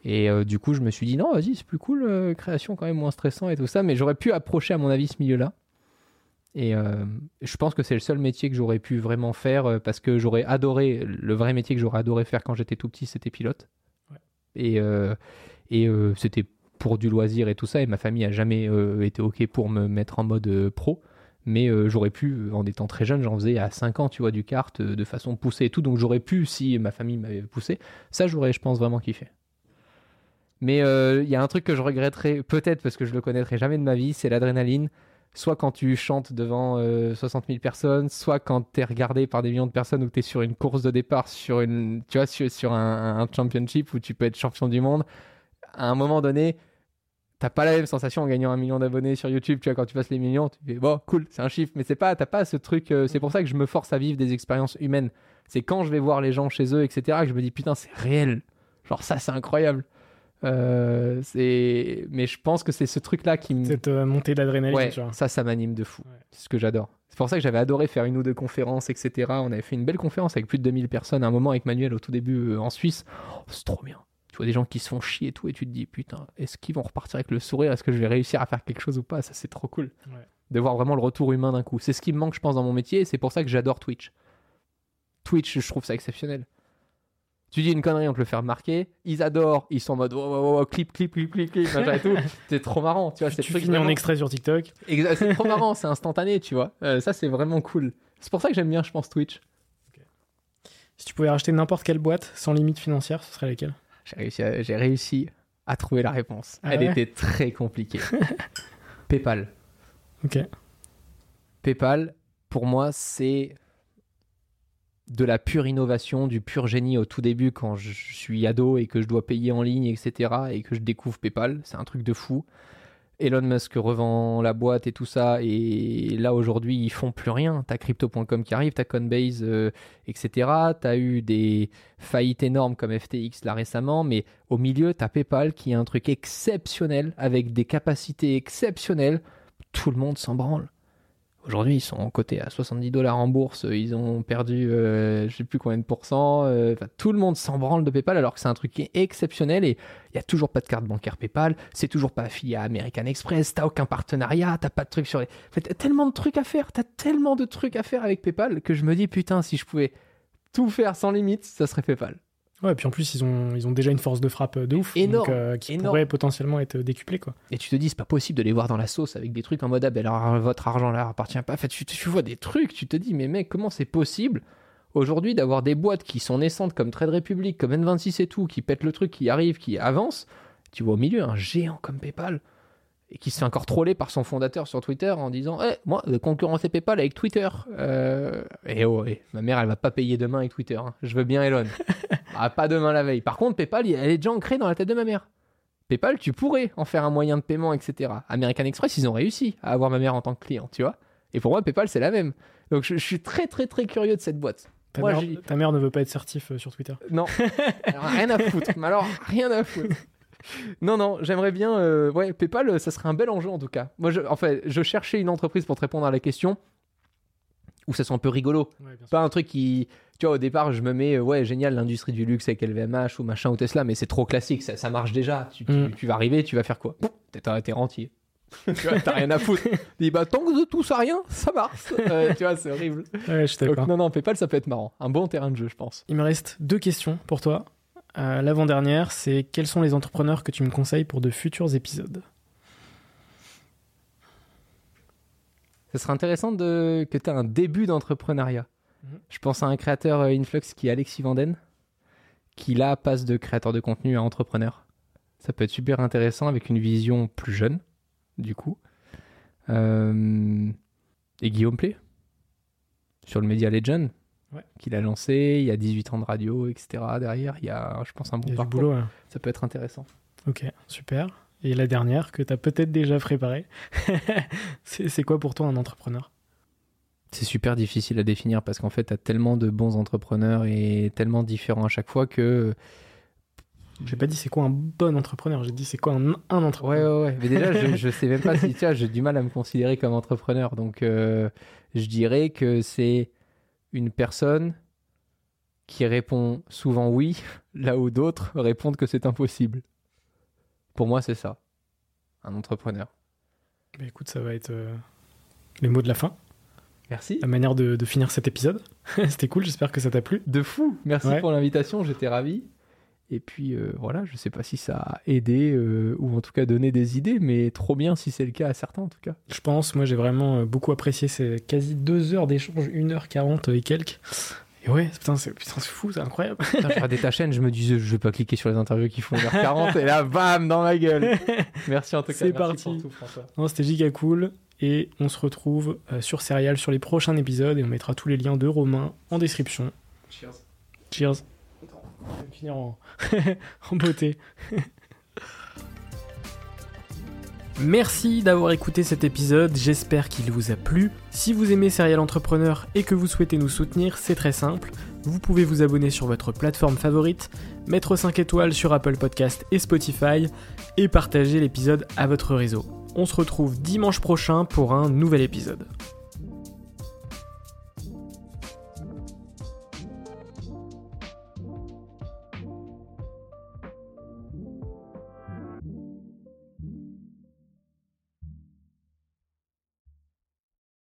Et euh, du coup, je me suis dit, non, vas-y, c'est plus cool, euh, création quand même moins stressant et tout ça. Mais j'aurais pu approcher, à mon avis, ce milieu-là. Et euh, je pense que c'est le seul métier que j'aurais pu vraiment faire euh, parce que j'aurais adoré, le vrai métier que j'aurais adoré faire quand j'étais tout petit, c'était pilote. Ouais. Et, euh, et euh, c'était pour du loisir et tout ça. Et ma famille a jamais euh, été OK pour me mettre en mode euh, pro. Mais euh, j'aurais pu, en étant très jeune, j'en faisais à cinq ans, tu vois, du kart euh, de façon poussée et tout. Donc j'aurais pu, si ma famille m'avait poussé, ça j'aurais, je pense, vraiment kiffé. Mais il euh, y a un truc que je regretterais, peut-être parce que je le connaîtrai jamais de ma vie, c'est l'adrénaline. Soit quand tu chantes devant euh, soixante mille personnes, soit quand tu es regardé par des millions de personnes ou que tu es sur une course de départ, sur, une, tu vois, sur, sur un, un championship où tu peux être champion du monde. À un moment donné, t'as pas la même sensation en gagnant un million d'abonnés sur YouTube. Tu vois, quand tu passes les millions, tu fais bon, cool, c'est un chiffre. Mais c'est pas, t'as pas ce truc. Euh, c'est pour ça que je me force à vivre des expériences humaines. C'est quand je vais voir les gens chez eux, et cetera, que je me dis putain, c'est réel. Genre ça, c'est incroyable. Euh, c'est... Mais je pense que c'est ce truc-là qui me... Cette euh, montée d'adrénaline, ouais, tu vois. ça, ça m'anime de fou. Ouais. C'est ce que j'adore. C'est pour ça que j'avais adoré faire une ou deux conférences, et cetera. On avait fait une belle conférence avec plus de deux mille personnes à un moment avec Manuel au tout début euh, en Suisse. Oh, c'est trop bien. Tu vois des gens qui se font chier et tout, et tu te dis, putain, est-ce qu'ils vont repartir avec le sourire? Est-ce que je vais réussir à faire quelque chose ou pas? Ça, c'est trop cool. Ouais. De voir vraiment le retour humain d'un coup. C'est ce qui me manque, je pense, dans mon métier, et c'est pour ça que j'adore Twitch. Twitch, je trouve ça exceptionnel. Tu dis une connerie, on te le fait remarquer. Ils adorent, ils sont en mode wow, wow, wow, clip, clip, clip, clip, clip, machin et tout. C'est trop marrant, tu vois. Tu, tu finis vraiment... en extrait sur TikTok. Exact, c'est trop marrant, c'est instantané, tu vois. Euh, ça, c'est vraiment cool. C'est pour ça que j'aime bien, je pense, Twitch. Okay. Si tu pouvais racheter n'importe quelle boîte sans limite financière, ce serait laquelle? J'ai réussi à, j'ai réussi à trouver la réponse. Ah Elle ouais était très compliquée. PayPal. Ok. PayPal, pour moi, c'est de la pure innovation, du pur génie au tout début quand je suis ado et que je dois payer en ligne, et cetera. Et que je découvre PayPal. C'est un truc de fou. Elon Musk revend la boîte et tout ça, et là aujourd'hui ils font plus rien. T'as crypto point com qui arrive, t'as Coinbase, euh, et cetera. T'as eu des faillites énormes comme F T X là récemment, mais au milieu t'as PayPal qui est un truc exceptionnel avec des capacités exceptionnelles. Tout le monde s'en branle. Aujourd'hui, ils sont cotés à soixante-dix dollars en bourse. Ils ont perdu, euh, je sais plus combien de pourcents. Euh, tout le monde s'en branle de PayPal alors que c'est un truc qui est exceptionnel et il n'y a toujours pas de carte bancaire PayPal. C'est toujours pas affilié à American Express. T'as aucun partenariat. T'as pas de trucs sur les. En fait, t'as tellement de trucs à faire. T'as tellement de trucs à faire avec PayPal que je me dis putain, si je pouvais tout faire sans limite, ça serait PayPal. Ouais, et puis en plus, ils ont, ils ont déjà une force de frappe de ouf. Énorme. Donc, euh, qui énorme. pourrait potentiellement être décuplée, quoi. Et tu te dis, c'est pas possible de les voir dans la sauce avec des trucs en mode, ah ben alors votre argent là appartient pas. En fait, tu, tu vois des trucs, tu te dis, mais mec, comment c'est possible aujourd'hui d'avoir des boîtes qui sont naissantes comme Trade Republic, comme N vingt-six et tout, qui pètent le truc, qui arrivent, qui avancent. Tu vois au milieu un géant comme PayPal et qui se fait encore troller par son fondateur sur Twitter en disant, eh, moi, concurrencer PayPal avec Twitter. Euh... Et oh, et ma mère, elle va pas payer demain avec Twitter. Hein. Je veux bien Elon. Ah, pas demain la veille. Par contre, PayPal, elle est déjà ancrée dans la tête de ma mère. PayPal, tu pourrais en faire un moyen de paiement, et cetera. American Express, ils ont réussi à avoir ma mère en tant que client, tu vois. Et pour moi, PayPal, c'est la même. Donc, je, je suis très, très, très curieux de cette boîte. Ta, moi, mère, j'ai... ta mère ne veut pas être certif euh, sur Twitter. Non. Alors, rien à foutre. Mais alors, rien à foutre. Non, non, j'aimerais bien... Euh, ouais, PayPal, ça serait un bel enjeu, en tout cas. Moi, je, en fait, je cherchais une entreprise pour te répondre à la question où ça soit un peu rigolo. Ouais, pas un truc qui... Tu vois, au départ, je me mets, ouais, génial, l'industrie du luxe avec L V M H ou machin ou Tesla, mais c'est trop classique, ça, ça marche déjà. Tu, mm. tu, tu vas arriver, tu vas faire quoi? T'es, t'es rentier. Tu vois, t'as rien à foutre. Dis, bah, tant que de tout ça rien, ça marche. Euh, tu vois, c'est horrible. Ouais, je t'ai pas. Non, non, PayPal, ça peut être marrant. Un bon terrain de jeu, je pense. Il me reste deux questions pour toi. Euh, l'avant-dernière, c'est quels sont les entrepreneurs que tu me conseilles pour de futurs épisodes? Ça serait intéressant de... que tu aies un début d'entrepreneuriat. Mmh. Je pense à un créateur euh, Influx qui est Alexis Vanden, qui là passe de créateur de contenu à entrepreneur. Ça peut être super intéressant avec une vision plus jeune, du coup. Euh... Et Guillaume Play, sur le Media Legend, ouais. qu'il a lancé, il y a dix-huit ans de radio, et cetera. Derrière, il y a, je pense, un bon parcours. Boulot, ouais. Ça peut être intéressant. Ok, super. Et la dernière, que tu as peut-être déjà préparée, c'est, c'est quoi pour toi un entrepreneur? C'est super difficile à définir parce qu'en fait, tu as tellement de bons entrepreneurs et tellement différents à chaque fois que... J'ai pas dit c'est quoi un bon entrepreneur, j'ai dit c'est quoi un, un entrepreneur. Ouais, ouais, ouais. Mais déjà, je, je sais même pas si... Tu vois, j'ai du mal à me considérer comme entrepreneur. Donc, euh, je dirais que c'est une personne qui répond souvent oui, là où d'autres répondent que c'est impossible. Pour moi, c'est ça, un entrepreneur. Bah écoute, ça va être euh, les mots de la fin. Merci. La manière de, de finir cet épisode. C'était cool, j'espère que ça t'a plu. De fou. Merci ouais. pour l'invitation, j'étais ravi. Et puis euh, voilà, je sais pas si ça a aidé euh, ou en tout cas donné des idées, mais trop bien si c'est le cas à certains en tout cas. Je pense, moi j'ai vraiment euh, beaucoup apprécié ces quasi deux heures d'échange, une heure quarante et quelques. Et ouais, putain, c'est, putain, c'est fou, c'est incroyable. Putain, je regardais ta chaîne, je me disais, je vais pas cliquer sur les interviews qui font une heure quarante, et là, bam, dans ma gueule. Merci en tout cas. C'est merci parti. pour tout, François. Non, c'était giga cool. Et on se retrouve euh, sur Serial sur les prochains épisodes et on mettra tous les liens de Romain en description. Cheers. Cheers. On va finir en, en beauté. Merci d'avoir écouté cet épisode, j'espère qu'il vous a plu. Si vous aimez Serial Entrepreneur et que vous souhaitez nous soutenir, c'est très simple. Vous pouvez vous abonner sur votre plateforme favorite, mettre cinq étoiles sur Apple Podcast et Spotify et partager l'épisode à votre réseau. On se retrouve dimanche prochain pour un nouvel épisode.